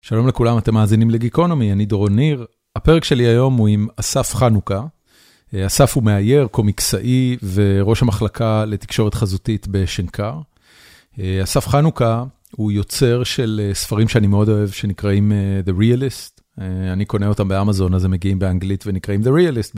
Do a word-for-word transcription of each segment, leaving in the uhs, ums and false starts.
שלום לכולם, אתם מאזינים לגיקונומי, אני דורון ניר. הפרק שלי היום הוא עם אסף חנוכה. אסף הוא מאייר, קומיקסאי וראש המחלקה לתקשורת חזותית בשנקר. אסף חנוכה הוא יוצר של ספרים שאני מאוד אוהב, שנקראים The Realist. אני קונה אותם באמזון, אז הם מגיעים באנגלית ונקראים The Realist.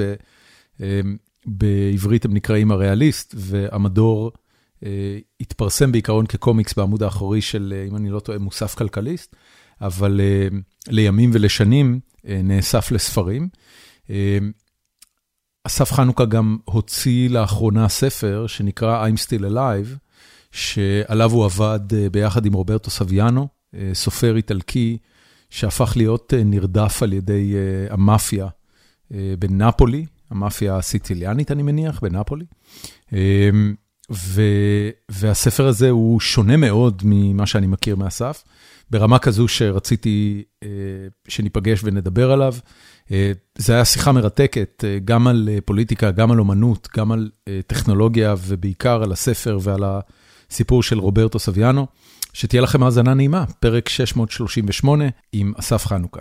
בעברית הם נקראים הריאליסט, והמדור התפרסם בעיקרון כקומיקס בעמוד האחורי של, אם אני לא טועה, מוסף כלכליסט. אבל uh, לימים ולשנים uh, נאסף לספרים. Uh, אסף חנוכה גם הוציא לאחרונה ספר שנקרא I'm Still Alive, שעליו הוא עבד uh, ביחד עם רוברטו סביאנו, uh, סופר איטלקי שהפך להיות uh, נרדף על ידי uh, המאפיה uh, בנאפולי, המאפיה הסיציליאנית אני מניח, בנאפולי. Uh, ו, והספר הזה הוא שונה מאוד ממה שאני מכיר מאסף, ברמה כזו שרציתי שניפגש ונדבר עליו. זה היה שיחה מרתקת, גם על פוליטיקה, גם על אומנות, גם על טכנולוגיה, ובעיקר על הספר ועל הסיפור של רוברטו סביאנו. שתהיה לכם האזנה נעימה, פרק שש מאות שלושים ושמונה עם אסף חנוכה.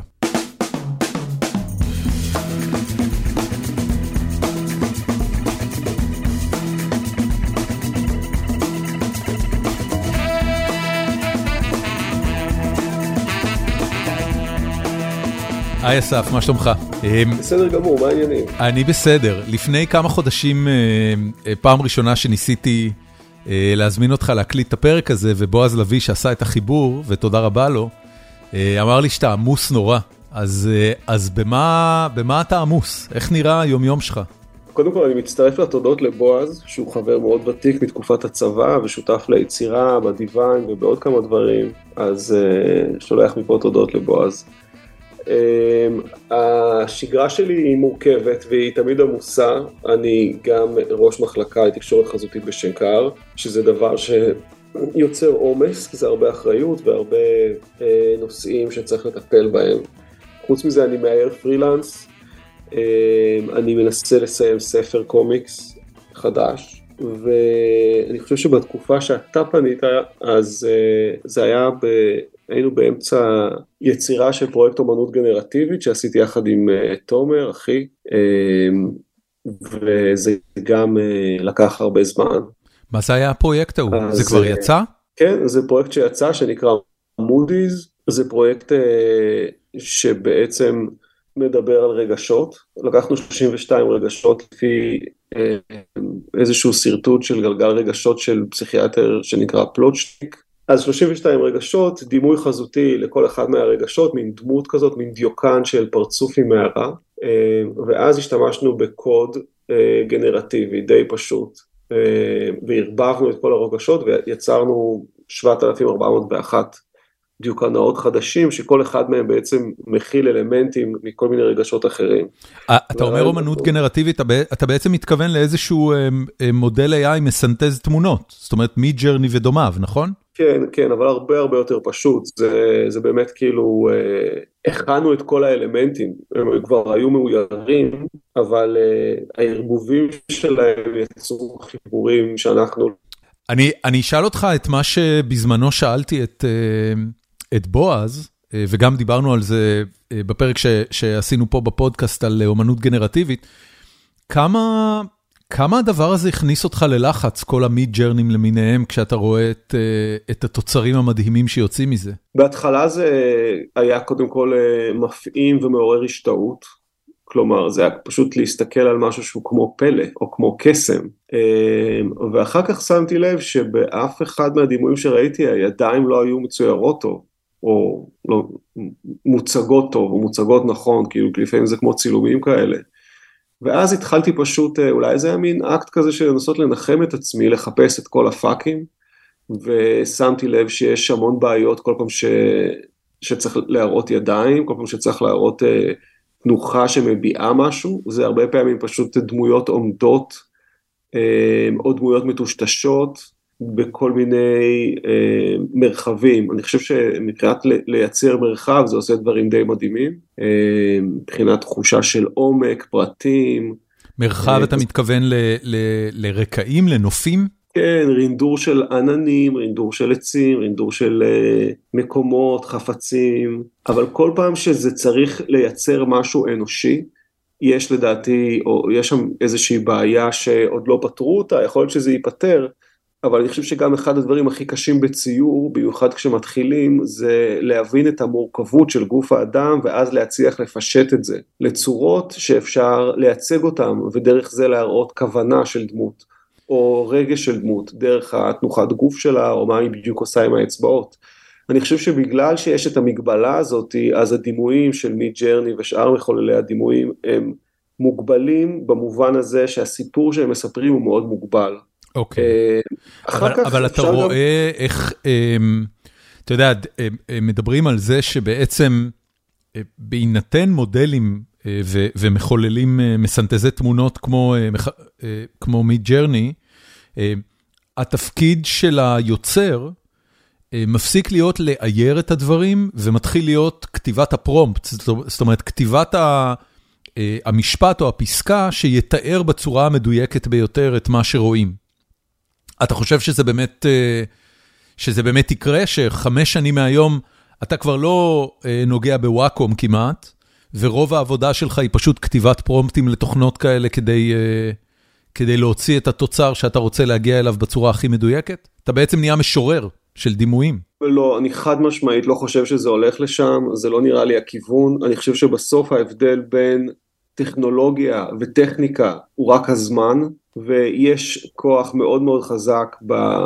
היי אסף, מה שלומך? בסדר גמור, מה העניינים? אני בסדר. לפני כמה חודשים, פעם ראשונה שניסיתי להזמין אותך להקליט את הפרק הזה, ובועז לוי שעשה את החיבור, ותודה רבה לו, אמר לי שאתה עמוס נורא. אז, אז במה, במה אתה עמוס? איך נראה היום יום שלך? קודם כל אני מצטרף לתודות לבועז, שהוא חבר מאוד ותיק מתקופת הצבא, ושותף ליצירה בדיוון ובעוד כמה דברים, אז שולח מפה תודות לבועז. השגרה שלי היא מורכבת והיא תמיד עמוסה. אני גם ראש מחלקה לתקשורת חזותית בשנקר, שזה דבר שיוצר עומס, כי זה הרבה אחריות והרבה נושאים שצריך לטפל בהם. חוץ מזה אני מאייר פרילנס, אני מנסה לסיים ספר קומיקס חדש, ואני חושב שבתקופה שאתה פנית, אז זה היה ב... היינו באמצע יצירה של פרויקט אומנות גנרטיבית שעשיתי יחד עם תומר, אחי, וזה גם לקח הרבה זמן. מה זה היה הפרויקט ההוא? זה כבר יצא? כן, זה פרויקט שיצא שנקרא מודיז, זה פרויקט שבעצם מדבר על רגשות. לקחנו שלושים ושתיים רגשות לפי איזשהו סרטוט של גלגל רגשות של פסיכיאטר שנקרא פלוטשטיק. אז שלושים ושתיים רגשות, דימוי חזותי לכל אחד מהרגשות, מין דמות כזאת, מין דיוקן של פרצוף עם מערה, ואז השתמשנו בקוד גנרטיבי די פשוט, והרבבנו את כל הרגשות ויצרנו שבעת אלפים ארבע מאות ואחת דיוקנאות חדשים, שכל אחד מהם בעצם מכיל אלמנטים מכל מיני רגשות אחרים. אתה אומר אומנות גנרטיבית, אתה בעצם מתכוון לאיזשהו מודל איי איי מסנטז תמונות, זאת אומרת מידג'רני ודומיו, נכון? כן, כן, אבל הרבה הרבה יותר פשוט, זה, זה באמת כאילו, אה, הכנו את כל האלמנטים, הם כבר היו מאוירים, אבל אה, הערבובים שלהם יצרו חיבורים שאנחנו... אני, אני אשאל אותך את מה שבזמנו שאלתי את, את בועז, וגם דיברנו על זה בפרק ש, שעשינו פה בפודקאסט על אומנות גנרטיבית, כמה... כמה הדבר הזה הכניס אותך ללחץ, כל המיד-ג'רנים למיניהם, כשאתה רואה את, את התוצרים המדהימים שיוצאים מזה? בהתחלה זה היה קודם כל מפעים ומעורר השתאות, כלומר זה היה פשוט להסתכל על משהו שהוא כמו פלא, או כמו קסם, ואחר כך שמתי לב שבאף אחד מהדימויים שראיתי, הידיים לא היו מצוירות טוב, או לא, מוצגות טוב, או מוצגות נכון, כאילו לפעמים זה כמו צילומים כאלה, ואז התחלתי פשוט, אולי זה היה מין אקט כזה של לנסות לנחם את עצמי, לחפש את כל הפאקים, ושמתי לב שיש המון בעיות כל פעם ש... שצריך להראות ידיים, כל פעם שצריך להראות אה, תנוחה שמביעה משהו, זה הרבה פעמים פשוט דמויות עומדות, אה, או דמויות מטושטשות, בכל מיני אה, מרחבים. אני חושב שמבחינת לייצר מרחב, זה עושה דברים די מדהימים, אה, מבחינת תחושה של עומק, פרטים. מרחב, אה, אתה אז... מתכוון ל, ל, לרקעים, לנופים? כן, רינדור של עננים, רינדור של עצים, רינדור של uh, מקומות, חפצים, אבל כל פעם שזה צריך לייצר משהו אנושי, יש לדעתי, או יש שם איזושהי בעיה שעוד לא פתרו אותה, יכול להיות שזה ייפטר, אבל אני חושב שגם אחד הדברים הכי קשים בציור, במיוחד כשמתחילים, זה להבין את המורכבות של גוף האדם, ואז להצליח לפשט את זה לצורות שאפשר לייצג אותם, ודרך זה להראות כוונה של דמות, או רגש של דמות, דרך התנוחת גוף שלה, או מה היא בדיוק עושה עם האצבעות. אני חושב שבגלל שיש את המגבלה הזאת, אז הדימויים של מיד ג'רני ושאר מחוללי הדימויים, הם מוגבלים במובן הזה שהסיפור שהם מספרים הוא מאוד מוגבל. אוקיי, אבל אתה רואה איך, אתה יודע, מדברים על זה שבעצם בהינתן מודלים ומחוללים מסנתזי תמונות כמו מיד ג'רני, התפקיד של היוצר מפסיק להיות לאייר את הדברים ומתחיל להיות כתיבת הפרומפט, זאת אומרת כתיבת המשפט או הפסקה שיתאר בצורה המדויקת ביותר את מה שרואים. אתה חושב שזה באמת, שזה באמת יקרה, שחמש שנים מהיום אתה כבר לא נוגע בוואקום כמעט, ורוב העבודה שלך היא פשוט כתיבת פרומפטים לתוכנות כאלה כדי, כדי להוציא את התוצר שאתה רוצה להגיע אליו בצורה הכי מדויקת? אתה בעצם נהיה משורר של דימויים. לא, אני חד משמעית לא חושב שזה הולך לשם, זה לא נראה לי הכיוון, אני חושב שבסוף ההבדל בין טכנולוגיה וטכניקה הוא רק הזמן, ויש כוח מאוד מאוד חזק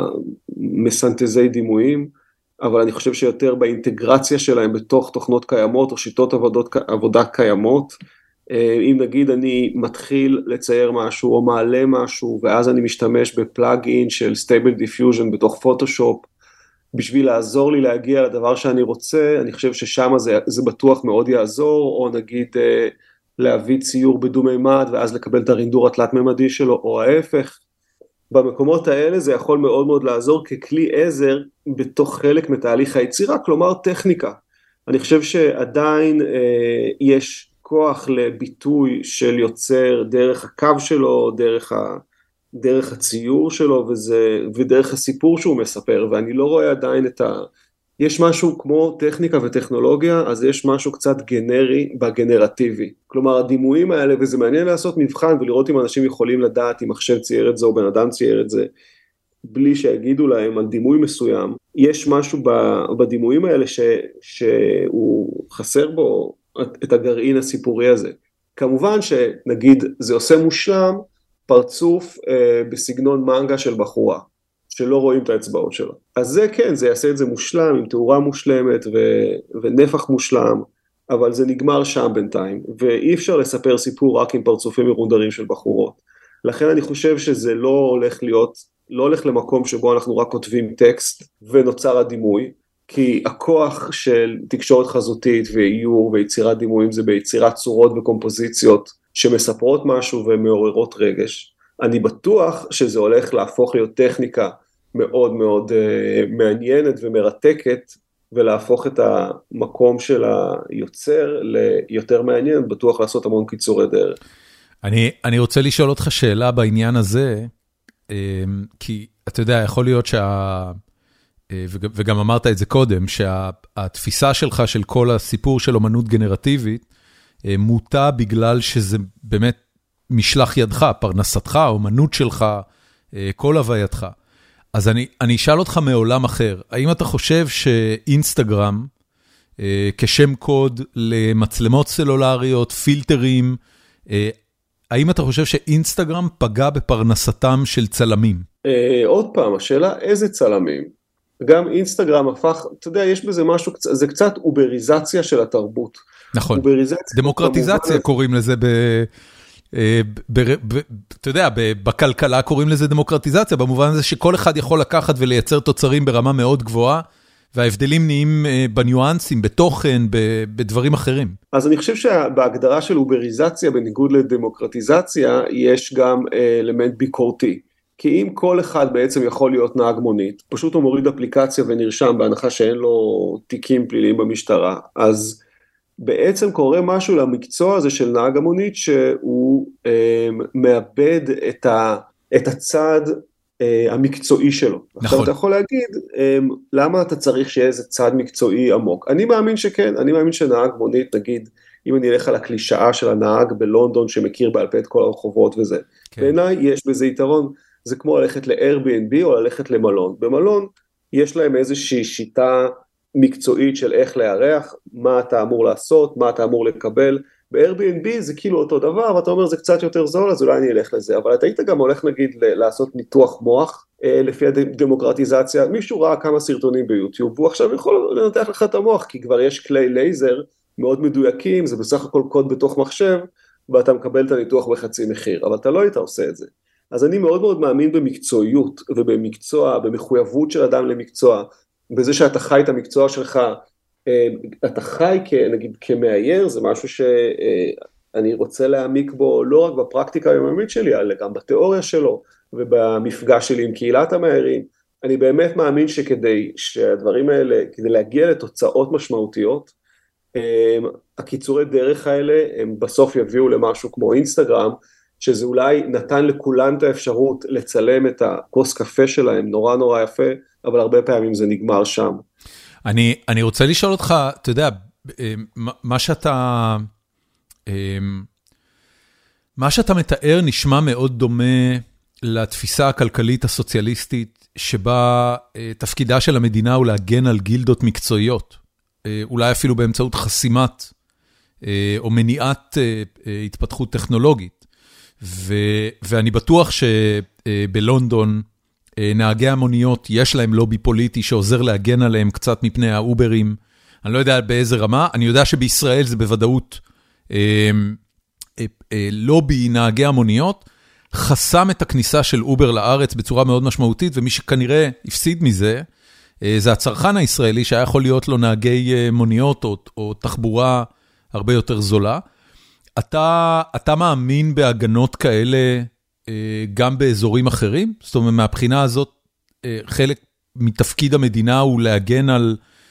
במסנתזי דימויים, אבל אני חושב שיותר באינטגרציה שלהם בתוך תוכנות קיימות או שיטות עבודות, עבודה קיימות. אם נגיד אני מתחיל לצייר משהו או מעלה משהו, ואז אני משתמש בפלאג-אין של Stable Diffusion בתוך פוטושופ, בשביל לעזור לי להגיע לדבר שאני רוצה, אני חושב ששם זה, זה בטוח מאוד יעזור, או נגיד להביא ציור בדו-מימד, ואז לקבל את הרינדור התלת-ממדי שלו, או ההפך. במקומות האלה זה יכול מאוד מאוד לעזור ככלי עזר, בתוך חלק מתהליך היצירה, כלומר טכניקה. אני חושב שעדיין אה, יש כוח לביטוי של יוצר דרך הקו שלו, דרך, ה, דרך הציור שלו, וזה, ודרך הסיפור שהוא מספר, ואני לא רואה עדיין את ה... יש משהו כמו טכניקה וטכנולוגיה, אז יש משהו קצת גנרי בגנרטיבי. כלומר, הדימויים האלה, וזה מעניין לעשות מבחן, ולראות אם אנשים יכולים לדעת אם מחשב צייר את זה, או בן אדם צייר את זה, בלי שיגידו להם על דימוי מסוים. יש משהו בדימויים האלה ש, שהוא חסר בו את הגרעין הסיפורי הזה. כמובן שנגיד, זה עושה מושלם, פרצוף אה, בסגנון מנגה של בחורה. שלא רואים את האצבעות שלו. אז זה כן, זה יעשה את זה מושלם, עם תאורה מושלמת ו- ונפח מושלם, אבל זה נגמר שם בינתיים, ואי אפשר לספר סיפור רק עם פרצופים מרונדרים של בחורות. לכן אני חושב שזה לא הולך להיות, לא הולך למקום שבו אנחנו רק כותבים טקסט ונוצר הדימוי, כי הכוח של תקשורת חזותית ואיור ויצירת דימויים זה ביצירת צורות וקומפוזיציות שמספרות משהו ומעוררות רגש. אני בטוח שזה הולך להפוך להיות טכניקה מאוד מאוד uh, מעניינת ומרתקת, ולהפוך את המקום של היוצר ליותר מעניין, בטוח לעשות המון קיצורי דרך. אני, אני רוצה לשאול אותך שאלה בעניין הזה, כי אתה יודע, יכול להיות שה... וגם אמרת את זה קודם, שהתפיסה שלך של כל הסיפור של אומנות גנרטיבית, מוטה בגלל שזה באמת משלח ידך, פרנסתך, אומנות שלך, כל הווייתך. אז אני, אני אשאל אותך מעולם אחר, האם אתה חושב שאינסטגרם, כשם קוד למצלמות סלולריות, פילטרים, האם אתה חושב שאינסטגרם פגע בפרנסתם של צלמים? עוד פעם, השאלה איזה צלמים? גם אינסטגרם הפך, אתה יודע, יש בזה משהו, זה קצת אובריזציה של התרבות. נכון, דמוקרטיזציה קוראים לזה ב... אתה יודע, בכלכלה קוראים לזה דמוקרטיזציה, במובן הזה שכל אחד יכול לקחת ולייצר תוצרים ברמה מאוד גבוהה, וההבדלים נהיים בניואנסים, בתוכן, בדברים אחרים. אז אני חושב שבהגדרה של אובריזציה, בניגוד לדמוקרטיזציה, יש גם אלמנט ביקורתי. כי אם כל אחד בעצם יכול להיות נהג מונית, פשוט הוא מוריד אפליקציה ונרשם, בהנחה שאין לו תיקים פליליים במשטרה, אז בעצם קורה משהו למקצוע הזה של נהג המונית, שהוא אה, מאבד את, ה, את הצד המקצועי שלו. נכון. עכשיו אתה יכול להגיד, למה אתה צריך שיהיה איזה צד מקצועי עמוק? אני מאמין שכן, אני מאמין שנהג מונית, נגיד, אם אני אלך על הקלישאה של הנהג בלונדון, שמכיר בעל פה את כל הרחובות וזה, כן. בעיניי יש בזה יתרון, זה כמו ללכת ל-Airbnb או ללכת למלון. במלון יש להם איזושהי שיטה מקצועית של איך לארח, מה אתה אמור לעשות, מה אתה אמור לקבל, ב-Airbnb זה כאילו אותו דבר, ואתה אומר זה קצת יותר זול, אז אולי אני אלך לזה, אבל אתה היית גם הולך נגיד לעשות ניתוח מוח, אה, לפי הדמוקרטיזציה, מישהו ראה כמה סרטונים ביוטיוב, והוא עכשיו יכול לנתח לך את המוח, כי כבר יש כלי לייזר מאוד מדויקים, זה בסך הכל קוד בתוך מחשב, ואתה מקבל את הניתוח בחצי מחיר, אבל אתה לא היית עושה את זה. אז אני מאוד מאוד מאמין במקצועיות, ובמקצוע, במחויבות של אדם למקצוע, בזה שאתה חי את המקצוע שלך, אתה חי נגיד כמאייר, זה משהו שאני רוצה להעמיק בו לא רק בפרקטיקה היומיומית שלי, אלא גם בתיאוריה שלו, ובמפגש שלי עם קהילת המאיירים. אני באמת מאמין שכדי שהדברים האלה, כדי להגיע לתוצאות משמעותיות, הקיצורי דרך האלה, הם בסוף יביאו למשהו כמו אינסטגרם, שזה אולי נתן לכולם את האפשרות לצלם את הכוס קפה שלהם, נורא נורא יפה, אבל הרבה פעמים זה נגמר שם. אני, אני רוצה לשאול אותך, אתה יודע, מה שאתה, מה שאתה מתאר נשמע מאוד דומה לתפיסה הכלכלית הסוציאליסטית, שבה תפקידה של המדינה הוא להגן על גילדות מקצועיות, אולי אפילו באמצעות חסימת או מניעת התפתחות טכנולוגית. ו, ואני בטוח שבלונדון, נהגי המוניות, יש להם לובי פוליטי שעוזר להגן עליהם קצת מפני האוברים. אני לא יודע באיזה רמה, אני יודע שבישראל זה בוודאות אה, אה, אה, לובי נהגי המוניות, חסם את הכניסה של אובר לארץ בצורה מאוד משמעותית, ומי שכנראה הפסיד מזה, אה, זה הצרכן הישראלי שהיה יכול להיות לו נהגי אה, מוניות או, או תחבורה הרבה יותר זולה. אתה, אתה מאמין בהגנות כאלה, גם באזורים אחרים? זאת אומרת, מהבחינה הזאת, חלק מתפקיד המדינה הוא להגן על,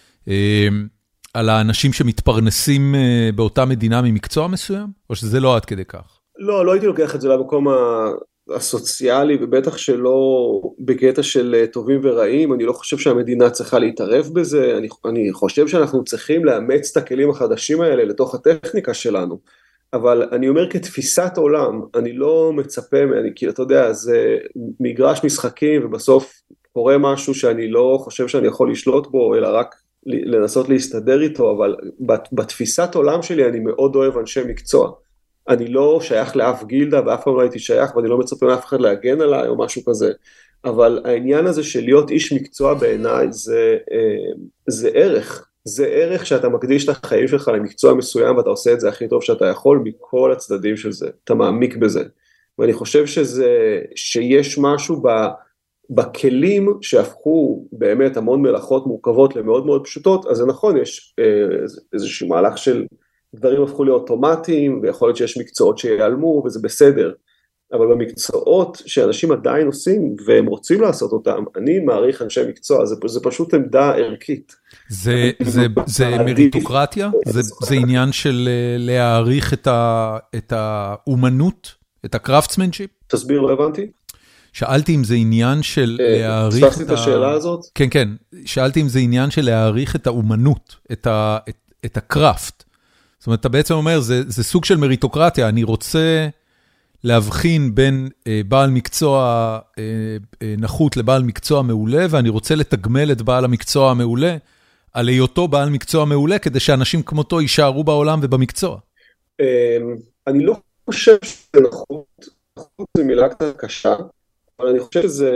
על האנשים שמתפרנסים באותה מדינה ממקצוע מסוים? או שזה לא עד כדי כך? לא, לא הייתי לוקח את זה למקום הסוציאלי, ובטח שלא בקטע של טובים ורעים. אני לא חושב שהמדינה צריכה להתערב בזה. אני, אני חושב שאנחנו צריכים לאמץ את הכלים החדשים האלה לתוך הטכניקה שלנו. אבל אני אומר כתפיסת עולם, אני לא מצפה, אני, כי אתה יודע, זה מגרש משחקים, ובסוף קורה משהו שאני לא חושב שאני יכול לשלוט בו, אלא רק לנסות להסתדר איתו, אבל בתפיסת עולם שלי אני מאוד אוהב אנשי מקצוע. אני לא שייך לאף גילדה, ואף פעם לא הייתי שייך, ואני לא מצפה מאף אחד להגן עליי, או משהו כזה. אבל העניין הזה של להיות איש מקצוע בעיניי, זה, זה ערך. זה ערך שאתה מקדיש את החיים שלך למקצוע מסוים, ואתה עושה את זה הכי טוב שאתה יכול מכל הצדדים של זה. אתה מעמיק בזה. ואני חושב שזה, שיש משהו ב, בכלים שהפכו באמת המון מלאכות מורכבות למאוד מאוד פשוטות, אז זה נכון, יש אה, איזשהו מהלך של דברים הפכו להיות אוטומטיים, ויכול להיות שיש מקצועות שיעלמו, וזה בסדר. אבל במקצועות שאנשים עדיין עושים, והם רוצים לעשות אותם, אני מעריך אנשי מקצוע, זה, זה פשוט עמדה ערכית. זה, זה, זה מריטוקרטיה? זה, זה עניין של להעריך את, ה, את האומנות, את הקראפטסמנשיפ? תסביר, לא הבנתי. שאלתי אם זה עניין של להעריך את ה... את השאלה הזאת? כן, כן. שאלתי אם זה עניין של להעריך את האומנות, את, ה, את, את הקראפט. זאת אומרת, אתה בעצם אומר, זה, זה סוג של מריטוקרטיה, אני רוצה... להבחין בין אה, בעל מקצוע אה, אה, נחות לבעל מקצוע מעולה, ואני רוצה לתגמל את בעל המקצוע המעולה, על היותו בעל מקצוע מעולה, כדי שאנשים כמותו יישארו בעולם ובמקצוע. אני לא חושב שזה נחות, נחות זה מילה קצת קשה, אבל אני חושב שזה,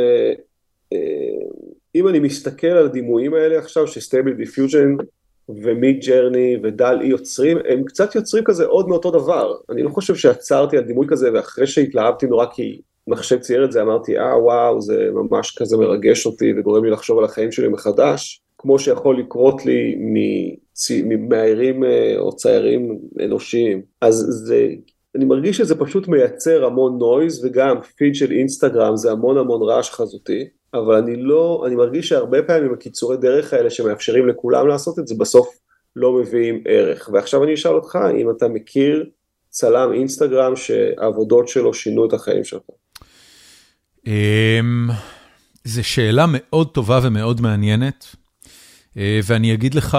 אם אני מסתכל על הדימויים האלה עכשיו, שסטייבל דיפיוז'ן, ומיד ג'רני ודל אי יוצרים, הם קצת יוצרים כזה עוד מאותו דבר. אני לא חושב שעצרתי על דימוי כזה, ואחרי שהתלהבתי נורא כי מחשב צייר את זה, אמרתי, אה וואו, זה ממש כזה מרגש אותי, וגורם לי לחשוב על החיים שלי מחדש, כמו שיכול לקרות לי ממאיירים או ציירים אנושיים. אז זה, אני מרגיש שזה פשוט מייצר המון נויז, וגם פיד של אינסטגרם זה המון המון רעש חזותי, אבל אני לא, אני מרגיש שהרבה פעמים הקיצורי דרך האלה שמאפשרים לכולם לעשות את זה, בסוף לא מביאים ערך. ועכשיו אני אשאל אותך, אם אתה מכיר צלם אינסטגרם שהעבודות שלו שינו את החיים שלך? זו שאלה מאוד טובה ומאוד מעניינת, ואני אגיד לך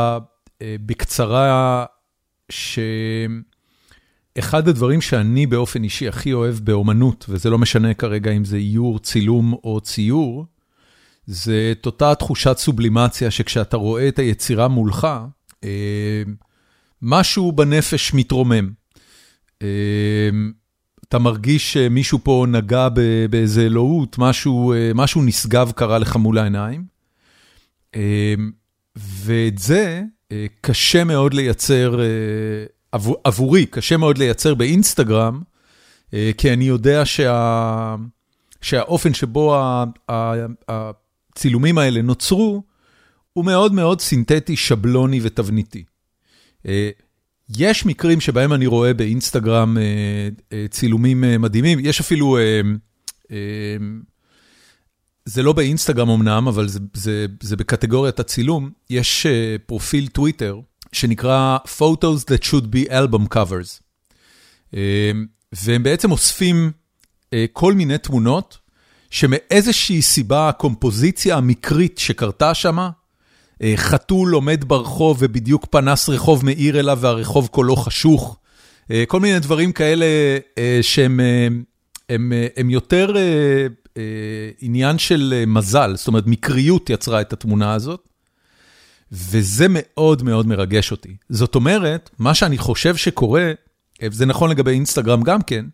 בקצרה שאחד הדברים שאני באופן אישי הכי אוהב באומנות, וזה לא משנה כרגע אם זה איור, צילום או ציור, זה את אותה תחושת סובלימציה שכשאתה רואה את היצירה מולך, משהו בנפש מתרומם. אתה מרגיש שמישהו פה נגע באיזה אלוהות, משהו, משהו נשגב קרה לך מול העיניים. ואת זה קשה מאוד לייצר, עבורי, קשה מאוד לייצר באינסטגרם, כי אני יודע שה, שהאופן שבו הצילומים האלה נוצרו, הוא מאוד מאוד סינתטי, שבלוני ותבניתי. יש מקרים שבהם אני רואה באינסטגרם צילומים מדהימים, יש אפילו, זה לא באינסטגרם אמנם, אבל זה, זה, זה בקטגוריית הצילום, יש פרופיל טוויטר שנקרא Photos that should be album covers, והם בעצם אוספים כל מיני תמונות, שמאיזושהי סיבה הקומפוזיציה המקרית שקרתה שמה, חתול עומד ברחוב ובדיוק פנס רחוב מאיר אליו והרחוב כולו חשוך, כל מיני דברים כאלה שהם הם, הם יותר עניין של מזל, זאת אומרת מקריות יצרה את התמונה הזאת, וזה מאוד מאוד מרגש אותי. זאת אומרת, מה שאני חושב שקורה, זה נכון לגבי אינסטגרם גם כן,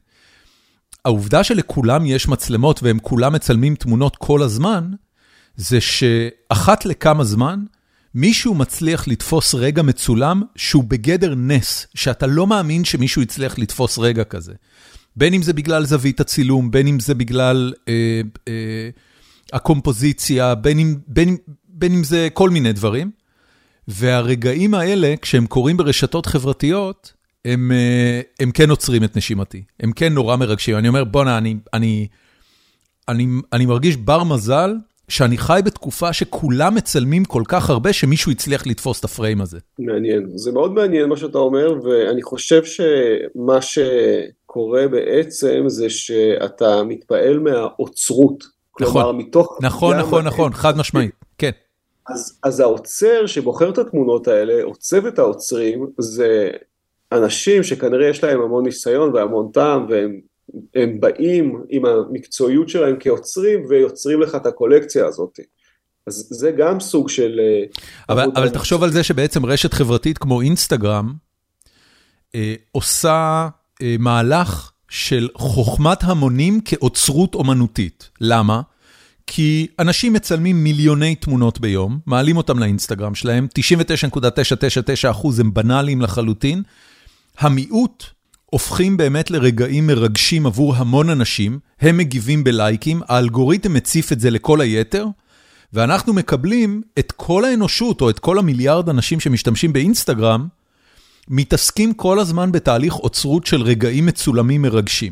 העובדה שלכולם יש מצלמות והם כולם מצלמים תמונות כל הזמן, זה שאחת לכמה זמן, מישהו מצליח לתפוס רגע מצולם שהוא בגדר נס, שאתה לא מאמין שמישהו יצליח לתפוס רגע כזה. בין אם זה בגלל זווית הצילום, בין אם זה בגלל אה, אה, הקומפוזיציה, בין אם, בין, בין אם זה כל מיני דברים. והרגעים האלה, כשהם קורים ברשתות חברתיות, הם, אה, הם כן עוצרים את נשימתי. הם כן נורא מרגשים. אני אומר, בונה, אני, אני, אני, אני מרגיש בר מזל, שאני חי בתקופה שכולם מצלמים כל כך הרבה, שמישהו יצליח לתפוס את הפריים הזה. מעניין. זה מאוד מעניין מה שאתה אומר, ואני חושב שמה שקורה בעצם, זה שאתה מתפעל מהאוצרות. נכון, כלומר, מתוך... נכון, נכון, נכון, חד משמעית, כן. אז, אז האוצר שבוחר את התמונות האלה, או צוות האוצרים, זה אנשים שכנראה יש להם המון ניסיון והמון טעם, והם הם באים עם המקצועיות שלהם כיוצרים, ויוצרים לך את הקולקציה הזאת. אז זה גם סוג של... אבל, אבל תחשוב על זה שבעצם רשת חברתית כמו אינסטגרם, אה, עושה אה, מהלך של חוכמת המונים כאוצרות אומנותית. למה? כי אנשים מצלמים מיליוני תמונות ביום, מעלים אותם לאינסטגרם שלהם, תשעים ותשע נקודה תשע תשע תשע אחוז הם בנאליים לחלוטין, המיעוט הופכים באמת לרגעים מרגשים עבור המון אנשים, הם מגיבים בלייקים, האלגוריתם מציף את זה לכל היתר, ואנחנו מקבלים את כל האנושות, או את כל המיליארד אנשים שמשתמשים באינסטגרם, מתעסקים כל הזמן בתהליך עוצרות של רגעים מצולמים מרגשים.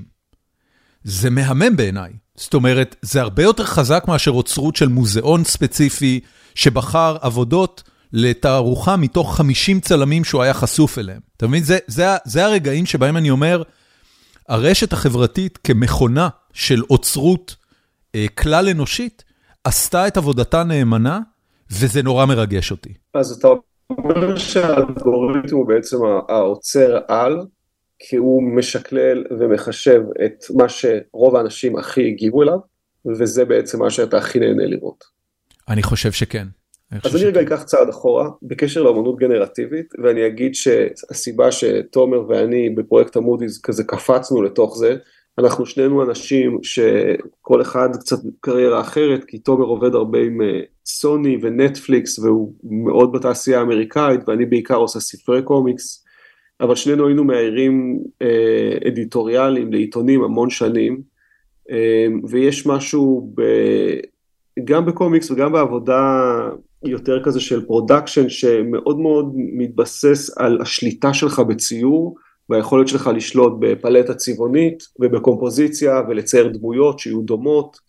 זה מהמם בעיניי. זאת אומרת, זה הרבה יותר חזק מאשר עוצרות של מוזיאון ספציפי, שבחר עבודות לתערוכה מתוך חמישים צלמים שהוא היה חשוף אליהם. אתה מבין? זה, זה, זה הרגעים שבהם אני אומר, הרשת החברתית כמכונה של עוצרות אה, כלל אנושית, עשתה את עבודתה נאמנה, וזה נורא מרגש אותי. אז אתה אומר שהאלגוריתם הוא בעצם העוצר על, כי הוא משקלל ומחשב את מה שרוב האנשים הכי הגיבו אליו, וזה בעצם מה שאתה הכי נהנה לראות. אני חושב שכן. אז אני רגע אקח צעד אחורה, בקשר לאמנות גנרטיבית, ואני אגיד שהסיבה שתומר ואני בפרויקט המודי'ס כזה קפצנו לתוך זה, אנחנו שנינו אנשים שכל אחד קצת קריירה אחרת, כי תומר עובד הרבה עם סוני ונטפליקס, והוא מאוד בתעשייה האמריקאית, ואני בעיקר עושה ספרי קומיקס, אבל שנינו היינו מאיירים אה, אדיטוריאליים לעיתונים המון שנים, אה, ויש משהו ב, גם בקומיקס וגם בעבודה יותר כזה של פרודקשן, שמאוד מאוד מתבסס על השליטה שלך בציור, והיכולת שלך לשלוט בפלטה צבעונית ובקומפוזיציה ולצייר דמויות שיהיו דומות,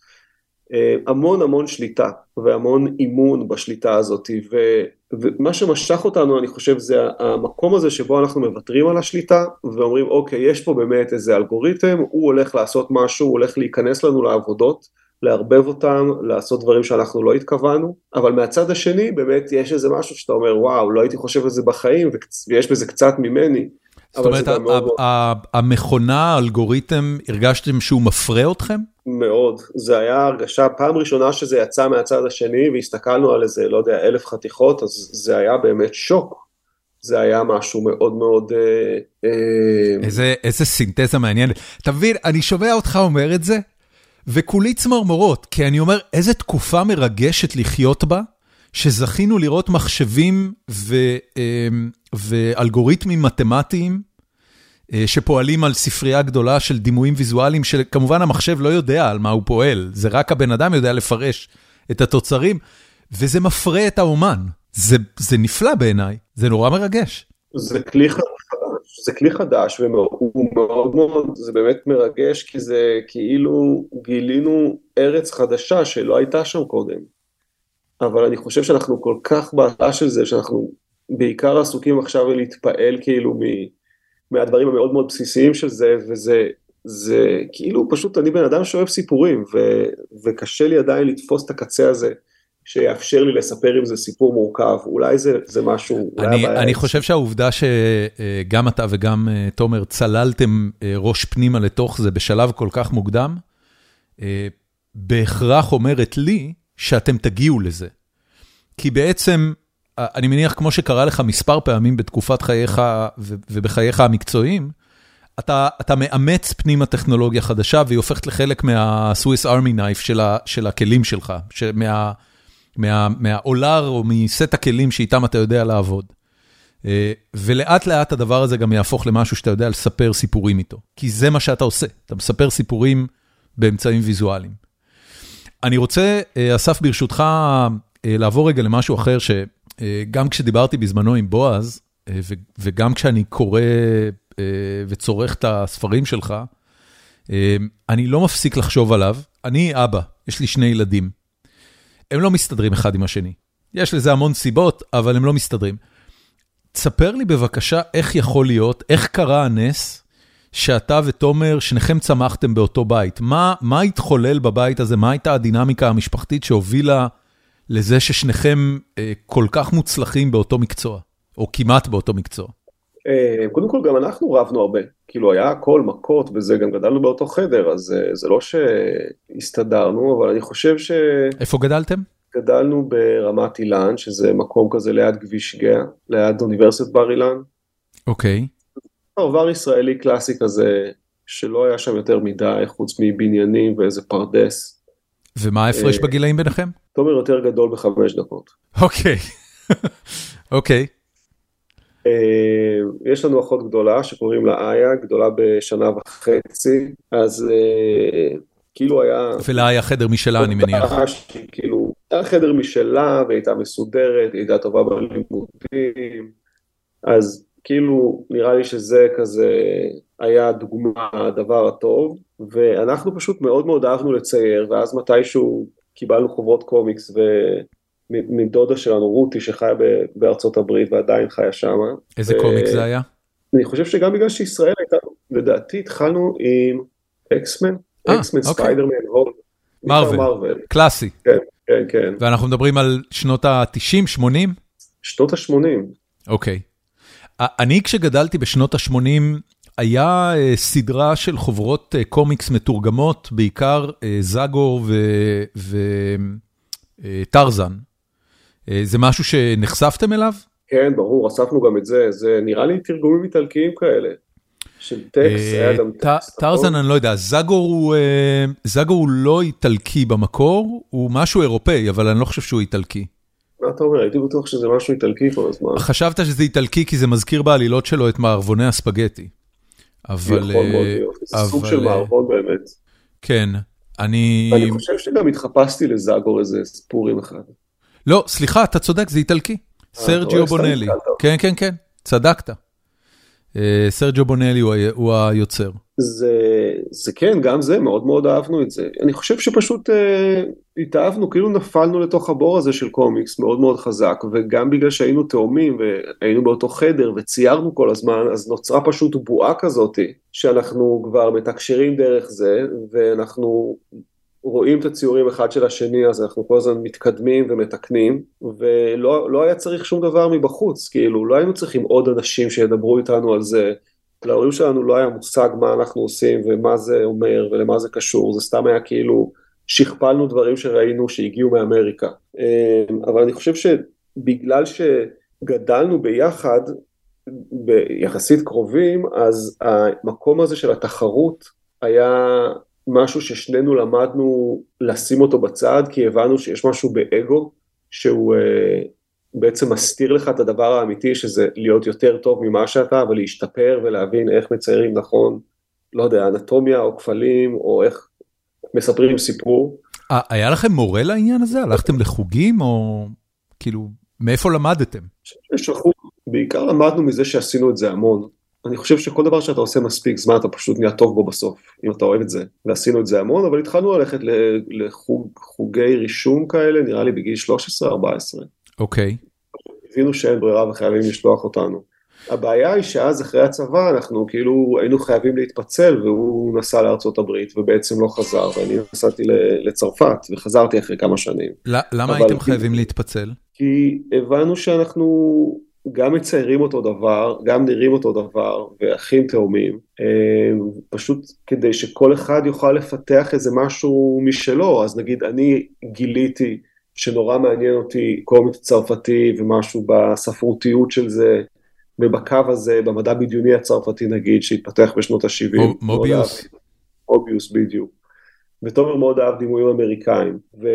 המון המון שליטה והמון אימון בשליטה הזאת, ו, ומה שמשך אותנו אני חושב זה המקום הזה שבו אנחנו מוותרים על השליטה ואומרים אוקיי, יש פה באמת איזה אלגוריתם, הוא הולך לעשות משהו, הוא הולך להיכנס לנו לעבודות, לערבב אותם, לעשות דברים שאנחנו לא התכוונו, אבל מהצד השני באמת יש איזה משהו שאתה אומר, וואו, לא הייתי חושב על זה בחיים, ויש בזה קצת ממני. זאת אומרת, המכונה, האלגוריתם, הרגשתם שהוא מפרה אתכם? מאוד, זה היה הרגשה, פעם ראשונה שזה יצא מהצד השני, והסתכלנו על איזה, לא יודע, אלף חתיכות, אז זה היה באמת שוק. זה היה משהו מאוד מאוד... איזה, איזה סינתזה מעניינת. תבין, אני שומע אותך אומר את זה, וכולי צמרמורות, כי אני אומר, איזה תקופה מרגשת לחיות בה, שזכינו לראות מחשבים ו, ואלגוריתמים מתמטיים, שפועלים על ספרייה גדולה של דימויים ויזואליים, שכמובן המחשב לא יודע על מה הוא פועל, זה רק הבן אדם יודע לפרש את התוצרים, וזה מפרה את האומן. זה, זה נפלא בעיניי, זה נורא מרגש. זה כלי חדש, זה כלי חדש, והוא מאוד מאוד, זה באמת מרגש, כי זה כאילו גילינו ארץ חדשה שלא הייתה שם קודם. אבל אני חושב שאנחנו כל כך בהתחלה של זה, שאנחנו בעיקר עסוקים עכשיו להתפעל כאילו מ, מהדברים המאוד מאוד בסיסיים של זה, וזה זה כאילו פשוט אני בן אדם שאוהב סיפורים, ו, וקשה לי עדיין לתפוס את הקצה הזה, שיאפשר לי לספר אם זה סיפור מורכב, אולי זה, זה משהו... אני, אני חושב שהעובדה שגם אתה וגם תומר צללתם ראש פנימה לתוך זה בשלב כל כך מוקדם, בהכרח אומרת לי שאתם תגיעו לזה. כי בעצם, אני מניח כמו שקרה לך מספר פעמים בתקופת חייך ובחייך המקצועיים, אתה, אתה מאמץ פנימה טכנולוגיה חדשה, והיא הופכת לחלק מה-Swiss Army Knife של, ה, של הכלים שלך, מה... מה, מהאולר או מסט הכלים שאיתם אתה יודע לעבוד. ולאט לאט הדבר הזה גם יהפוך למשהו שאתה יודע לספר סיפורים איתו. כי זה מה שאתה עושה. אתה מספר סיפורים באמצעים ויזואליים. אני רוצה, אסף ברשותך, לעבור רגע למשהו אחר, שגם כשדיברתי בזמנו עם בועז, וגם כשאני קורא וצורך את הספרים שלך, אני לא מפסיק לחשוב עליו. אני אבא, יש לי שני ילדים. הם לא מסתדרים אחד עם השני. יש לזה המון סיבות, אבל הם לא מסתדרים. תספר לי בבקשה איך יכול להיות, איך קרה הנס, שאתה ותומר, שניכם צמחתם באותו בית. מה, מה התחולל בבית הזה? מה הייתה הדינמיקה המשפחתית שהובילה לזה ששניכם אה, כל כך מוצלחים באותו מקצוע, או כמעט באותו מקצוע? אה, קודם כל גם אנחנו רבנו הרבה. כאילו היה הכל מכות וזה, גם גדלנו באותו חדר, אז זה לא שהסתדרנו, אבל אני חושב ש... איפה גדלתם? גדלנו ברמת אילן, שזה מקום כזה ליד כביש גאה, ליד אוניברסיטת בר אילן. אוקיי. פרבר ישראלי קלאסי כזה, שלא היה שם יותר מדי, חוץ מבניינים ואיזה פרדס. ומה ההפרש בגילאים ביניכם? תומר יותר גדול בחמש דקות. אוקיי. אוקיי. יש לנו אחות גדולה שקוראים לה איה, גדולה בשנה וחצי, אז כאילו היה... ולה היה חדר משלה, אני מניח. כאילו, היה חדר משלה, והייתה מסודרת, היא הייתה טובה בלימודים, אז כאילו נראה לי שזה כזה היה דוגמה, הדבר הטוב, ואנחנו פשוט מאוד מאוד אהבנו לצייר, ואז מתישהו קיבלנו חוברות קומיקס, ו... מדודה שלנו, רותי, שחיה בארצות הברית, ועדיין חיה שמה. איזה קומיק זה היה? אני חושב שגם בגלל שישראל הייתה, לדעתי התחלנו עם אקסמן, אקסמן, ספיידרמן, מרוול, קלאסי. כן, כן, כן. ואנחנו מדברים על שנות ה-תשעים, שמונים? שנות ה-שמונים. אוקיי. אני כשגדלתי בשנות ה-שמונים, היה סדרה של חוברות קומיקס מתורגמות, בעיקר זאגור וטרזן. זה משהו שנחשפתם אליו? כן, ברור, אספנו גם את זה, זה נראה לי תרגומים איטלקיים כאלה, של טקסט, היה גם טקסט. טרזן אני לא יודע, זאגור הוא לא איטלקי במקור, הוא משהו אירופאי, אבל אני לא חושב שהוא איטלקי. מה אתה אומר? הייתי בטוח שזה משהו איטלקי כל הזמן. חשבת שזה איטלקי כי זה מזכיר בעלילות שלו את מערבוני הספגטי. יכול מאוד להיות, זה סוג של מערבון באמת. כן, אני... אני חושב שגם התחפשתי לזאגור איזה ספורים אחד. לא, סליחה, אתה צודק, זה איטלקי. סרג'יו בונלי. כן, כן, כן, צדקת. סרג'יו בונלי הוא היוצר. זה כן, גם זה, מאוד מאוד אהבנו את זה. אני חושב שפשוט התאהבנו, כאילו נפלנו לתוך הבור הזה של קומיקס, מאוד מאוד חזק, וגם בגלל שהיינו תאומים, והיינו באותו חדר, וציירנו כל הזמן, אז נוצרה פשוט בועה כזאת, שאנחנו כבר מתקשרים דרך זה, ואנחנו רואים את הציורים אחד של השני, אז אנחנו כל הזמן מתקדמים ומתקנים, ולא לא היה צריך שום דבר מבחוץ, כאילו לא היינו צריכים עוד אנשים שידברו איתנו על זה, להורים שלנו לא היה מושג מה אנחנו עושים ומה זה אומר ולמה זה קשור, זה סתם היה כאילו שכפלנו דברים שראינו שהגיעו מאמריקה, אבל אני חושב שבגלל שגדלנו ביחד, ביחסית קרובים, אז המקום הזה של התחרות היה משהו ששנינו למדנו לשים אותו בצד, כי הבנו שיש משהו באגו, שהוא בעצם מסתיר לך את הדבר האמיתי, שזה להיות יותר טוב ממה שאתה, אבל להשתפר ולהבין איך מציירים נכון, לא יודע, אנטומיה או כפלים, או איך מספרים סיפור. היה לכם מורה לעניין הזה? הלכתם לחוגים, או כאילו, מאיפה למדתם? יש לחוג, בעיקר למדנו מזה שעשינו את זה המון. אני חושב שכל דבר שאתה עושה מספיק זמן, אתה פשוט נהיה טוב בו בסוף, אם אתה אוהב את זה. ועשינו את זה המון, אבל התחלנו ללכת לחוגי רישום כאלה, נראה לי בגיל שלוש עשרה ארבע עשרה. אוקיי. הבינו שאין ברירה וחייבים לשלוח אותנו. הבעיה היא שאז אחרי הצבא, אנחנו כאילו היינו חייבים להתפצל, והוא נסע לארצות הברית, ובעצם לא חזר, ואני נסעתי לצרפת, וחזרתי אחרי כמה שנים. למה הייתם חייבים להתפצל? כי הבנו שאנחנו גם מציירים אותו דבר, גם נראים אותו דבר, ואחים תאומים, פשוט כדי שכל אחד יוכל לפתח איזה משהו משלו, אז נגיד אני גיליתי שנורא מעניין אותי קומיקס צרפתי, ומשהו בספרותיות של זה, ובקו הזה, במדע בדיוני הצרפתי נגיד, שהתפתח בשנות ה-שבעים. מוביוס. מוביוס בדיוק. ותומר מאוד אהב דימויים אמריקאים, ו...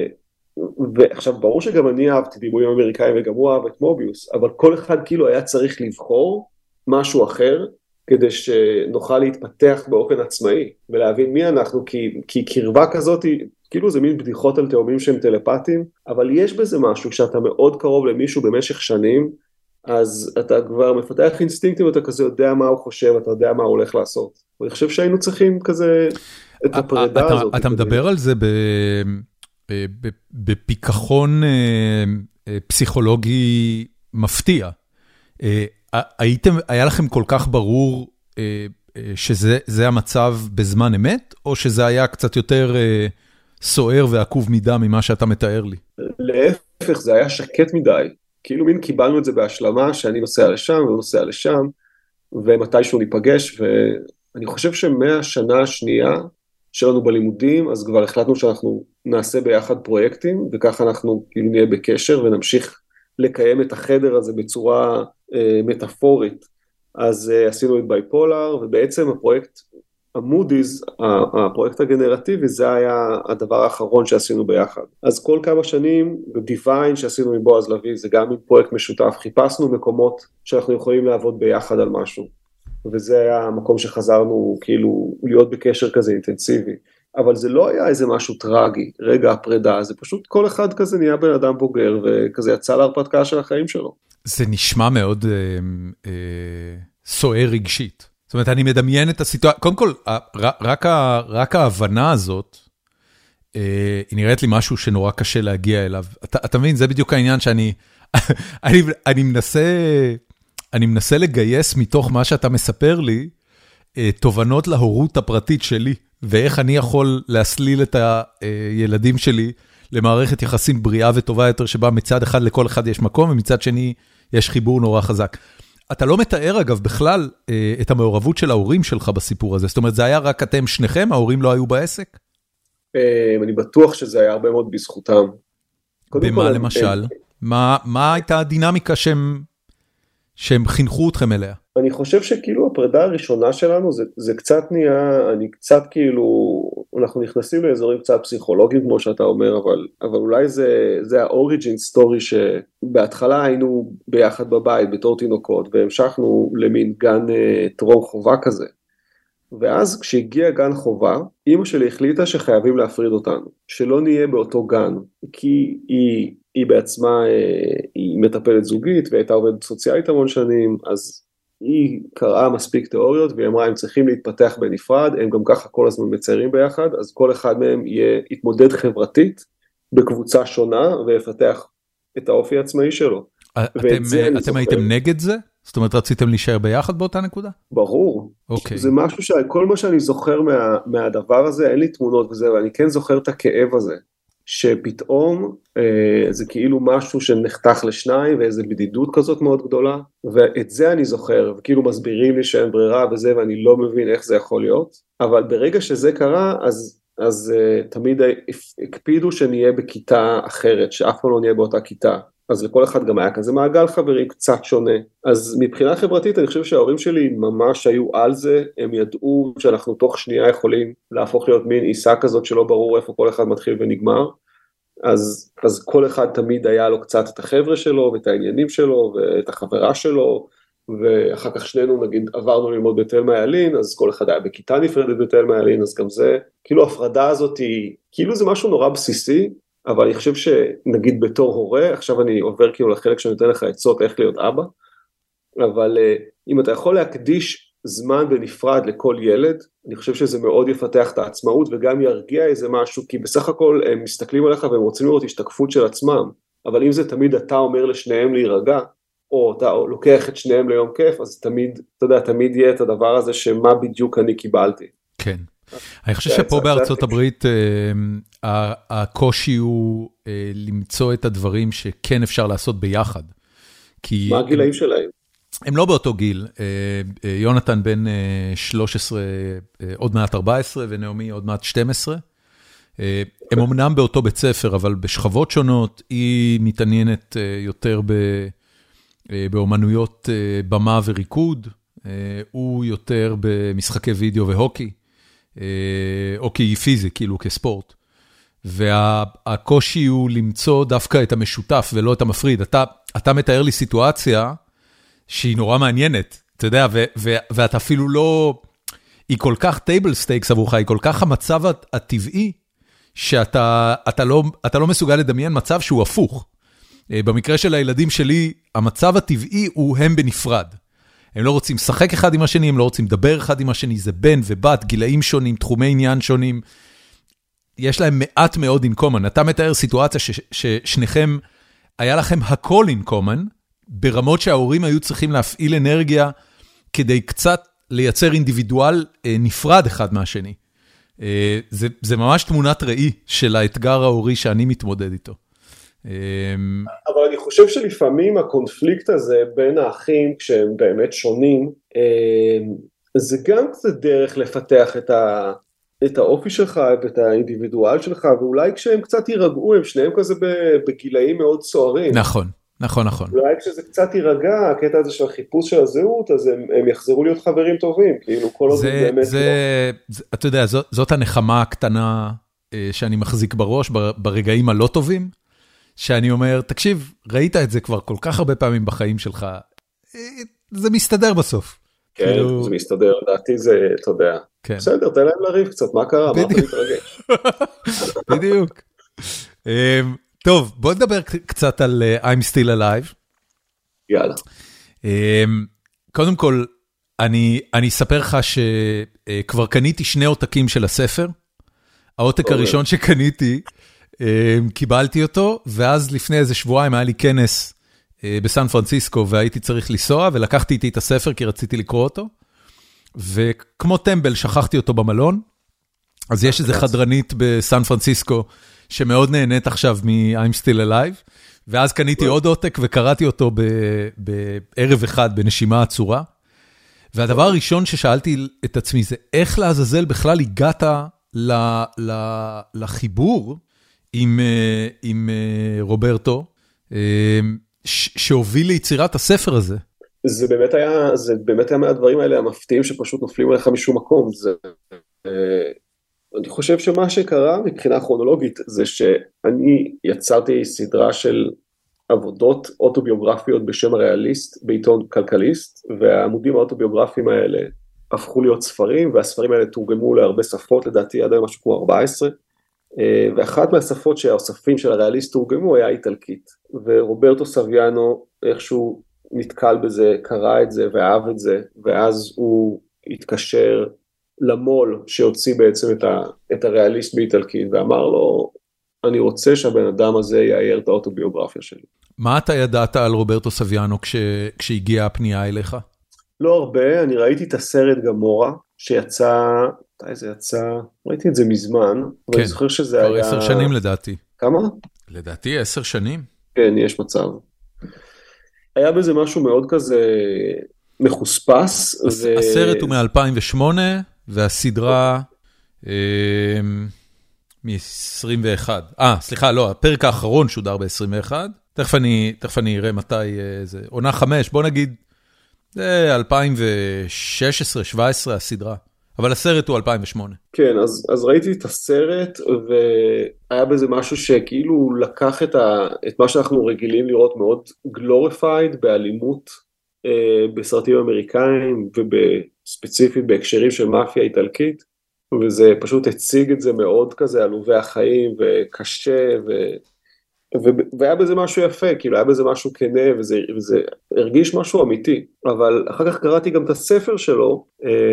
ועכשיו ברור שגם אני אהבתי דימויים אמריקאים וגם הוא אהב את מוביוס, אבל כל אחד כאילו היה צריך לבחור משהו אחר, כדי שנוכל להתפתח באופן עצמאי, ולהבין מי אנחנו, כי, כי קרבה כזאת, כאילו זה מין בדיחות על תאומים שהם טלפתיים, אבל יש בזה משהו, כשאתה מאוד קרוב למישהו במשך שנים, אז אתה כבר מפתח אינסטינקטים, אתה כזה יודע מה הוא חושב, אתה יודע מה הוא הולך לעשות. ואני חושב שהיינו צריכים כזה את הפרידה אתה, הזאת. אתה מדבר על זה ב... בפיקחון פסיכולוגי מפתיע. הייתם, היה לכם כל כך ברור שזה המצב בזמן אמת, או שזה היה קצת יותר סוער ועקוב מדם ממה שאתה מתאר לי? להפך, זה היה שקט מדי. כאילו מין קיבלנו את זה בהשלמה, שאני נוסע לשם והוא נוסע לשם, ומתישהו ניפגש, ואני חושב שמהשנה השנייה, שלנו בלימודים, אז כבר החלטנו שאנחנו נעשה ביחד פרויקטים, וככה אנחנו כאילו נהיה בקשר, ונמשיך לקיים את החדר הזה בצורה אה, מטאפורית. אז אה, עשינו את בייפולר, ובעצם הפרויקט, המודיז, הפרויקט הגנרטיבי, זה היה הדבר האחרון שעשינו ביחד. אז כל כמה שנים, דיוויין שעשינו עם בועז לוי, זה גם עם פרויקט משותף, חיפשנו מקומות שאנחנו יכולים לעבוד ביחד על משהו. וזה היה המקום שחזרנו כאילו להיות בקשר כזה אינטנסיבי, אבל זה לא היה איזה משהו טרגי, רגע הפרידה, זה פשוט כל אחד כזה נהיה בן אדם בוגר, וכזה יצא להרפתקה של החיים שלו. זה נשמע מאוד אה, אה, סוער רגשית, זאת אומרת אני מדמיין את הסיטואציה, קודם כל רק, רק ההבנה הזאת, אה, היא נראית לי משהו שנורא קשה להגיע אליו, אתה, אתה מבין, זה בדיוק העניין שאני, אני, אני מנסה... אני מנסה לגייס מתוך מה שאתה מספר לי, תובנות להורות הפרטית שלי, ואיך אני יכול להסליל את הילדים שלי למערכת יחסים בריאה וטובה יותר, שבה מצד אחד לכל אחד יש מקום, ומצד שני יש חיבור נורא חזק. אתה לא מתאר אגב בכלל את המעורבות של ההורים שלך בסיפור הזה, זאת אומרת זה היה רק אתם שניכם, ההורים לא היו בעסק? אני בטוח שזה היה הרבה מאוד בזכותם. במה למשל? מה הייתה הדינמיקה שהם... שהם חינכו אתכם אליה? אני חושב שכאילו הפרידה הראשונה שלנו, זה, זה קצת נהיה, אני קצת כאילו, אנחנו נכנסים לאזורים קצת פסיכולוגיים כמו שאתה אומר, אבל, אבל אולי זה, זה ה-origin story שבהתחלה היינו ביחד בבית בתור תינוקות, והמשכנו למין גן טרום חובה כזה. ואז כשהגיע גן חובה, אמא שלי החליטה שחייבים להפריד אותנו, שלא נהיה באותו גן, כי היא, היא בעצמה, היא מטפלת זוגית, והייתה עובדת סוציאלית המון שנים, אז היא קראה מספיק תיאוריות, והיא אמרה, הם צריכים להתפתח בנפרד, הם גם ככה כל הזמן מציירים ביחד, אז כל אחד מהם יהיה, יתמודד חברתית, בקבוצה שונה, ויפתח את האופי העצמאי שלו. אתם, אתם הייתם נגד זה? זאת אומרת, רציתם להישאר ביחד באותה נקודה? ברור. אוקיי. זה משהו שכל מה שאני זוכר מה, מהדבר הזה, אין לי תמונות וזה, ואני כן זוכר את הכאב הזה, שפתאום אה, זה כאילו משהו שנחתך לשניים, ואיזו בדידות כזאת מאוד גדולה, ואת זה אני זוכר, וכאילו מסבירים לי שאין ברירה וזה, ואני לא מבין איך זה יכול להיות, אבל ברגע שזה קרה, אז, אז uh, תמיד הקפידו שנהיה בכיתה אחרת, שאף פעם לא נהיה באותה כיתה, אז לכל אחד גם היה כזה מעגל חברים קצת שונה, אז מבחינה חברתית אני חושב שההורים שלי ממש היו על זה, הם ידעו שאנחנו תוך שנייה יכולים להפוך להיות מין עיסה כזאת שלא ברור איפה כל אחד מתחיל ונגמר, אז, אז כל אחד תמיד היה לו קצת את החבר'ה שלו ואת העניינים שלו ואת החברה שלו, ואחר כך שנינו נגיד עברנו ללמוד בתלמה ילין, אז כל אחד היה בכיתה נפרדת בתלמה ילין, אז גם זה, כאילו הפרדה הזאת היא, כאילו זה משהו נורא בסיסי, אבל אני חושב שנגיד בתור הורה, עכשיו אני עובר כאילו לחלק שאני נותן לך עצות איך להיות אבא, אבל אם אתה יכול להקדיש זמן בנפרד לכל ילד, אני חושב שזה מאוד יפתח את העצמאות, וגם ירגיע איזה משהו, כי בסך הכל הם מסתכלים עליך והם רוצים לראות השתקפות של עצמם, אבל אם זה תמיד אתה אומר לשניהם להירגע, או אתה לוקח את שניהם ליום כיף, אז תמיד, אתה יודע, תמיד יהיה את הדבר הזה שמה בדיוק אני קיבלתי. כן. אני חושב שפה בארצות הברית, הקושי הוא למצוא את הדברים שכן אפשר לעשות ביחד. מה הגילאים שלהם? הם לא באותו גיל. יונתן בן שלוש עשרה, עוד מעט ארבע עשרה, ונעמי עוד מעט שתים עשרה. הם אמנם באותו בית ספר, אבל בשכבות שונות, היא מתעניינת יותר ב... באומנויות במה וריקוד, הוא יותר במשחקי וידאו והוקי, הוקי פיזי, כאילו כספורט, והקושי הוא למצוא דווקא את המשותף ולא את המפריד. אתה, אתה מתאר לי סיטואציה שהיא נורא מעניינת, אתה יודע, ו, ו, ואתה אפילו לא, היא כל כך טייבל סטייקס עבורך, היא כל כך המצב הטבעי, שאתה אתה לא, אתה לא מסוגל לדמיין מצב שהוא הפוך. במקרה של הילדים שלי, המצב הטבעי הוא הם בנפרד. הם לא רוצים לשחק אחד עם השני, הם לא רוצים לדבר אחד עם השני, זה בן ובת, גילאים שונים, תחומי עניין שונים. יש להם מעט מאוד in common. אתה מתאר סיטואציה ש, ששניכם, היה לכם הכל in common, ברמות שההורים היו צריכים להפעיל אנרגיה, כדי קצת לייצר אינדיבידואל נפרד אחד מהשני. זה, זה ממש תמונת ראי של האתגר ההורי שאני מתמודד איתו. אבל אני חושב שלפעמים הקונפליקט הזה בין האחים כשהם באמת שונים, זה גם קצת דרך לפתח את, ה, את האופי שלך ואת האינדיבידואל שלך, ואולי כשהם קצת יירגעו, הם שניהם כזה בגילאים מאוד סוערים. נכון, נכון, נכון. אולי כשזה קצת יירגע, הקטע הזה של החיפוש של הזהות, אז הם, הם יחזרו להיות חברים טובים, כאילו כל עוד זה באמת... זה, זה, אתה יודע, זאת, זאת הנחמה הקטנה שאני מחזיק בראש, ברגעים הלא טובים, שאני אומר, תקשיב, ראית את זה כבר כל כך הרבה פעמים בחיים שלך, זה מסתדר בסוף. כן, כאילו... זה מסתדר, לדעתי זה, אתה יודע, כן. בסדר, תן להם לריב קצת, מה קרה? מה אתה מתרגש? בדיוק. טוב, בוא נדבר קצת על I'm Still Alive. יאללה. קודם כל, אני, אני אספר לך שכבר קניתי שני עותקים של הספר. העותק הראשון שקניתי, קיבלתי אותו, ואז לפני איזה שבועיים היה לי כנס בסן פרנסיסקו, והייתי צריך לנסוע, ולקחתי איתי את הספר, כי רציתי לקרוא אותו, וכמו טמבל, שכחתי אותו במלון, אז יש איזה חדרנית בסן פרנסיסקו, שמאוד נהנית עכשיו מ-I'm Still Alive, ואז קניתי עוד עותק, וקראתי אותו בערב אחד, בנשימה עצורה, והדבר הראשון ששאלתי את עצמי, זה איך לעזאזל בכלל הגעת לחיבור, עם, עם רוברטו, שהוביל ליצירת הספר הזה. זה באמת היה, זה באמת היה מהדברים האלה המפתיעים שפשוט נופלים עליך משום מקום. זה, אני חושב שמה שקרה מבחינה כרונולוגית זה שאני יצרתי סדרה של עבודות אוטוביוגרפיות בשם הריאליסט בעיתון כלכליסט, והעמודים האוטוביוגרפיים האלה הפכו להיות ספרים, והספרים האלה תורגמו להרבה שפות, לדעתי עד היום משהו כמו ארבע עשרה, ואחת מהשפות שהאוספים של הריאליסט תורגמו היה איטלקית, ורוברטו סביאנו איכשהו נתקל בזה, קרא את זה ואהב את זה, ואז הוא התקשר למול שהוציא בעצם את, ה, את הריאליסט באיטלקית, ואמר לו, אני רוצה שהבן אדם הזה יאייר את האוטוביוגרפיה שלי. מה אתה ידעת על רוברטו סביאנו כשהגיעה הפנייה אליך? לא הרבה, אני ראיתי את הסרט גמורה, שיצא, מתי זה יצא? ראיתי את זה מזמן, אבל אני זוכר שזה היה... כבר עשר שנים לדעתי. כמה? לדעתי עשר שנים. כן, יש מצב. היה בזה משהו מאוד כזה מחוספס. הסרט הוא מ-אלפיים ושמונה, והסדרה מ-עשרים ואחת. אה, סליחה, לא, הפרק האחרון שודר ב-עשרים ואחת. תכף אני, תכף אני אראה מתי זה. עונה חמש, בוא נגיד, זה אלפיים ושש עשרה שבע עשרה הסדרה. אבל הסרט הוא אלפיים ושמונה. כן, אז, אז ראיתי את הסרט, והיה בזה משהו שכאילו לקח את, ה, את מה שאנחנו רגילים לראות מאוד glorified באלימות אה, בסרטים אמריקאים, ובספציפית בהקשרים של מאפיה איטלקית, וזה פשוט הציג את זה מאוד כזה עלובי החיים, וקשה, ו... והיה בזה משהו יפה, כאילו היה בזה משהו כנה, וזה, וזה הרגיש משהו אמיתי, אבל אחר כך קראתי גם את הספר שלו,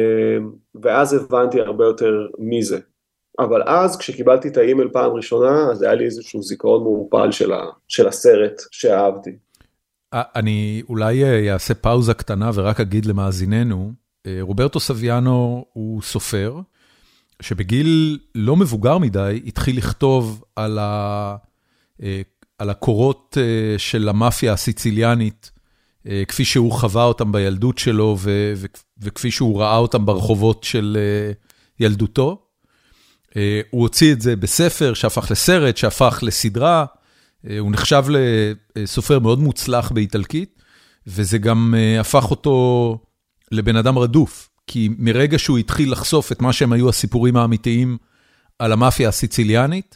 ואז הבנתי הרבה יותר מזה. אבל אז כשקיבלתי את האימייל פעם ראשונה, אז היה לי איזשהו זיכרון מעורפל של, ה, של הסרט שאהבתי. אני אולי אעשה פאוזה קטנה ורק אגיד למאזיננו, רוברטו סביאנו הוא סופר, שבגיל לא מבוגר מדי התחיל לכתוב על ה... על הקורות של המאפיה הסיציליאנית, כפי שהוא חווה אותם בילדות שלו, וכפי שהוא ראה אותם ברחובות של ילדותו. הוא הוציא את זה בספר, שהפך לסרט, שהפך לסדרה, הוא נחשב לסופר מאוד מוצלח באיטלקית, וזה גם הפך אותו לבן אדם רדוף, כי מרגע שהוא התחיל לחשוף את מה שהם היו הסיפורים האמיתיים על המאפיה הסיציליאנית,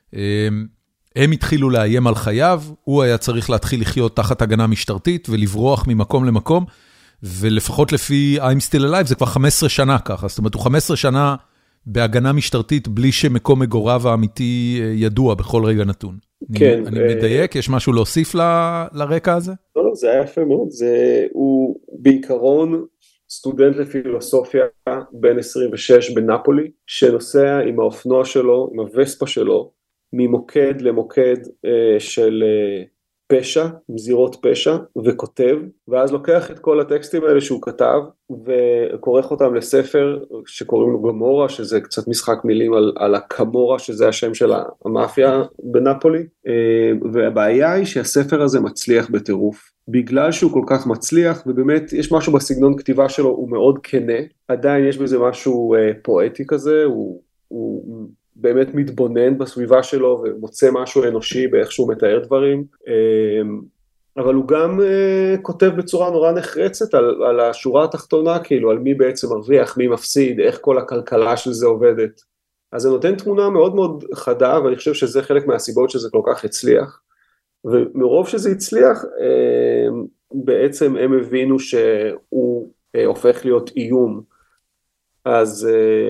הם התחילו לאיים על חייו, הוא היה צריך להתחיל לחיות תחת הגנה משטרתית, ולברוח ממקום למקום, ולפחות לפי I'm Still Alive, זה כבר חמש עשרה שנה ככה, זאת אומרת, הוא חמש עשרה שנה בהגנה משטרתית, בלי שמקום מגוריו האמיתי ידוע בכל רגע נתון. כן. אני, אני מדייק, יש משהו להוסיף ל, לרקע הזה? לא, לא, זה היה יפה מאוד, זה, הוא בעיקרון סטודנט לפילוסופיה, בן עשרים ושש בנפולי, שנוסע עם האופנוע שלו, עם הווספה שלו, ממוקד למוקד אה, של אה, פשע, מזירות פשע, וכותב, ואז לוקח את כל הטקסטים האלה שהוא כתב, וכורך אותם לספר שקוראים לו גמורה, שזה קצת משחק מילים על, על הקמורה, שזה השם של המאפיה בנפולי, אה, והבעיה היא שהספר הזה מצליח בטירוף, בגלל שהוא כל כך מצליח, ובאמת יש משהו בסגנון כתיבה שלו, הוא מאוד כנה, עדיין יש בזה משהו אה, פואטי כזה, הוא... הוא באמת מתבונן בסביבה שלו ומוצא משהו אנושי באיך שהוא מתאר דברים, אבל הוא גם כותב בצורה נורא נחרצת על, על השורה התחתונה, כאילו על מי בעצם מרוויח, מי מפסיד, איך כל הכלכלה של זה עובדת. אז זה נותן תמונה מאוד מאוד חדה, ואני חושב שזה חלק מהסיבות שזה כל כך הצליח, ומרוב שזה הצליח, בעצם הם הבינו שהוא הופך להיות איום, אז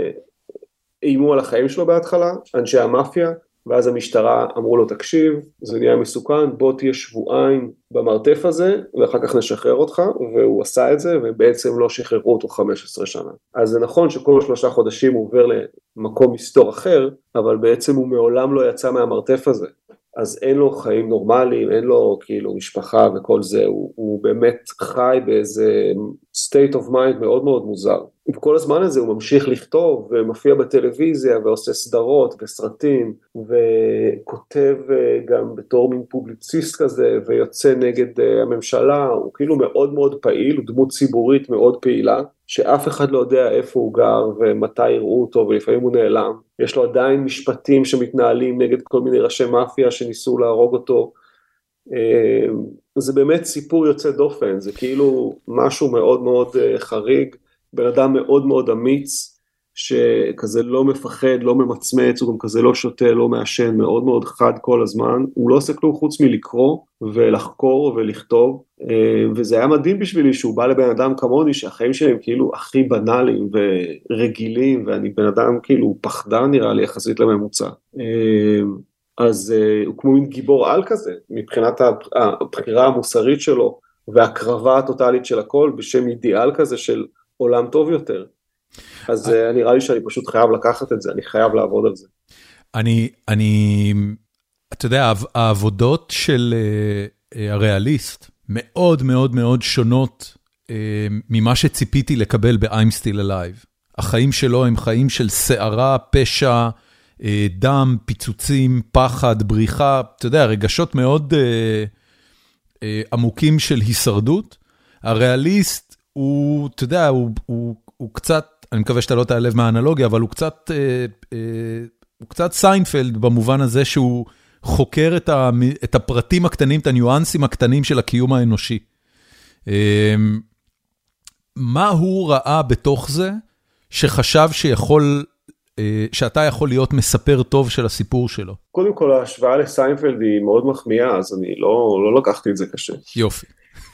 איימו על החיים שלו בהתחלה, אנשי המאפיה, ואז המשטרה אמרו לו, תקשיב, זה נהיה מסוכן, בוא תהיה שבועיים במרתף הזה, ואחר כך נשחרר אותך, והוא עשה את זה, ובעצם לא שחררו אותו חמש עשרה שנה. אז זה נכון שכל שלושה חודשים הוא עובר למקום מסתור אחר, אבל בעצם הוא מעולם לא יצא מהמרתף הזה. אז אין לו חיים נורמליים, אין לו כאילו משפחה וכל זה, הוא, הוא באמת חי באיזה state of mind מאוד מאוד מוזר. וכל הזמן הזה הוא ממשיך לכתוב ומופיע בטלוויזיה ועושה סדרות וסרטים וכותב גם בתור מין פובליציסט כזה ויוצא נגד הממשלה, הוא כאילו מאוד מאוד פעיל, הוא דמות ציבורית מאוד פעילה, שאף אחד לא יודע איפה הוא גר ומתי יראו אותו ולפעמים הוא נעלם. יש לו עדיין משפטים שמתנהלים נגד כל מיני ראשי מאפיה שניסו להרוג אותו. זה באמת סיפור יוצא דופן, זה כאילו משהו מאוד מאוד חריג, בן אדם מאוד מאוד אמיץ, שכזה לא מפחד, לא ממצמץ, הוא גם כזה לא שותה, לא מעשן, מאוד מאוד חד כל הזמן, הוא לא עושה כלום חוץ מלקרוא ולחקור ולכתוב, וזה היה מדהים בשבילי שהוא בא לבן אדם כמוני, שהחיים שלהם כאילו הכי בנאליים ורגילים, ואני בן אדם כאילו פחדן נראה לי יחסית לממוצע. אז הוא כמו מין גיבור על כזה, מבחינת הבחירה המוסרית שלו, והקרבה הטוטלית של הכל, בשם אידיאל כזה של עולם טוב יותר. אז נראה לי שאני פשוט חייב לקחת את זה, אני חייב לעבוד על זה. אני, אני, אתה יודע, העבודות של הריאליסט, מאוד מאוד מאוד שונות ממה שציפיתי לקבל ב-I'm Still Alive. החיים שלו הם חיים של שערה, פשע, דם, פיצוצים, פחד, בריחה, אתה יודע, רגשות מאוד עמוקים של הישרדות. הריאליסט הוא, אתה יודע, הוא, הוא, הוא קצת, אני מקווה שאתה לא תעלב מהאנלוגיה, אבל הוא קצת, הוא קצת סיינפלד במובן הזה שהוא חוקר את, ה, את הפרטים הקטנים, את הניואנסים הקטנים של הקיום האנושי. מה הוא ראה בתוך זה שחשב שיכול, שאתה יכול להיות מספר טוב של הסיפור שלו? קודם כל, ההשוואה לסיינפלד היא מאוד מחמיאה, אז אני לא, לא לקחתי את זה קשה. יופי.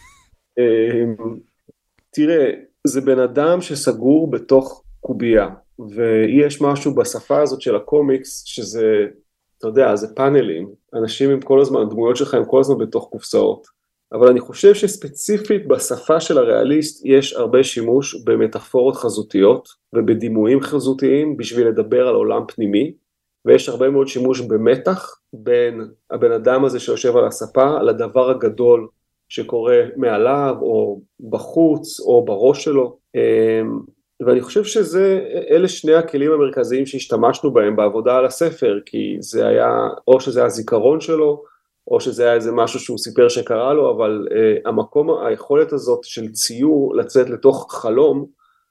תראה, זה בן אדם שסגור בתוך קובייה, ויש משהו בשפה הזאת של הקומיקס, שזה, אתה יודע, זה פאנלים, אנשים הם כל הזמן, הדמויות שלך הם כל הזמן בתוך קופסאות, אבל אני חושב שספציפית בשפה של הריאליסט, יש הרבה שימוש במטאפורות חזותיות, ובדימויים חזותיים, בשביל לדבר על עולם פנימי, ויש הרבה מאוד שימוש במתח, בין הבן אדם הזה שיושב על הספה, לדבר הגדול, שקורה מעליו, או בחוץ, או בראש שלו, ואני חושב שזה, אלה שני הכלים המרכזיים שהשתמשנו בהם בעבודה על הספר, כי זה היה, או שזה היה זיכרון שלו, או שזה היה איזה משהו שהוא סיפר שקרה לו, אבל המקום, היכולת הזאת של ציור, לצאת לתוך חלום,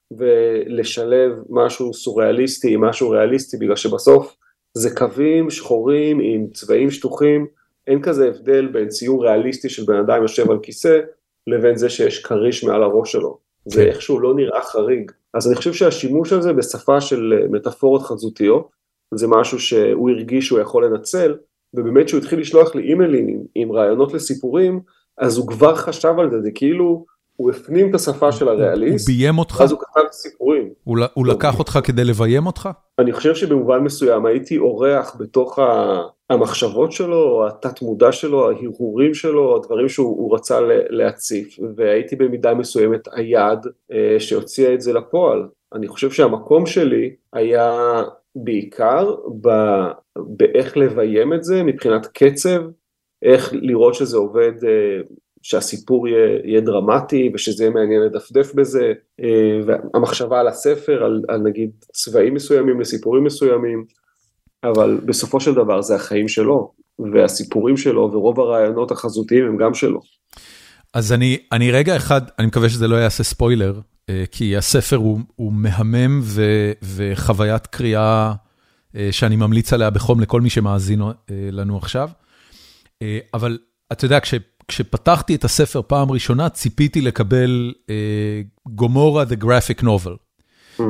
ולשלב משהו סוריאליסטי, משהו ריאליסטי, בגלל שבסוף זה קווים שחורים עם צבעים שטוחים, אין כזה הבדל בין ציור ריאליסטי של בן אדם יושב על כיסא, לבין זה שיש קריש מעל הראש שלו. זה איכשהו לא נראה חריג. אז אני חושב שהשימוש הזה בשפה של מטאפורות חזותיות, זה משהו שהוא הרגיש שהוא יכול לנצל, ובאמת שהוא התחיל לשלוח לי אימיילים עם, עם רעיונות לסיפורים, אז הוא כבר חשב על זה, זה כאילו הוא הפנים את השפה של הריאליסט, הוא ביים אותך? אז הוא כתב סיפורים. הוא, הוא לקח אותך כדי לביים אותך? אני חושב שבמובן מסוים הייתי אורח בתוך המחשבות שלו, או התת מודע שלו, ההרהורים שלו, הדברים שהוא רצה להציף, והייתי במידה מסוימת היד שהוציאה את זה לפועל. אני חושב שהמקום שלי היה בעיקר ב, באיך לביים את זה, מבחינת קצב, איך לראות שזה עובד, שהסיפור יהיה, יהיה דרמטי, ושזה יהיה מעניין לדפדף בזה, והמחשבה על הספר, על, על נגיד צבעים מסוימים לסיפורים מסוימים, אבל בסופו של דבר זה החיים שלו, והסיפורים שלו, ורוב הרעיונות החזותיים הם גם שלו. אז אני, אני רגע אחד, אני מקווה שזה לא יעשה ספוילר, כי הספר הוא, הוא מהמם ו, וחוויית קריאה שאני ממליץ עליה בחום לכל מי שמאזין לנו עכשיו. אבל אתה יודע, כש, כשפתחתי את הספר פעם ראשונה, ציפיתי לקבל גומורה the graphic novel.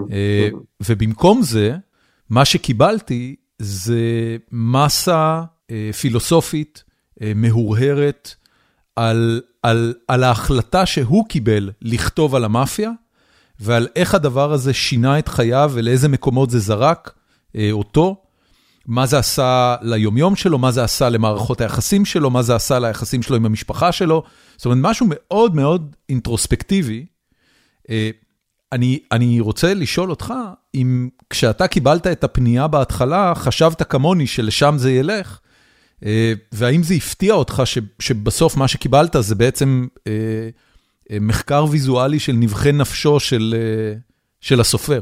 ובמקום זה, מה שקיבלתי זה מסה פילוסופית מהורהרת על, על, על ההחלטה שהוא קיבל לכתוב על המאפיה, ועל איך הדבר הזה שינה את חייו, ולאיזה מקומות זה זרק אה, אותו, מה זה עשה ליומיום שלו, מה זה עשה למערכות היחסים שלו, מה זה עשה ליחסים שלו עם המשפחה שלו, זאת אומרת, משהו מאוד מאוד אינטרוספקטיבי. אה, אני, אני רוצה לשאול אותך, אם כשאתה קיבלת את הפנייה בהתחלה, חשבת כמוני שלשם זה ילך, והאם זה הפתיע אותך שבסוף מה שקיבלת זה בעצם מחקר ויזואלי של נבחי נפשו של, של הסופר?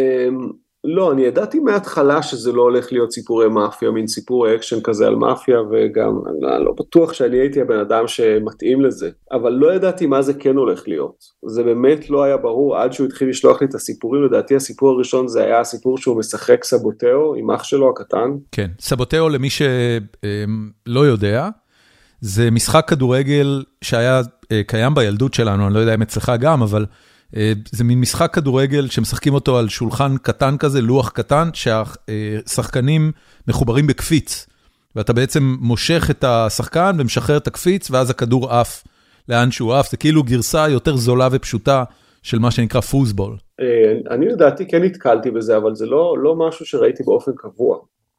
לא, אני ידעתי מההתחלה שזה לא הולך להיות סיפורי מאפיה, מין סיפור אקשן כזה על מאפיה, וגם אני לא בטוח שאני הייתי הבן אדם שמתאים לזה, אבל לא ידעתי מה זה כן הולך להיות. זה באמת לא היה ברור עד שהוא התחיל לשלוח לי את הסיפורים. לדעתי הסיפור הראשון זה היה הסיפור שהוא משחק סבוטאו עם אח שלו הקטן. כן, סבוטאו למי שלא יודע, זה משחק כדורגל שהיה קיים בילדות שלנו, אני לא יודע אם אצלך גם, אבל זה מין משחק כדורגל שמשחקים אותו על שולחן קטן כזה, לוח קטן, שהשחקנים מחוברים בקפיץ, ואתה בעצם מושך את השחקן ומשחרר את הקפיץ, ואז הכדור עף לאן שהוא עף. זה כאילו גרסה יותר זולה ופשוטה של מה שנקרא פוזבול. אני לדעתי כן התקלתי בזה, אבל זה לא, לא משהו שראיתי באופן קבוע.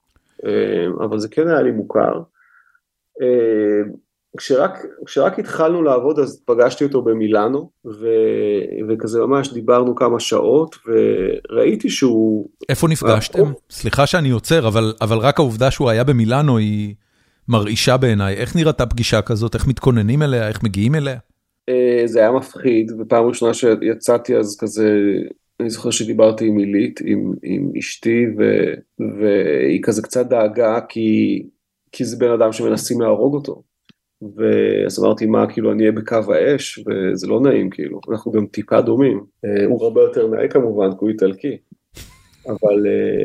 אבל זה כן היה לי מוכר. כשרק, כשרק התחלנו לעבוד, אז פגשתי אותו במילאנו, ו, וכזה ממש דיברנו כמה שעות, וראיתי שהוא... איפה נפגשתם? סליחה שאני יוצר, אבל, אבל רק העובדה שהוא היה במילאנו היא מרעישה בעיניי. איך נראתה פגישה כזאת? איך מתכוננים אליה? איך מגיעים אליה? זה היה מפחיד, ופעם ראשונה שיצאתי אז כזה, אני זוכר שדיברתי עם מילית, עם, עם אשתי, ו, והיא כזה קצת דאגה, כי, כי זה בן אדם שמנסים להרוג אותו. ואז אמרתי, מה, כאילו, אני אהיה בקו האש, וזה לא נעים, כאילו, אנחנו גם טיפה דומים. הוא הרבה יותר נאה כמובן, כי הוא איטלקי. אבל,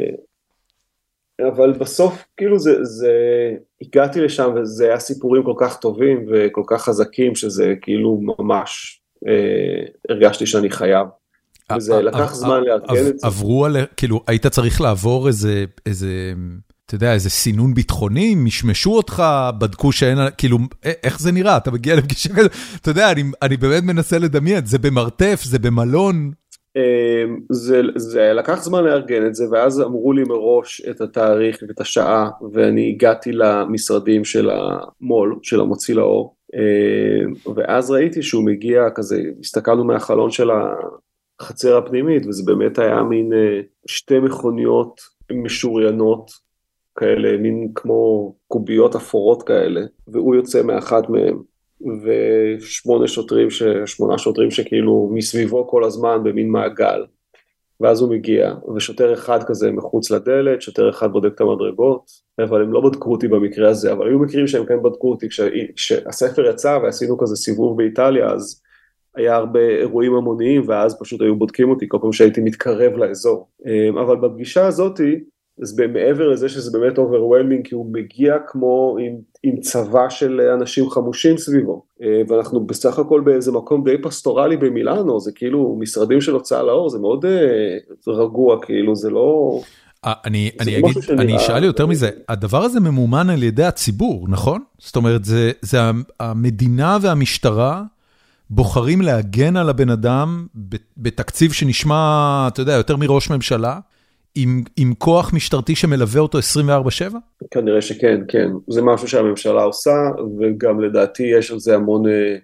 אבל בסוף, כאילו, זה, זה, הגעתי לשם, וזה היה סיפורים כל כך טובים, וכל כך חזקים, שזה כאילו ממש, אה, הרגשתי שאני חייב. וזה לקח זמן לארגן את זה. עברו על, כאילו, היית צריך לעבור איזה, איזה, אתה יודע, איזה סינון ביטחוני, משמשו אותך, בדקו שאין, כאילו, איך זה נראה? אתה מגיע לפגישה כזה, אתה יודע, אני, אני באמת מנסה לדמיין, זה במרתף, זה במלון. זה, זה לקח זמן לארגן את זה, ואז אמרו לי מראש את התאריך ואת השעה, ואני הגעתי למשרדים של המול, של המוציא לאור, ואז ראיתי שהוא מגיע כזה, הסתכלנו מהחלון של החצר הפנימית, וזה באמת היה מין שתי מכוניות משוריינות כאלה, מין כמו קוביות אפורות כאלה, והוא יוצא מאחת מהם, ושמונה שוטרים, ש... שמונה שוטרים שכאילו מסביבו כל הזמן במין מעגל, ואז הוא מגיע, ושוטר אחד כזה מחוץ לדלת, שוטר אחד בודק את המדרגות, אבל הם לא בדקו אותי במקרה הזה, אבל היו מקרים שהם כן בדקו אותי, כש... כשהספר יצא ועשינו כזה סיבוב באיטליה, אז היה הרבה אירועים המוניים, ואז פשוט היו בודקים אותי כל פעם שהייתי מתקרב לאזור, אבל בפגישה הזאת, אז מעבר לזה שזה באמת overwhelming, כי הוא מגיע כמו עם, עם צבא של אנשים חמושים סביבו, ואנחנו בסך הכל באיזה מקום די פסטורלי במילאנו, זה כאילו משרדים של הוצאה לאור, זה מאוד רגוע, כאילו זה לא... אני, אני אגיד, אני אשאל יותר מזה, הדבר הזה ממומן על ידי הציבור, נכון? זאת אומרת, זה, זה המדינה והמשטרה בוחרים להגן על הבן אדם בתקציב שנשמע, אתה יודע, יותר מראש ממשלה, עם, עם כוח משטרתי שמלווה אותו עשרים וארבע שבע? כנראה שכן, כן. זה משהו שהממשלה עושה, וגם לדעתי יש על זה המון, אה,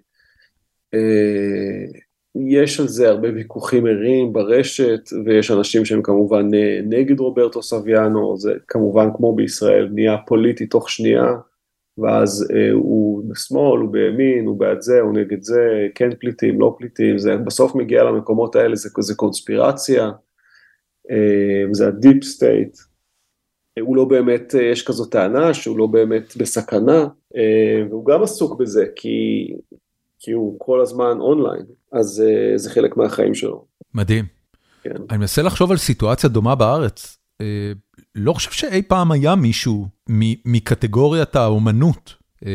אה, יש על זה הרבה ויכוחים ערים ברשת, ויש אנשים שהם כמובן נגד רוברטו סביאנו, זה כמובן כמו בישראל, נהיה פוליטי תוך שנייה, ואז אה, הוא בשמאל, הוא בימין, הוא בעד זה, הוא נגד זה, כן פליטים, לא פליטים, זה בסוף מגיע למקומות האלה, זה, זה קונספירציה, זה הדיפ סטייט, הוא לא באמת, יש כזו טענה שהוא לא באמת בסכנה, והוא גם עסוק בזה, כי, כי הוא כל הזמן אונליין, אז זה חלק מהחיים שלו. מדהים. כן. אני מנסה לחשוב על סיטואציה דומה בארץ, לא חושב שאי פעם היה מישהו מקטגוריית האומנות,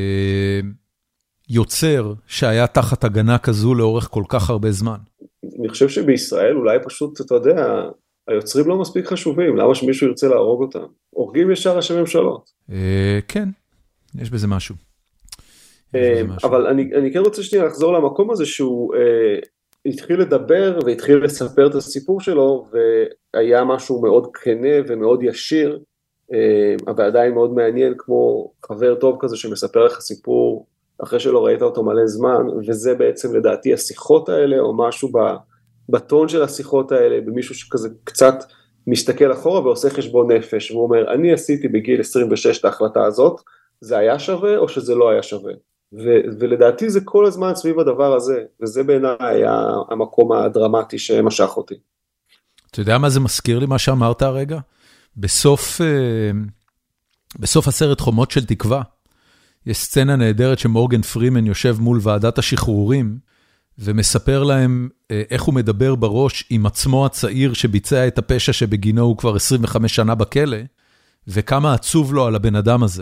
יוצר שהיה תחת הגנה כזו לאורך כל כך הרבה זמן. אני חושב שבישראל אולי פשוט, אתה יודע, היוצרים לא מספיק חשובים, למה שמישהו ירצה להרוג אותם? הורגים ישר ראשי ממשלות. כן, יש בזה משהו. אבל אני כן רוצה שנייה לחזור למקום הזה שהוא התחיל לדבר והתחיל לספר את הסיפור שלו, והיה משהו מאוד כנה ומאוד ישיר, אבל עדיין מאוד מעניין, כמו חבר טוב כזה שמספר לך סיפור, אחרי שלא ראית אותו מלא זמן, וזה בעצם לדעתי השיחות האלה, או משהו ב... בטון של השיחות האלה, במישהו שכזה קצת מסתכל אחורה ועושה חשבון נפש, והוא אומר, אני עשיתי בגיל עשרים ושש את ההחלטה הזאת, זה היה שווה או שזה לא היה שווה? ו- ולדעתי זה כל הזמן סביב הדבר הזה, וזה בעיניי היה המקום הדרמטי שמשך אותי. אתה יודע מה זה מזכיר לי מה שאמרת הרגע? בסוף, בסוף הסרט חומות של תקווה, יש סצנה נהדרת שמורגן פרימן יושב מול ועדת השחרורים, ומספר להם איך הוא מדבר בראש עם עצמו הצעיר שביצע את הפשע שבגינו הוא כבר עשרים וחמש שנה בכלא, וכמה עצוב לו על הבן אדם הזה.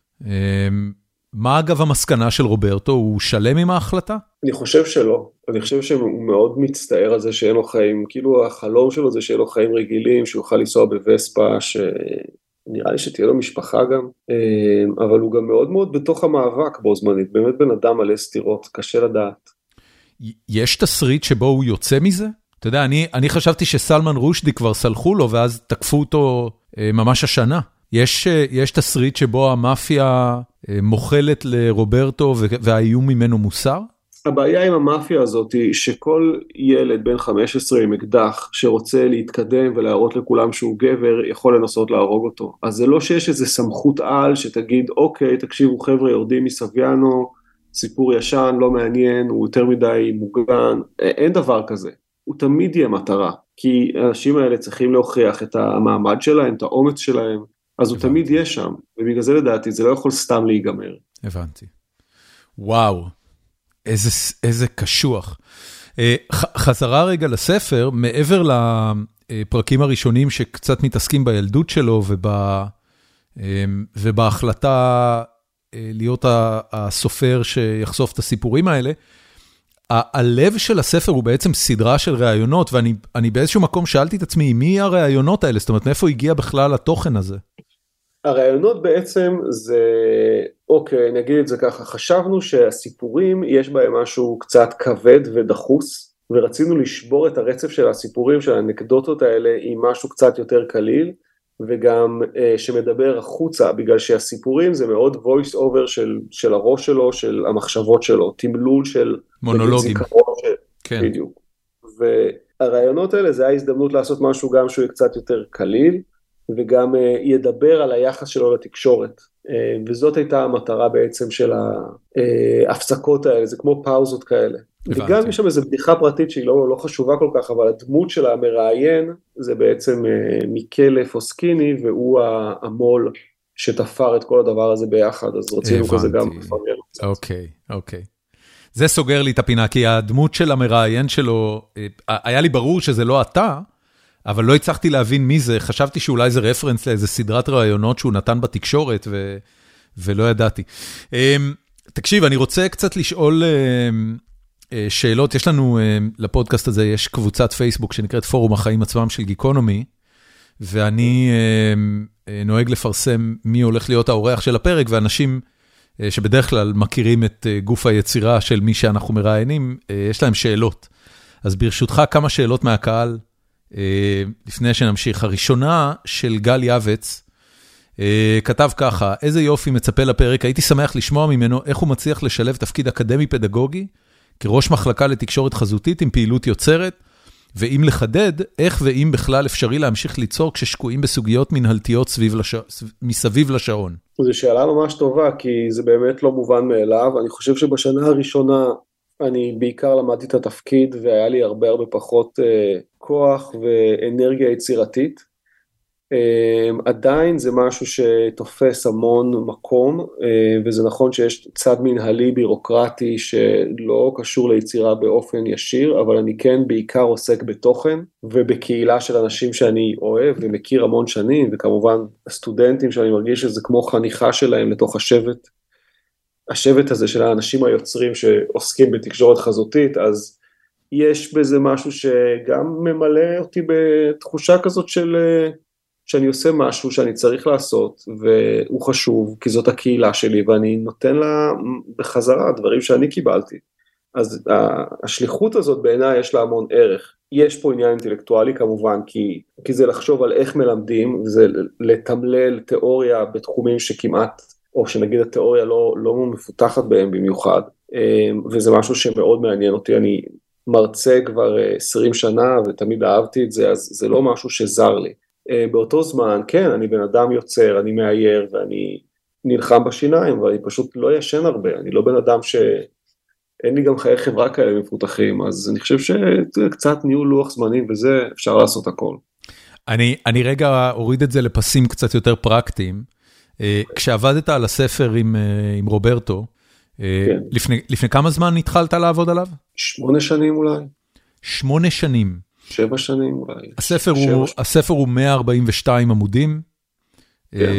מה אגב המסקנה של רוברטו? הוא שלם עם ההחלטה? אני חושב שלא. אני חושב שהוא מאוד מצטער על זה שאין לו חיים, כאילו החלום שלו זה שיהיה לו חיים רגילים, שהוא יוכל לנסוע בווספה, שנראה לי שתהיה לו משפחה גם, אבל הוא גם מאוד מאוד בתוך המאבק בו זמנית, באמת בן אדם מלא סתירות, קשה לדעת. יש תסריט שבו הוא יוצא מזה? אתה יודע, אני, אני חשבתי שסלמן רושדי כבר סלחו לו, ואז תקפו אותו אה, ממש השנה. יש, אה, יש תסריט שבו המאפיה אה, מוכלת לרוברטו, והאיום ממנו מוסר? הבעיה עם המאפיה הזאת היא שכל ילד בן חמש עשרה עם אקדח שרוצה להתקדם ולהראות לכולם שהוא גבר יכול לנסות להרוג אותו. אז זה לא שיש איזה סמכות על שתגיד אוקיי תקשיבו חבר'ה יורדים מסביאנו, סיפור ישן לא מעניין, הוא יותר מדי מוגן, אין דבר כזה. הוא תמיד יהיה מטרה, כי האנשים האלה צריכים להוכיח את המעמד שלהם, את האומץ שלהם, אז הוא תמיד יהיה שם, ובגלל זה לדעתי זה לא יכול סתם להיגמר. הבנתי. וואו. איזה, איזה קשוח. חזרה רגע לספר, מעבר לפרקים הראשונים שקצת מתעסקים בילדות שלו ובא, ובהחלטה להיות הסופר שיחשוף את הסיפורים האלה, הלב של הספר הוא בעצם סדרה של רעיונות, ואני אני באיזשהו מקום שאלתי את עצמי, מי הרעיונות האלה? זאת אומרת, מאיפה הגיע בכלל התוכן הזה? הרעיונות בעצם זה, אוקיי, נגיד את זה ככה, חשבנו שהסיפורים יש בהם משהו קצת כבד ודחוס, ורצינו לשבור את הרצף של הסיפורים, של האנקדוטות האלה, עם משהו קצת יותר קליל, וגם אה, שמדבר החוצה, בגלל שהסיפורים זה מאוד voice over של, של הראש שלו, של המחשבות שלו, תמלול של מונולוגים. של, כן. בדיוק. והרעיונות האלה זה ההזדמנות לעשות משהו גם שהוא קצת יותר קליל, וגם ידבר על היחס שלו לתקשורת, וזאת הייתה המטרה בעצם של ההפסקות האלה, זה כמו פאוזות כאלה. וגם יש שם איזו בדיחה פרטית שהיא לא, לא חשובה כל כך, אבל הדמות של המראיין זה בעצם מיקלה פוסקיני, והוא המול שתפר את כל הדבר הזה ביחד, אז רצינו כזה גם לפרמר. אוקיי, אוקיי. זה סוגר לי את הפינה, כי הדמות של המראיין שלו, היה לי ברור שזה לא אתה, אבל לא הצלחתי להבין מי זה, חשבתי שאולי זה רפרנס לאיזה סדרת רעיונות שהוא נתן בתקשורת, ו... ולא ידעתי. תקשיב, אני רוצה קצת לשאול שאלות, יש לנו לפודקאסט הזה, יש קבוצת פייסבוק שנקראת פורום החיים עצמם של גיקונומי, ואני נוהג לפרסם מי הולך להיות האורח של הפרק, ואנשים שבדרך כלל מכירים את גוף היצירה של מי שאנחנו מראיינים, יש להם שאלות. אז ברשותך כמה שאלות מהקהל, לפני שנמשיך. הראשונה של גל יבץ, כתב ככה, איזה יופי מצפה לפרק, הייתי שמח לשמוע ממנו איך הוא מצליח לשלב תפקיד אקדמי פדגוגי, כראש מחלקה לתקשורת חזותית עם פעילות יוצרת, ואם לחדד, איך ואם בכלל אפשרי להמשיך ליצור כששקועים בסוגיות מנהלתיות סביב לש... מסביב לשעון. זו שאלה ממש טובה, כי זה באמת לא מובן מאליו, אני חושב שבשנה הראשונה, אני בעיקר למדתי את התפקיד, והיה לי הרבה הרבה פחות uh, כוח ואנרגיה יצירתית. Uh, עדיין זה משהו שתופס המון מקום, uh, וזה נכון שיש צד מנהלי בירוקרטי שלא קשור ליצירה באופן ישיר, אבל אני כן בעיקר עוסק בתוכן, ובקהילה של אנשים שאני אוהב ומכיר המון שנים, וכמובן הסטודנטים שאני מרגיש שזה כמו חניכה שלהם לתוך השבט, השבט הזה של האנשים היוצרים שעוסקים בתקשורת חזותית, אז יש בזה משהו שגם ממלא אותי בתחושה כזאת של, שאני עושה משהו שאני צריך לעשות, והוא חשוב, כי זאת הקהילה שלי, ואני נותן לה בחזרה דברים שאני קיבלתי. אז השליחות הזאת בעיניי יש לה המון ערך. יש פה עניין אינטלקטואלי כמובן, כי, כי זה לחשוב על איך מלמדים, זה לתמלל תיאוריה בתחומים שכמעט, או שנגיד התיאוריה לא, לא מפותחת בהם במיוחד, וזה משהו שמאוד מעניין אותי, אני מרצה כבר עשרים שנה, ותמיד אהבתי את זה, אז זה לא משהו שזר לי. באותו זמן, כן, אני בן אדם יוצר, אני מאייר, ואני נלחם בשיניים, ואני פשוט לא ישן הרבה, אני לא בן אדם ש... אין לי גם חיי חברה כאלה מפותחים, אז אני חושב שקצת ניהול לוח זמנים, וזה אפשר לעשות הכל. אני, אני רגע אוריד את זה לפסים קצת יותר פרקטיים, כשעבדת על הספר עם, עם רוברטו, כן. לפני, לפני כמה זמן התחלת לעבוד עליו? שמונה שנים אולי. שמונה שנים. שבע שנים אולי. הספר, הוא, הספר הוא מאה ארבעים ושתיים עמודים. כן.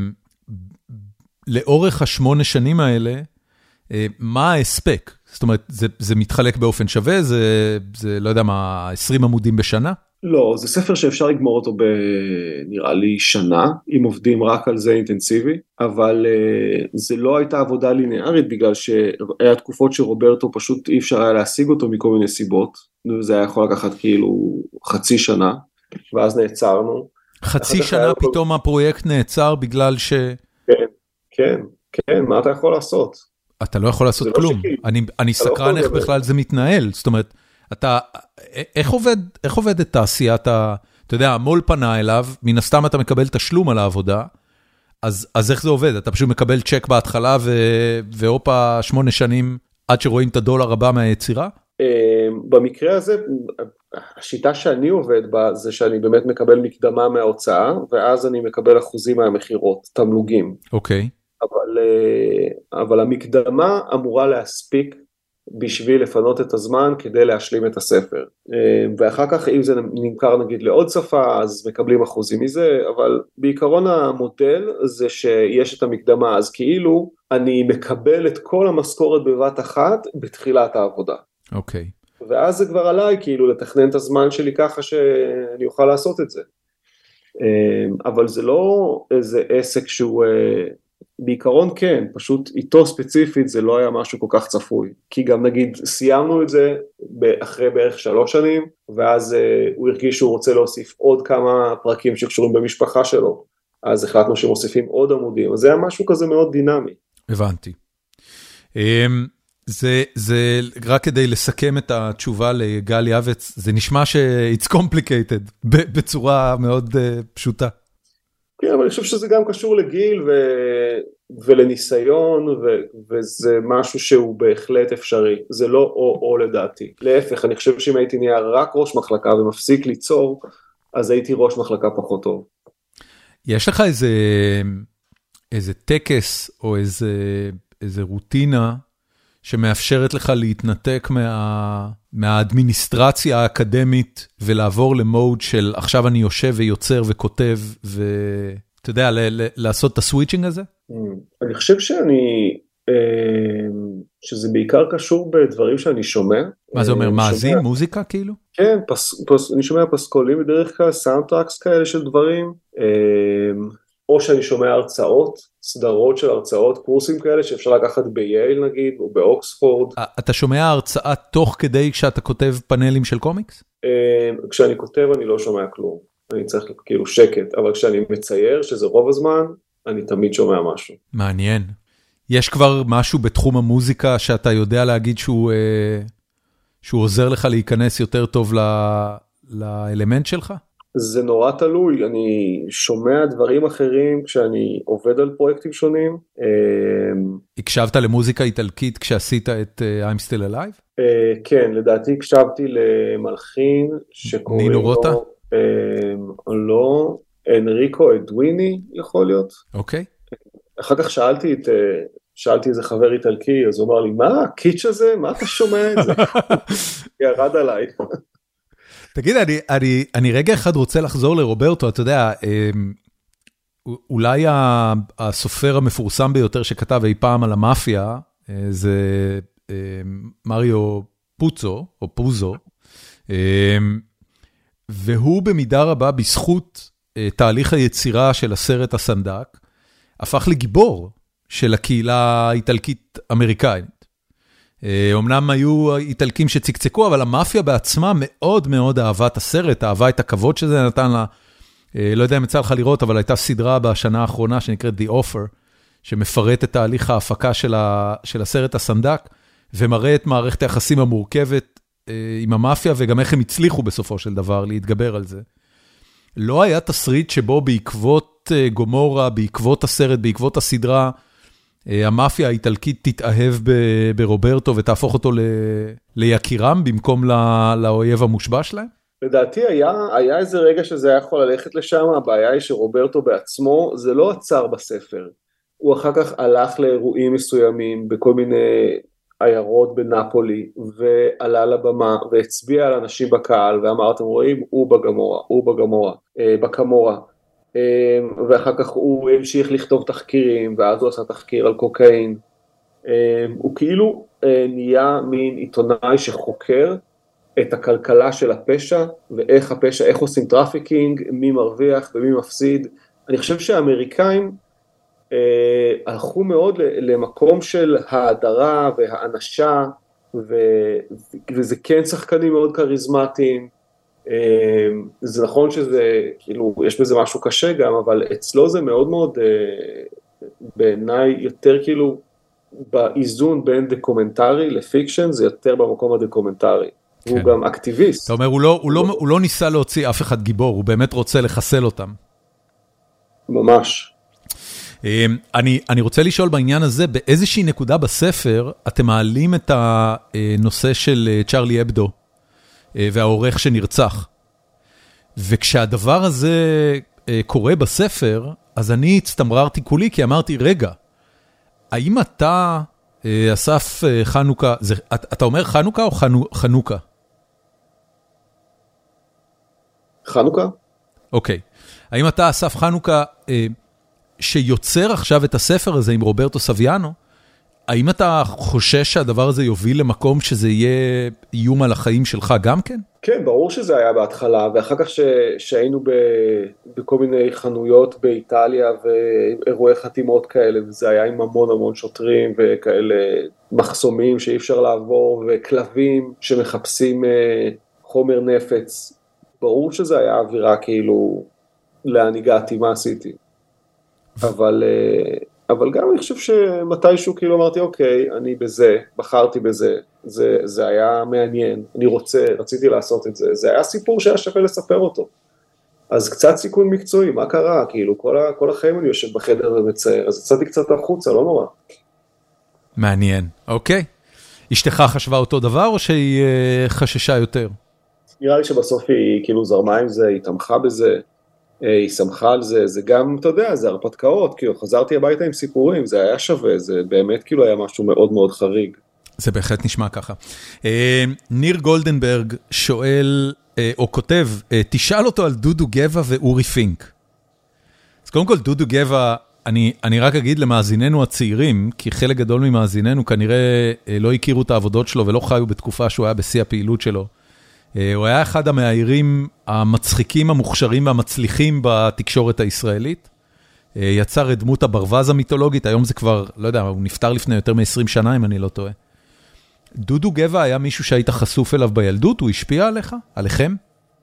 לאורך השמונה שנים האלה, מה ההספק? זאת אומרת, זה, זה מתחלק באופן שווה? זה, זה לא יודע מה, עשרים עמודים בשנה? לא, זה ספר שאפשר לגמור אותו בנראה לי שנה, אם עובדים רק על זה אינטנסיבי, אבל uh, זה לא הייתה עבודה ליניארית, בגלל שהיה תקופות שרוברטו פשוט אי אפשר היה להשיג אותו מכל מיני סיבות, וזה היה יכול לקחת כאילו חצי שנה, ואז נעצרנו. חצי שנה פתאום כל... הפרויקט נעצר בגלל ש... כן, כן, כן, מה אתה יכול לעשות? אתה לא יכול לעשות כלום. אני סקרן איך בכלל זה מתנהל. זאת אומרת, אתה, איך עובד, איך עובדת תעשיית ה... אתה יודע, המול פנה אליו, מן הסתם אתה מקבל תשלום על העבודה, אז, אז איך זה עובד? אתה פשוט מקבל צ'ק בהתחלה, ו, ואופה שמונה שנים עד שרואים את הדולר הבא מהיצירה? במקרה הזה, השיטה שאני עובד בה, זה שאני באמת מקבל מקדמה מההוצאה, ואז אני מקבל אחוזים מהמחירות, תמלוגים. אוקיי. אבל, אבל המקדמה אמורה להספיק, בשביל לפנות את הזמן כדי להשלים את הספר. ואחר כך אם זה נמכר נגיד לעוד שפה, אז מקבלים אחוזים מזה, אבל בעיקרון המודל זה שיש את המקדמה, אז כאילו אני מקבל את כל המשכורת בבת אחת בתחילת העבודה. אוקיי. ואז זה כבר עליי כאילו לתכנן את הזמן שלי ככה שאני אוכל לעשות את זה. אבל זה לא איזה עסק שהוא... בעיקרון כן, פשוט איתו ספציפית זה לא היה משהו כל כך צפוי, כי גם נגיד סיימנו את זה אחרי בערך שלוש שנים, ואז אה, הוא הרגיש שהוא רוצה להוסיף עוד כמה פרקים שקשורים במשפחה שלו, אז החלטנו שמוסיפים עוד עמודים, אז זה היה משהו כזה מאוד דינמי. הבנתי. זה, זה רק כדי לסכם את התשובה לגל יעבץ, זה נשמע ש-it's complicated, בצורה מאוד uh, פשוטה. כן, אבל אני חושב שזה גם קשור לגיל ו... ולניסיון, ו... וזה משהו שהוא בהחלט אפשרי, זה לא או-או לדעתי. להפך, אני חושב שאם הייתי נהיה רק ראש מחלקה ומפסיק ליצור, אז הייתי ראש מחלקה פחות טוב. יש לך איזה, איזה טקס או איזה, איזה רוטינה שמאפשרת לך להתנתק מה, מהאדמיניסטרציה האקדמית ולעבור למוד של עכשיו אני יושב ויוצר וכותב ואתה יודע, ל- ל- לעשות את הסוויצ'ינג הזה? אני חושב שאני, שזה בעיקר קשור בדברים שאני שומע. מה זה אומר, מאזין, מוזיקה כאילו? כן, פס, פס, אני שומע פסקולים בדרך כלל, סאונדטרקס כאלה של דברים, או שאני שומע הרצאות, סדרות של הרצאות, קורסים כאלה שאפשר לקחת בייל נגיד, או באוקספורד. אתה שומע הרצאה תוך כדי כשאתה כותב פאנלים של קומיקס? כשאני כותב אני לא שומע כלום, אני צריך כאילו שקט, אבל כשאני מצייר, שזה רוב הזמן, אני תמיד שומע משהו. מעניין. יש כבר משהו בתחום המוזיקה שאתה יודע להגיד שהוא, שהוא עוזר לך להיכנס יותר טוב לאלמנט שלך? זה נורא תלוי, אני שומע דברים אחרים כשאני עובד על פרויקטים שונים. הקשבת למוזיקה איטלקית כשעשית את I'm Still Alive? כן, לדעתי הקשבתי למלחין שקוראים לו... נינו רוטה? לא, אנריקו אדוויני יכול להיות. אוקיי. אחר כך שאלתי את... שאלתי איזה חבר איטלקי, אז הוא אמר לי, מה, הקיץ' הזה? מה אתה שומע את זה? ירד עליי. תגיד, אני, אני, אני רגע אחד רוצה לחזור לרוברטו, אתה יודע, אולי הסופר המפורסם ביותר שכתב אי פעם על המאפיה, זה מריו פוצו, או פוזו, והוא במידה רבה בזכות תהליך היצירה של הסרט הסנדק, הפך לגיבור של הקהילה האיטלקית-אמריקאית. אמנם היו איטלקים שצקצקו, אבל המאפיה בעצמה מאוד מאוד אהבה את הסרט, אהבה את הכבוד שזה נתן לה. לא יודע אם יצא לך לראות, אבל הייתה סדרה בשנה האחרונה שנקראת The Offer, שמפרט את תהליך ההפקה של, ה, של הסרט הסנדק, ומראה את מערכת היחסים המורכבת עם המאפיה, וגם איך הם הצליחו בסופו של דבר להתגבר על זה. לא היה תסריט שבו בעקבות גומורה, בעקבות הסרט, בעקבות הסדרה, המאפיה האיטלקית תתאהב ברוברטו ותהפוך אותו ליקירם במקום לאויב המושבע שלהם? לדעתי היה, היה איזה רגע שזה היה יכול ללכת לשם, הבעיה היא שרוברטו בעצמו זה לא עצר בספר, הוא אחר כך הלך לאירועים מסוימים בכל מיני עיירות בנפולי ועלה לבמה והצביע על אנשים בקהל ואמר אתם רואים הוא בגמורה, הוא בגמורה, בקמורה, ואחר כך הוא המשיך לכתוב תחקירים, ואז הוא עשה תחקיר על קוקאין. הוא כאילו נהיה מין עיתונאי שחוקר את הכלכלה של הפשע, ואיך הפשע, איך עושים טראפיקינג, מי מרוויח ומי מפסיד. אני חושב שהאמריקאים הלכו מאוד למקום של ההדרה והאנשה, וזה כן שחקנים מאוד כריזמטיים. זה נכון שזה, כאילו, יש בזה משהו קשה גם, אבל אצלו זה מאוד מאוד, בעיניי יותר כאילו, באיזון בין דוקומנטרי לפיקשן, זה יותר במקום הדוקומנטרי. הוא גם אקטיביסט. אתה אומר, הוא לא, הוא לא, הוא לא ניסה להוציא אף אחד גיבור, הוא באמת רוצה לחסל אותם. ממש. אני, אני רוצה לשאול בעניין הזה, באיזושהי נקודה בספר, אתם מעלים את הנושא של צ'רלי אבדו, והעורך שנרצח. וכשהדבר הזה קורה בספר, אז אני הצטמררתי כולי, כי אמרתי, רגע, האם אתה, אסף חנוכה, זה, אתה אומר חנוכה או חנו, חנוכה? חנוכה? אוקיי. האם אתה, אסף חנוכה, שיוצר עכשיו את הספר הזה עם רוברטו סביאנו, האם אתה חושש שהדבר הזה יוביל למקום שזה יהיה איום על החיים שלך גם כן? כן, ברור שזה היה בהתחלה, ואחר כך ש... שהיינו ב... בכל מיני חנויות באיטליה, ואירועי חתימות כאלה, וזה היה עם המון המון שוטרים, וכאלה מחסומים שאי אפשר לעבור, וכלבים שמחפשים חומר נפץ. ברור שזה היה אווירה כאילו, לאן הגעתי, מה עשיתי. אבל... אבל גם אני חושב שמתישהו כאילו אמרתי, אוקיי, אני בזה, בחרתי בזה, זה, זה היה מעניין, אני רוצה, רציתי לעשות את זה, זה היה סיפור שהיה שווה לספר אותו. אז קצת סיכון מקצועי, מה קרה? כאילו, כל, ה, כל החיים אני יושב בחדר ומצייר, אז יצאתי קצת החוצה, לא נורא. מעניין, אוקיי. אשתך חשבה אותו דבר או שהיא חששה יותר? נראה לי שבסוף היא כאילו זרמה עם זה, היא תמכה בזה, היא שמחה על זה, זה גם, אתה יודע, זה הרפתקאות, כאילו חזרתי הביתה עם סיפורים, זה היה שווה, זה באמת כאילו היה משהו מאוד מאוד חריג. זה בהחלט נשמע ככה. ניר גולדנברג שואל, או כותב, תשאל אותו על דודו גבע ואורי פינק. אז קודם כל, דודו גבע, אני, אני רק אגיד למאזיננו הצעירים, כי חלק גדול ממאזיננו כנראה לא הכירו את העבודות שלו, ולא חיו בתקופה שהוא היה בשיא הפעילות שלו. הוא היה אחד המאיירים המצחיקים, המוכשרים והמצליחים בתקשורת הישראלית. יצר את דמות הברווז המיתולוגית, היום זה כבר, לא יודע, הוא נפטר לפני יותר מ-עשרים שנה, אם אני לא טועה. דודו גבע היה מישהו שהיית חשוף אליו בילדות? הוא השפיע עליך? עליכם?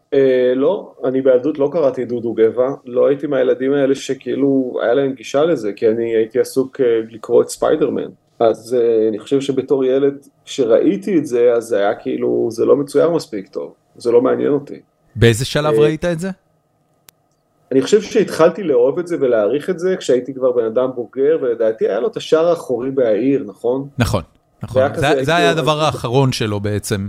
לא, אני בילדות לא קראתי דודו גבע, לא הייתי מהילדים האלה שכאילו היה להם גישה לזה, כי אני הייתי עסוק לקרוא את ספיידרמן. אז uh, אני חושב שבתור ילד, כשראיתי את זה, אז זה היה כאילו, זה לא מצויר מספיק טוב, זה לא מעניין אותי. באיזה שלב uh, ראית את זה? אני חושב שהתחלתי לאהוב את זה ולהעריך את זה, כשהייתי כבר בן אדם בוגר, ולדעתי היה לו את השער האחורי בעיר, נכון? נכון, נכון. זה, זה, זה היה הדבר האחרון שלו בעצם.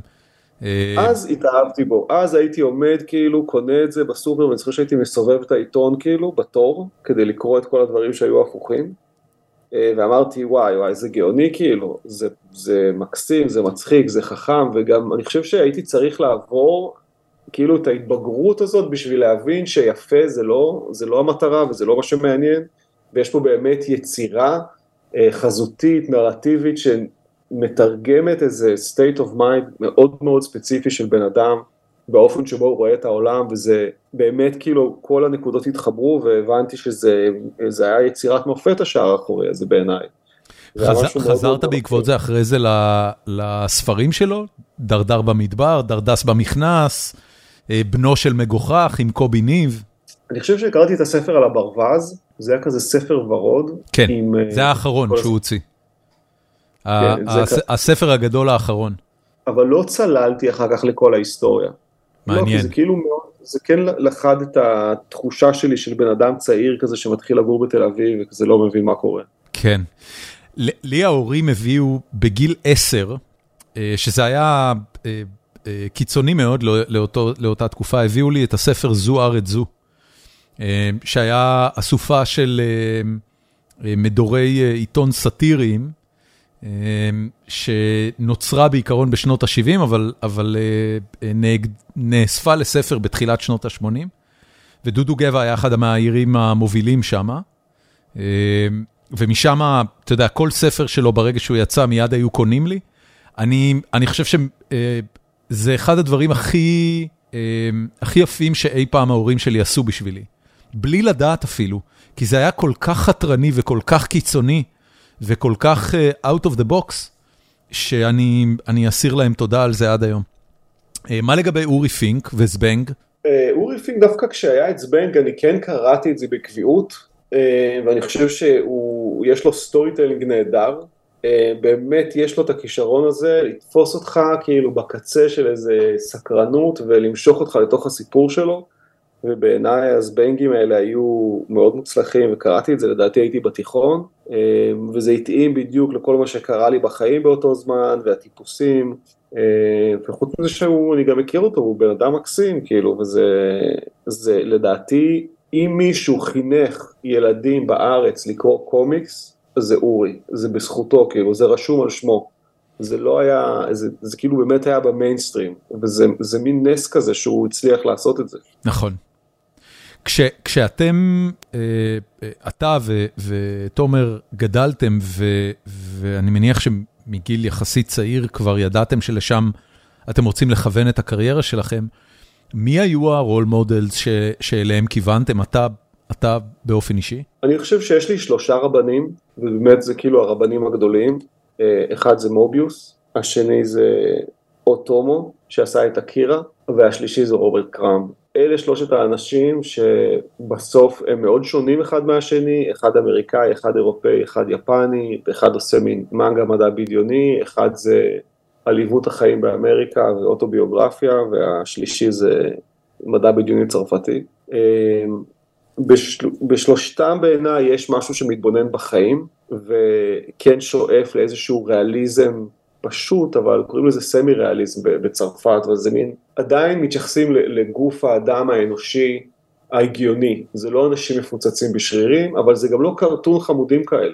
אז התאהבתי בו, אז הייתי עומד כאילו, קונה את זה בסופר, ואני חושב שהייתי מסובב את העיתון כאילו, בתור, כדי לקרוא את כל הדברים שהיו הפוכים. ואמרתי, וואי, וואי, זה גאוני כאילו, זה, זה מקסים, זה מצחיק, זה חכם, וגם אני חושב שהייתי צריך לעבור כאילו את ההתבגרות הזאת בשביל להבין שיפה זה לא, זה לא המטרה וזה לא מה שמעניין, ויש פה באמת יצירה חזותית, נרטיבית, שמתרגמת איזה state of mind מאוד מאוד ספציפי של בן אדם, באופן שבו הוא רואה את העולם, וזה באמת כאילו כל הנקודות התחברו, והבנתי שזה זה היה יצירת מופת השער האחורי הזה בעיניי. חז, חזרת בעקבות זה אחרי זה לספרים שלו? דרדר במדבר, דרדס במכנס, בנו של מגוחך עם קובי ניב? אני חושב שקראתי את הספר על הברווז, זה היה כזה ספר ורוד. כן, עם, זה האחרון שהוא הוציא. כן, הספר הגדול האחרון. אבל לא צללתי אחר כך לכל ההיסטוריה. מעניין. לא, זה כאילו מאוד, זה כן לחד את התחושה שלי של בן אדם צעיר כזה שמתחיל לגור בתל אביב וכזה לא מבין מה קורה. כן. לי ההורים הביאו בגיל עשר, שזה היה קיצוני מאוד לאותו, לאותה תקופה, הביאו לי את הספר זו ארץ זו, שהיה אסופה של מדורי עיתון סאטיריים, שנוצרה בעיקרון בשנות ה-שבעים, אבל, אבל נאספה לספר בתחילת שנות ה-שמונים, ודודו גבע היה אחד המאיירים המובילים שם, ומשם, אתה יודע, כל ספר שלו ברגע שהוא יצא מיד היו קונים לי. אני, אני חושב שזה אחד הדברים הכי, הכי יפים שאי פעם ההורים שלי עשו בשבילי, בלי לדעת אפילו, כי זה היה כל כך חתרני וכל כך קיצוני, וכל כך uh, out of the box, שאני אני אסיר להם תודה על זה עד היום. Uh, מה לגבי אורי פינק וזבנג? Uh, אורי פינק דווקא כשהיה את זבנג, אני כן קראתי את זה בקביעות, uh, ואני חושב שיש לו סטורי טיילינג נהדר, באמת יש לו את הכישרון הזה, לתפוס אותך כאילו בקצה של איזה סקרנות, ולמשוך אותך לתוך הסיפור שלו, ובעיניי הזבנגים האלה היו מאוד מוצלחים, וקראתי את זה, לדעתי הייתי בתיכון, וזה התאים בדיוק לכל מה שקרה לי בחיים באותו זמן, והטיפוסים, וחוץ מזה שאני גם מכיר אותו, הוא בן אדם מקסים, כאילו, וזה זה, לדעתי, אם מישהו חינך ילדים בארץ לקרוא קומיקס, זה אורי, זה בזכותו, כאילו, זה רשום על שמו, זה לא היה, זה, זה כאילו באמת היה במיינסטרים, וזה זה מין נס כזה שהוא הצליח לעשות את זה. נכון. כש, כשאתם, אה, אתה ו, ותומר גדלתם, ו, ואני מניח שמגיל יחסית צעיר כבר ידעתם שלשם אתם רוצים לכוון את הקריירה שלכם, מי היו הרול מודלס ש, שאליהם כיוונתם, אתה, אתה באופן אישי? אני חושב שיש לי שלושה רבנים, ובאמת זה כאילו הרבנים הגדולים, אחד זה מוביוס, השני זה אוטומו, שעשה את הקירה, והשלישי זה רוברט קראם. אלה שלושת האנשים שבסוף הם מאוד שונים אחד מהשני, אחד אמריקאי, אחד אירופאי, אחד יפני, אחד עושה מין מנגה מדע בדיוני, אחד זה עליבות החיים באמריקה ואוטוביוגרפיה, והשלישי זה מדע בדיוני צרפתי. בשל... בשלושתם בעיניי יש משהו שמתבונן בחיים, וכן שואף לאיזשהו ריאליזם פשוט, אבל קוראים לזה סמי ריאליזם בצרפת, וזה מין, עדיין מתייחסים לגוף האדם האנושי ההגיוני, זה לא אנשים מפוצצים בשרירים, אבל זה גם לא קרטון חמודים כאלה,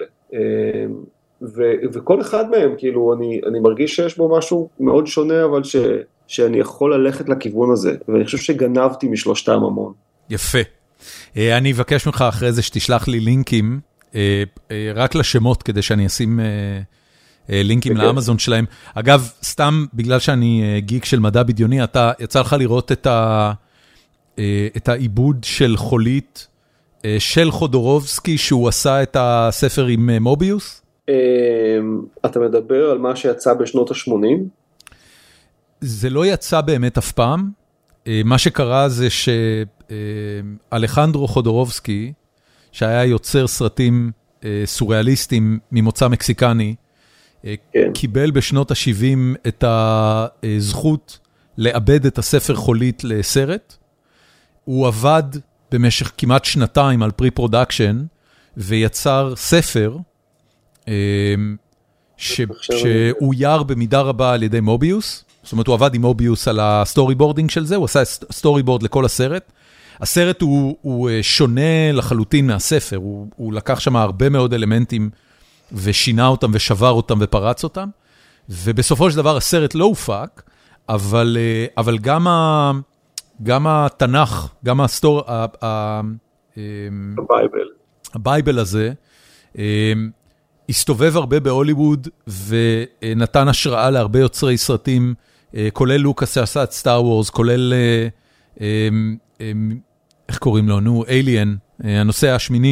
ו... וכל אחד מהם, כאילו, אני, אני מרגיש שיש בו משהו מאוד שונה, אבל ש... שאני יכול ללכת לכיוון הזה, ואני חושב שגנבתי משלושתם המון. יפה. אני אבקש ממך אחרי זה שתשלח לי לינקים, רק לשמות כדי שאני אשים לינקים לאמזון שלהם. אגב, סתם בגלל שאני גיק של מדע בדיוני, אתה יצא לך לראות את, ה, את העיבוד של חולית של חודורובסקי, שהוא עשה את הספר עם מוביוס? אתה מדבר על מה שיצא בשנות ה-שמונים? זה לא יצא באמת אף פעם. מה שקרה זה שאלחנדרו חודורובסקי, שהיה יוצר סרטים סוריאליסטים ממוצא מקסיקני, כן. קיבל בשנות ה-שבעים את הזכות לעבד את הספר חולית לסרט. הוא עבד במשך כמעט שנתיים על פרי-פרודקשן, ויצר ספר ש... שהוא יער במידה רבה על ידי מוביוס. זאת אומרת, הוא עבד עם מוביוס על הסטורי בורדינג של זה, הוא עשה סטורי בורד לכל הסרט. הסרט הוא, הוא שונה לחלוטין מהספר, הוא, הוא לקח שם הרבה מאוד אלמנטים, ושינה אותם ושבר אותם ופרץ אותם, ובסופו של דבר הסרט לא הופק, אבל, אבל גם, ה, גם התנ"ך, גם הסטור, ה, ה, הבייבל. הבייבל הזה, הסתובב הרבה בהוליווד, ונתן השראה להרבה יוצרי סרטים, כולל לוקאס שעשה את סטאר וורס, כולל, איך קוראים לו? נו, אליאן, הנושא השמיני.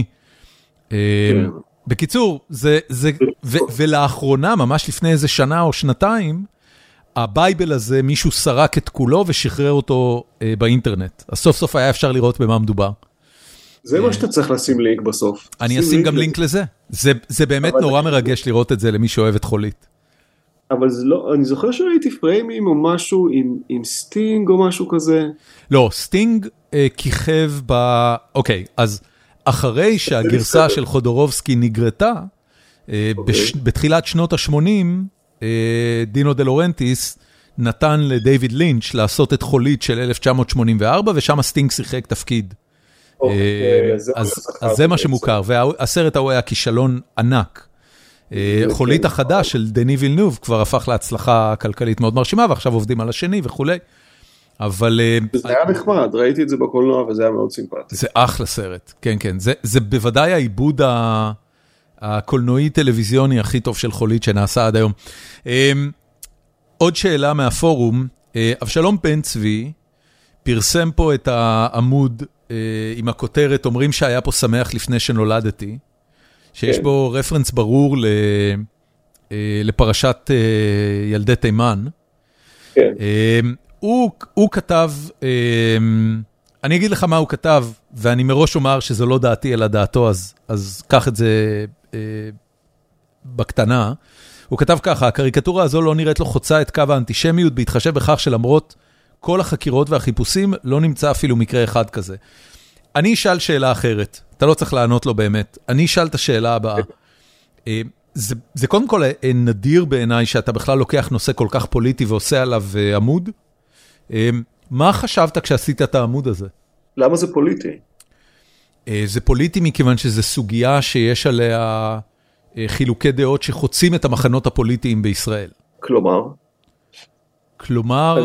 בקיצור, זה, זה, ו, ולאחרונה, ממש לפני איזה שנה או שנתיים, הבייבל הזה, מישהו סרק את כולו ושחרר אותו באינטרנט. אז סוף סוף היה אפשר לראות במה מדובר. זה מה שאתה צריך לשים לינק בסוף. אני אשים גם לינק לזה. זה, זה באמת נורא מרגש לראות את זה למי שאוהב את חולית. אבל זה לא, אני זוכר שראיתי פריימים או משהו עם, עם סטינג או משהו כזה. לא, סטינג אה, כיכב ב... אוקיי, אז אחרי שהגרסה של חודורובסקי נגרתה, אה, okay. בש... בתחילת שנות ה-שמונים, אה, דינו דה לורנטיס נתן לדייוויד לינץ' לעשות את חולית של אלף תשע מאות שמונים וארבע, ושם הסטינג שיחק תפקיד. אז זה מה שמוכר, והסרט ההוא היה כישלון ענק. חולית החדש של דני וילנוב כבר הפך להצלחה כלכלית מאוד מרשימה, ועכשיו עובדים על השני וכו'. אבל... זה היה נחמד, ראיתי את זה בקולנוע וזה היה מאוד סימפטי. זה אחלה סרט, כן כן. זה בוודאי העיבוד הקולנועי טלוויזיוני הכי טוב של חולית שנעשה עד היום. עוד שאלה מהפורום, אבשלום בן צבי פרסם פה את העמוד עם הכותרת, אומרים שהיה פה שמח לפני שנולדתי, שיש בו רפרנס ברור לפרשת ילדי תימן. הוא כתב, אני אגיד לך מה הוא כתב, ואני מראש אומר שזה לא דעתי אלא דעתו, אז קח את זה בקטנה, הוא כתב ככה, הקריקטורה הזו לא נראית לו חוצה את קו האנטישמיות, בהתחשב בכך שלמרות כל החקירות והחיפושים, לא נמצא אפילו מקרה אחד כזה. אני אשאל שאלה אחרת, אתה לא צריך לענות לו באמת, אני אשאל את השאלה הבאה. זה, זה קודם כל נדיר בעיניי שאתה בכלל לוקח נושא כל כך פוליטי ועושה עליו עמוד. מה חשבת כשעשית את העמוד הזה? למה זה פוליטי? זה פוליטי מכיוון שזו סוגיה שיש עליה חילוקי דעות שחוצים את המחנות הפוליטיים בישראל. כלומר? כלומר,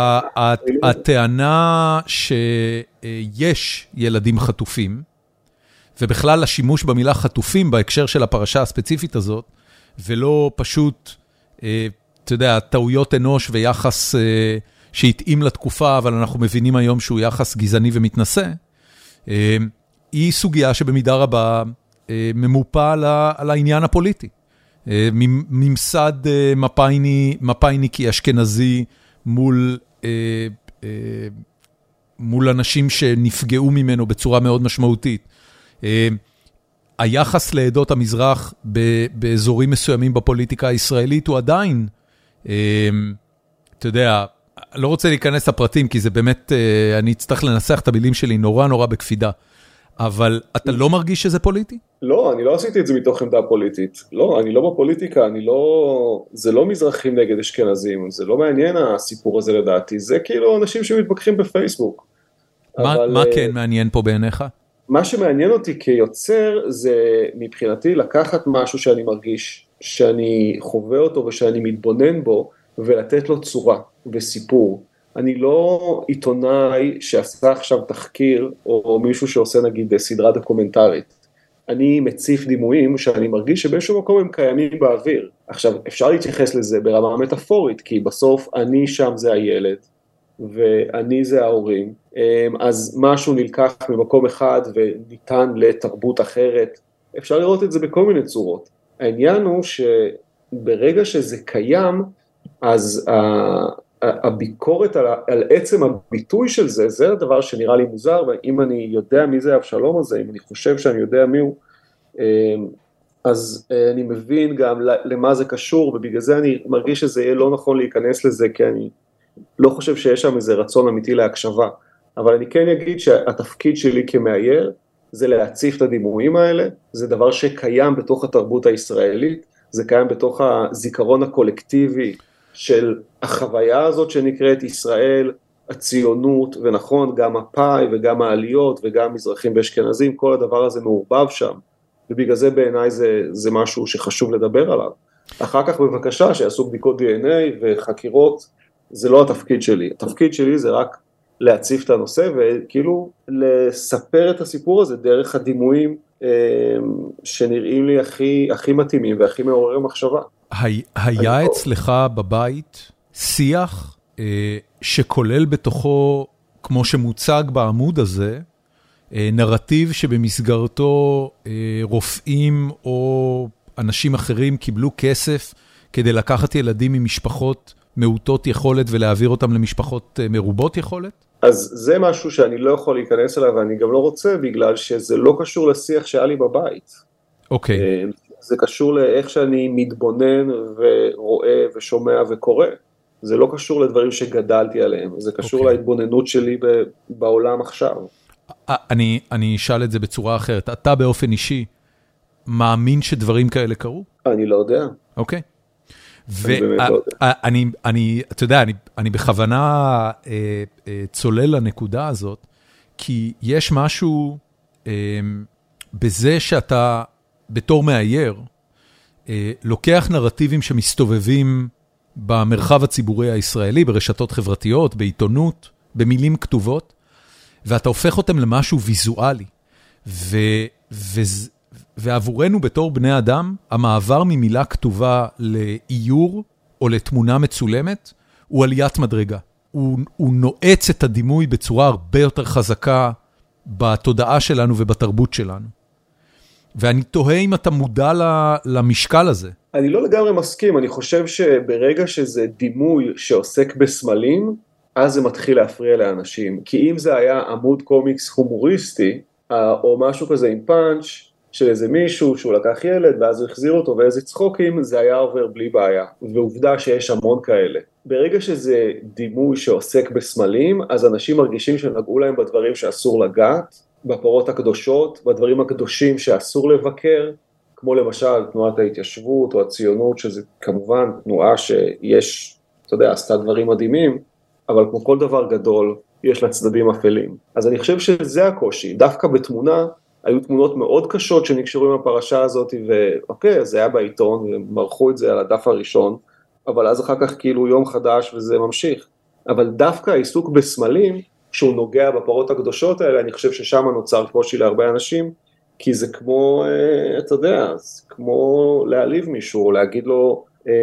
הטענה שיש ילדים חטופים, ובכלל השימוש במילה חטופים בהקשר של הפרשה הספציפית הזאת, ולא פשוט, אתה יודע, טעויות אנוש ויחס שהתאים לתקופה, אבל אנחנו מבינים היום שהוא יחס גזעני ומתנשא, היא סוגיה שבמידה רבה ממופה על העניין הפוליטי. ממסד מפאיני, מפאיניקי אשכנזי מול, מול אנשים שנפגעו ממנו בצורה מאוד משמעותית. היחס לעדות המזרח באזורים מסוימים בפוליטיקה הישראלית הוא עדיין, אתה יודע, לא רוצה להיכנס לפרטים כי זה באמת, אני אצטרך לנסח את המילים שלי נורא נורא בקפידה. אבל אתה לא מרגיש שזה פוליטי? לא, אני לא עשיתי את זה מתוך עמדה פוליטית. לא, אני לא בפוליטיקה, אני לא, זה לא מזרחים נגד אשכנזים, זה לא מעניין הסיפור הזה לדעתי, זה כאילו אנשים שמתווכחים בפייסבוק. מה, אבל, מה כן מעניין פה בעיניך? מה שמעניין אותי כיוצר זה מבחינתי לקחת משהו שאני מרגיש, שאני חווה אותו ושאני מתבונן בו, ולתת לו צורה וסיפור. אני לא עיתונאי שעשה עכשיו תחקיר, או מישהו שעושה נגיד סדרה דוקומנטרית. אני מציף דימויים שאני מרגיש שבאיזשהו מקום הם קיימים באוויר. עכשיו, אפשר להתייחס לזה ברמה מטאפורית, כי בסוף אני שם זה הילד, ואני זה ההורים, אז משהו נלקח ממקום אחד וניתן לתרבות אחרת. אפשר לראות את זה בכל מיני צורות. העניין הוא שברגע שזה קיים, אז הביקורת על, על עצם הביטוי של זה, זה הדבר שנראה לי מוזר, ואם אני יודע מי זה אבשלום הזה, אם אני חושב שאני יודע מי הוא, אז אני מבין גם למה זה קשור, ובגלל זה אני מרגיש שזה יהיה לא נכון להיכנס לזה, כי אני לא חושב שיש שם איזה רצון אמיתי להקשבה, אבל אני כן אגיד שהתפקיד שלי כמאייר, זה להציף את הדימויים האלה, זה דבר שקיים בתוך התרבות הישראלית, זה קיים בתוך הזיכרון הקולקטיבי, של החוויה הזאת שנקראת ישראל, הציונות, ונכון, גם הפאי וגם העליות וגם מזרחים ואשכנזים, כל הדבר הזה מעורבב שם, ובגלל זה בעיניי זה, זה משהו שחשוב לדבר עליו. אחר כך בבקשה שיעשו בדיקות די אן איי וחקירות, זה לא התפקיד שלי, התפקיד שלי זה רק להציף את הנושא, וכאילו לספר את הסיפור הזה דרך הדימויים שנראים לי הכי, הכי מתאימים והכי מעוררי מחשבה. היה אצלך בבית שיח שכולל בתוכו, כמו שמוצג בעמוד הזה, נרטיב שבמסגרתו רופאים או אנשים אחרים קיבלו כסף כדי לקחת ילדים ממשפחות מעוטות יכולת ולהעביר אותם למשפחות מרובות יכולת? אז זה משהו שאני לא יכול להיכנס אליו ואני גם לא רוצה, בגלל שזה לא קשור לשיח שהיה לי בבית. אוקיי. זה קשור לאיך שאני מתבונן ורואה ושומע וקורא. זה לא קשור לדברים שגדלתי עליהם, זה קשור okay. להתבוננות שלי בעולם עכשיו. אני, אני אשאל את זה בצורה אחרת. אתה באופן אישי מאמין שדברים כאלה קרו? אני לא יודע. אוקיי. ואני, אני, אתה יודע, אני, אני בכוונה אה, אה, צולל לנקודה הזאת, כי יש משהו אה, בזה שאתה בתור מאייר, אה, לוקח נרטיבים שמסתובבים במרחב הציבורי הישראלי, ברשתות חברתיות, בעיתונות, במילים כתובות, ואתה הופך אותם למשהו ויזואלי. ו, ו, ועבורנו בתור בני אדם, המעבר ממילה כתובה לאיור או לתמונה מצולמת, הוא עליית מדרגה. הוא, הוא נועץ את הדימוי בצורה הרבה יותר חזקה בתודעה שלנו ובתרבות שלנו. ואני תוהה אם אתה מודע למשקל הזה. אני לא לגמרי מסכים, אני חושב שברגע שזה דימוי שעוסק בסמלים, אז זה מתחיל להפריע לאנשים. כי אם זה היה עמוד קומיקס הומוריסטי, או משהו כזה עם פאנץ', של איזה מישהו שהוא לקח ילד ואז הוא החזיר אותו ואיזה צחוקים, זה היה עובר בלי בעיה, ועובדה שיש המון כאלה. ברגע שזה דימוי שעוסק בסמלים, אז אנשים מרגישים שנגעו להם בדברים שאסור לגעת, בפרות הקדושות, בדברים הקדושים שאסור לבקר, כמו למשל תנועת ההתיישבות או הציונות, שזה כמובן תנועה שיש, אתה יודע, עשתה דברים מדהימים, אבל כמו כל דבר גדול, יש לה צדדים אפלים. אז אני חושב שזה הקושי, דווקא בתמונה, היו תמונות מאוד קשות שנקשרו עם הפרשה הזאת, ואוקיי, זה היה בעיתון, ומרחו את זה על הדף הראשון, אבל אז אחר כך כאילו יום חדש וזה ממשיך. אבל דווקא העיסוק בסמלים, שהוא נוגע בפרות הקדושות האלה, אני חושב ששם נוצר קושי להרבה אנשים, כי זה כמו, אתה יודע, זה כמו להעליב מישהו, או להגיד לו,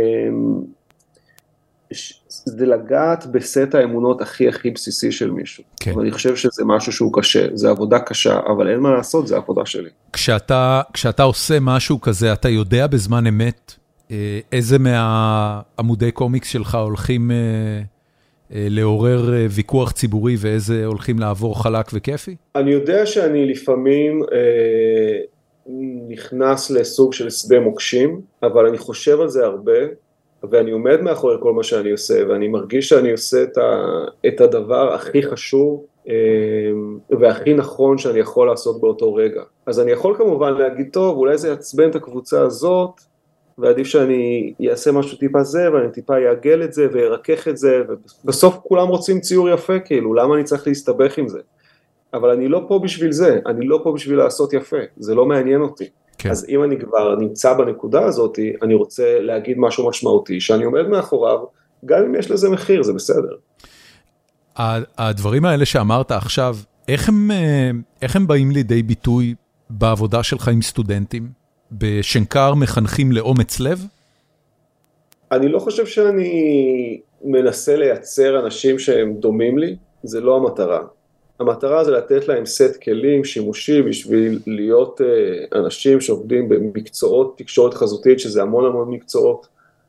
זה לגעת בסט האמונות הכי הכי בסיסי של מישהו. כן. ואני חושב שזה משהו שהוא קשה, זה עבודה קשה, אבל אין מה לעשות, זה העבודה שלי. כשאתה, כשאתה עושה משהו כזה, אתה יודע בזמן אמת, איזה מהעמודי קומיקס שלך הולכים לעורר ויכוח ציבורי, ואיזה הולכים לעבור חלק וכיפי? אני יודע שאני לפעמים אה, נכנס לסוג של שדה מוקשים, אבל אני חושב על זה הרבה, ואני עומד מאחורי כל מה שאני עושה, ואני מרגיש שאני עושה את, ה, את הדבר הכי חשוב, אה, והכי נכון שאני יכול לעשות באותו רגע. אז אני יכול כמובן להגיד, טוב, אולי זה יעצבן את הקבוצה הזאת, ועדיף שאני אעשה משהו טיפה זה, ואני טיפה יעגל את זה, וירקח את זה, ובסוף כולם רוצים ציור יפה, כאילו, למה אני צריך להסתבך עם זה? אבל אני לא פה בשביל זה, אני לא פה בשביל לעשות יפה, זה לא מעניין אותי. כן. אז אם אני כבר נמצא בנקודה הזאת, אני רוצה להגיד משהו משמעותי, שאני עומד מאחוריו, גם אם יש לזה מחיר, זה בסדר. הדברים האלה שאמרת עכשיו, איך הם, איך הם באים לידי ביטוי בעבודה שלך עם סטודנטים? בשנקר מחנכים לאומץ לב? אני לא חושב שאני מנסה לייצר אנשים שהם דומים לי, זה לא המטרה. המטרה זה לתת להם סט כלים שימושי בשביל להיות אנשים שעובדים במקצועות תקשורת חזותית, שזה המון המון מקצועות,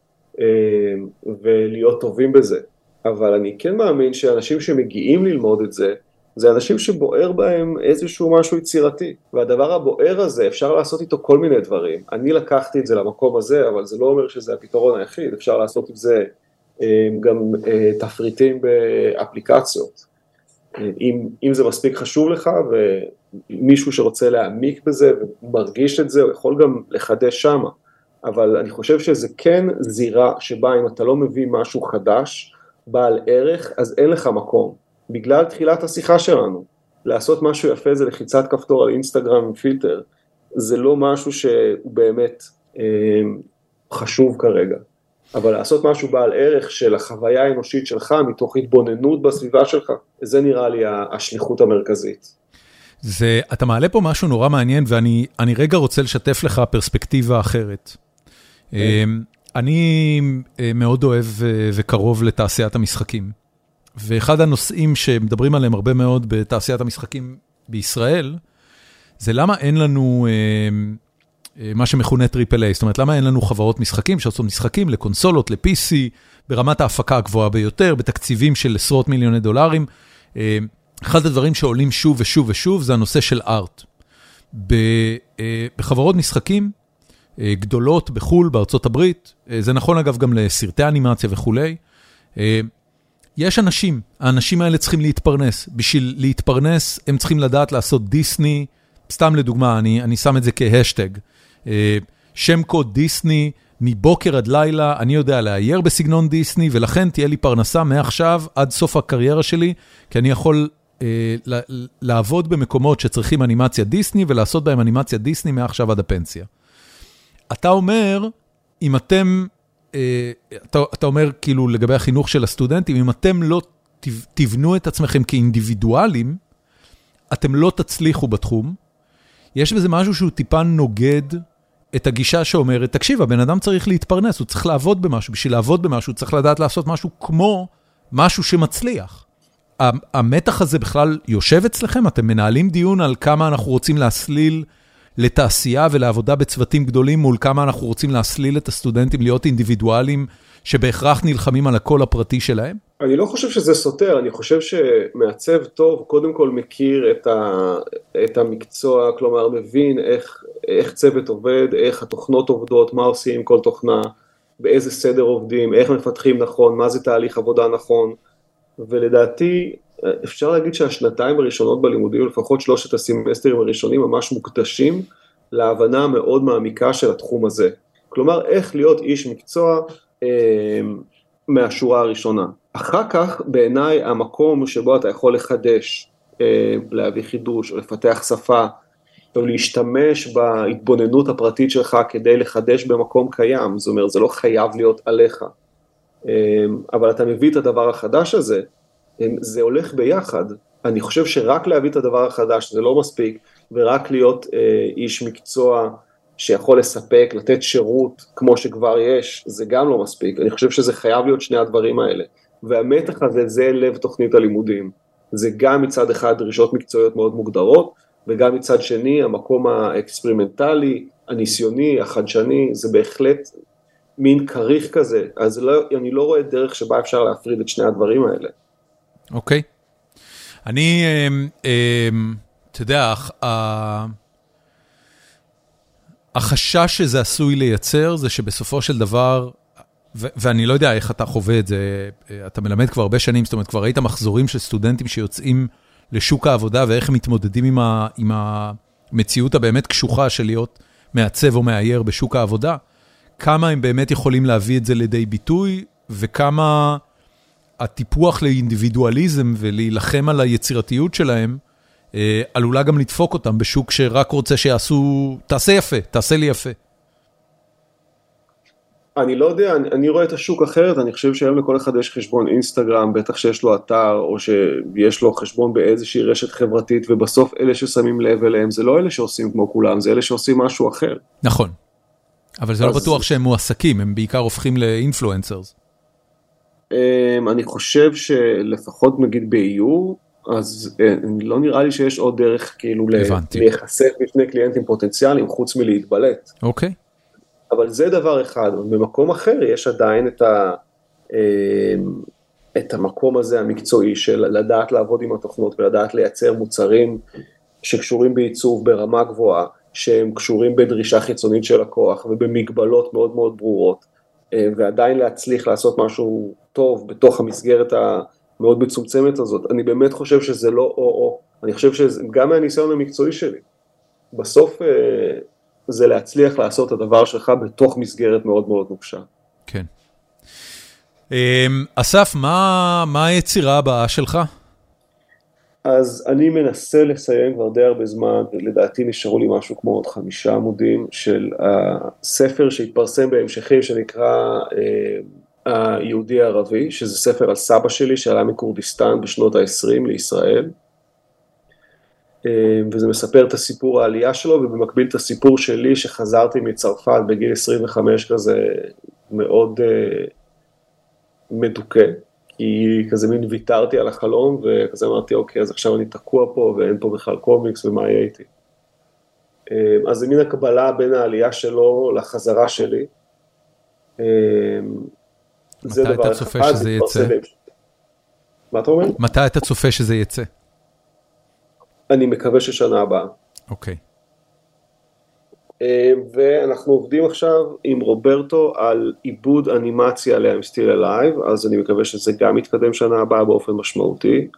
ולהיות טובים בזה. אבל אני כן מאמין שאנשים שמגיעים ללמוד את זה, זה אנשים שבוער בהם איזשהו משהו יצירתי, והדבר הבוער הזה אפשר לעשות איתו כל מיני דברים. אני לקחתי את זה למקום הזה, אבל זה לא אומר שזה הפתרון היחיד, אפשר לעשות עם זה גם תפריטים באפליקציות. אם, אם זה מספיק חשוב לך, ומישהו שרוצה להעמיק בזה ומרגיש את זה, הוא יכול גם לחדש שמה. אבל אני חושב שזה כן זירה שבה אם אתה לא מביא משהו חדש, בעל ערך, אז אין לך מקום. בגלל תחילת השיחה שלנו, לעשות משהו יפה זה לחיצת כפתור על אינסטגרם עם פילטר, זה לא משהו שהוא באמת אה, חשוב כרגע, אבל לעשות משהו בעל ערך של החוויה האנושית שלך, מתוך התבוננות בסביבה שלך, זה נראה לי השליחות המרכזית. זה, אתה מעלה פה משהו נורא מעניין, ואני אני רגע רוצה לשתף לך פרספקטיבה אחרת. אה. אני מאוד אוהב וקרוב לתעשיית המשחקים. ואחד הנושאים שמדברים עליהם הרבה מאוד בתעשיית המשחקים בישראל, זה למה אין לנו אה, מה שמכונה טריפל איי, זאת אומרת, למה אין לנו חברות משחקים שעושות משחקים לקונסולות, ל-פי סי, ברמת ההפקה הגבוהה ביותר, בתקציבים של עשרות מיליוני דולרים. אה, אחד הדברים שעולים שוב ושוב ושוב, זה הנושא של ארט. ב, אה, בחברות משחקים אה, גדולות בחול, בארצות הברית, אה, זה נכון אגב גם לסרטי אנימציה וכולי, אה, יש אנשים, האנשים האלה צריכים להתפרנס. בשביל להתפרנס, הם צריכים לדעת לעשות דיסני, סתם לדוגמה, אני, אני שם את זה כהשטג. שם קוד דיסני, מבוקר עד לילה, אני יודע לאייר בסגנון דיסני, ולכן תהיה לי פרנסה מעכשיו עד סוף הקריירה שלי, כי אני יכול אה, לעבוד במקומות שצריכים אנימציה דיסני, ולעשות בהם אנימציה דיסני מעכשיו עד הפנסיה. אתה אומר, אם אתם... אתה, אתה אומר כאילו לגבי החינוך של הסטודנטים, אם אתם לא תבנו את עצמכם כאינדיבידואלים, אתם לא תצליחו בתחום. יש בזה משהו שהוא טיפה נוגד את הגישה שאומרת, תקשיב, הבן אדם צריך להתפרנס, הוא צריך לעבוד במשהו, בשביל לעבוד במשהו, הוא צריך לדעת לעשות משהו כמו משהו שמצליח. המתח הזה בכלל יושב אצלכם? אתם מנהלים דיון על כמה אנחנו רוצים להסליל לתעשייה ולעבודה בצוותים גדולים, מול כמה אנחנו רוצים להסליל את הסטודנטים להיות אינדיבידואלים שבהכרח נלחמים על הקול הפרטי שלהם? אני לא חושב שזה סותר, אני חושב שמעצב טוב קודם כל מכיר את, ה, את המקצוע, כלומר מבין איך, איך צוות עובד, איך התוכנות עובדות, מה עושים עם כל תוכנה, באיזה סדר עובדים, איך מפתחים נכון, מה זה תהליך עבודה נכון, ולדעתי אפשר להגיד שהשנתיים הראשונות בלימודים, לפחות שלושת הסמסטרים הראשונים ממש מוקדשים להבנה מאוד מעמיקה של התחום הזה. כלומר, איך להיות איש מקצוע אה, מהשורה הראשונה. אחר כך, בעיניי, המקום שבו אתה יכול לחדש, אה, להביא חידוש, או לפתח שפה, או להשתמש בהתבוננות הפרטית שלך כדי לחדש במקום קיים, זאת אומרת, זה לא חייב להיות עליך. אה, אבל אתה מביא את הדבר החדש הזה, אה, זה הולך ביחד. אני חושב שרק להביא את הדבר החדש זה לא מספיק, ורק להיות אה, איש מקצוע שיכול לספק, לתת שירות כמו שכבר יש, זה גם לא מספיק. אני חושב שזה חייב להיות שני הדברים האלה. והמתח הזה זה לב תוכנית הלימודים. זה גם מצד אחד דרישות מקצועיות מאוד מוגדרות, וגם מצד שני המקום האקספרימנטלי, הניסיוני, החדשני, זה בהחלט מין כריך כזה. אז לא, אני לא רואה דרך שבה אפשר להפריד את שני הדברים האלה. אוקיי. אני, אתה יודע, החשש שזה עשוי לייצר, זה שבסופו של דבר, ואני לא יודע איך אתה חווה את זה, אתה מלמד כבר הרבה שנים, זאת אומרת, כבר ראית מחזורים של סטודנטים שיוצאים לשוק העבודה, ואיך הם מתמודדים עם, ה, עם המציאות הבאמת קשוחה של להיות מעצב או מאייר בשוק העבודה, כמה הם באמת יכולים להביא את זה לידי ביטוי, וכמה הטיפוח לאינדיבידואליזם ולהילחם על היצירתיות שלהם, אה, עלולה גם לדפוק אותם בשוק שרק רוצה שיעשו, תעשה יפה, תעשה לי יפה. אני לא יודע, אני, אני רואה את השוק אחרת, אני חושב שהיום לכל אחד יש חשבון אינסטגרם, בטח שיש לו אתר, או שיש לו חשבון באיזושהי רשת חברתית, ובסוף אלה ששמים לב אליהם, זה לא אלה שעושים כמו כולם, זה אלה שעושים משהו אחר. נכון, אבל זה אז... לא בטוח שהם מועסקים, הם בעיקר הופכים לאינפלואנסרס. אני חושב שלפחות נגיד באיור, אז לא נראה לי שיש עוד דרך כאילו להיחשף בפני קליינטים פוטנציאליים, חוץ מלהתבלט. אוקיי. אבל זה דבר אחד, במקום אחר יש עדיין את, ה, את המקום הזה המקצועי של לדעת לעבוד עם התוכנות ולדעת לייצר מוצרים שקשורים בעיצוב ברמה גבוהה, שהם קשורים בדרישה חיצונית של לקוח ובמגבלות מאוד מאוד ברורות, ועדיין להצליח לעשות משהו טוב בתוך המסגרת המאוד מצומצמת הזאת. אני באמת חושב שזה לא או-או, אני חושב שגם מהניסיון המקצועי שלי, בסוף זה להצליח לעשות את הדבר שלך בתוך מסגרת מאוד מאוד נוקשה. כן. אסף, מה, מה היצירה הבאה שלך? אז אני מנסה לסיים כבר די הרבה זמן, ולדעתי נשארו לי משהו כמו עוד חמישה עמודים של הספר שהתפרסם בהמשכים שנקרא היהודי הערבי, שזה ספר על סבא שלי שעלה מכורדיסטן בשנות ה-עשרים לישראל, וזה מספר את הסיפור העלייה שלו, ובמקביל את הסיפור שלי שחזרתי מצרפת בגיל עשרים וחמש כזה מאוד מדוכא, כי כזה מין ויתרתי על החלום, וכזה אמרתי, אוקיי, אז עכשיו אני תקוע פה, ואין פה בכלל קומיקס, ומה יהיה איתי. אז זה מין הקבלה בין העלייה שלו לחזרה שלי. מתי אתה צופה שזה יצא? מה אתה אומר? מתי אתה צופה שזה יצא? אני מקווה ששנה הבאה. אוקיי. ואנחנו עובדים עכשיו עם רוברטו על עיבוד אנימציה ל-I'm Still Alive, אז אני מקווה שזה גם יתקדם שנה הבאה באופן משמעותי.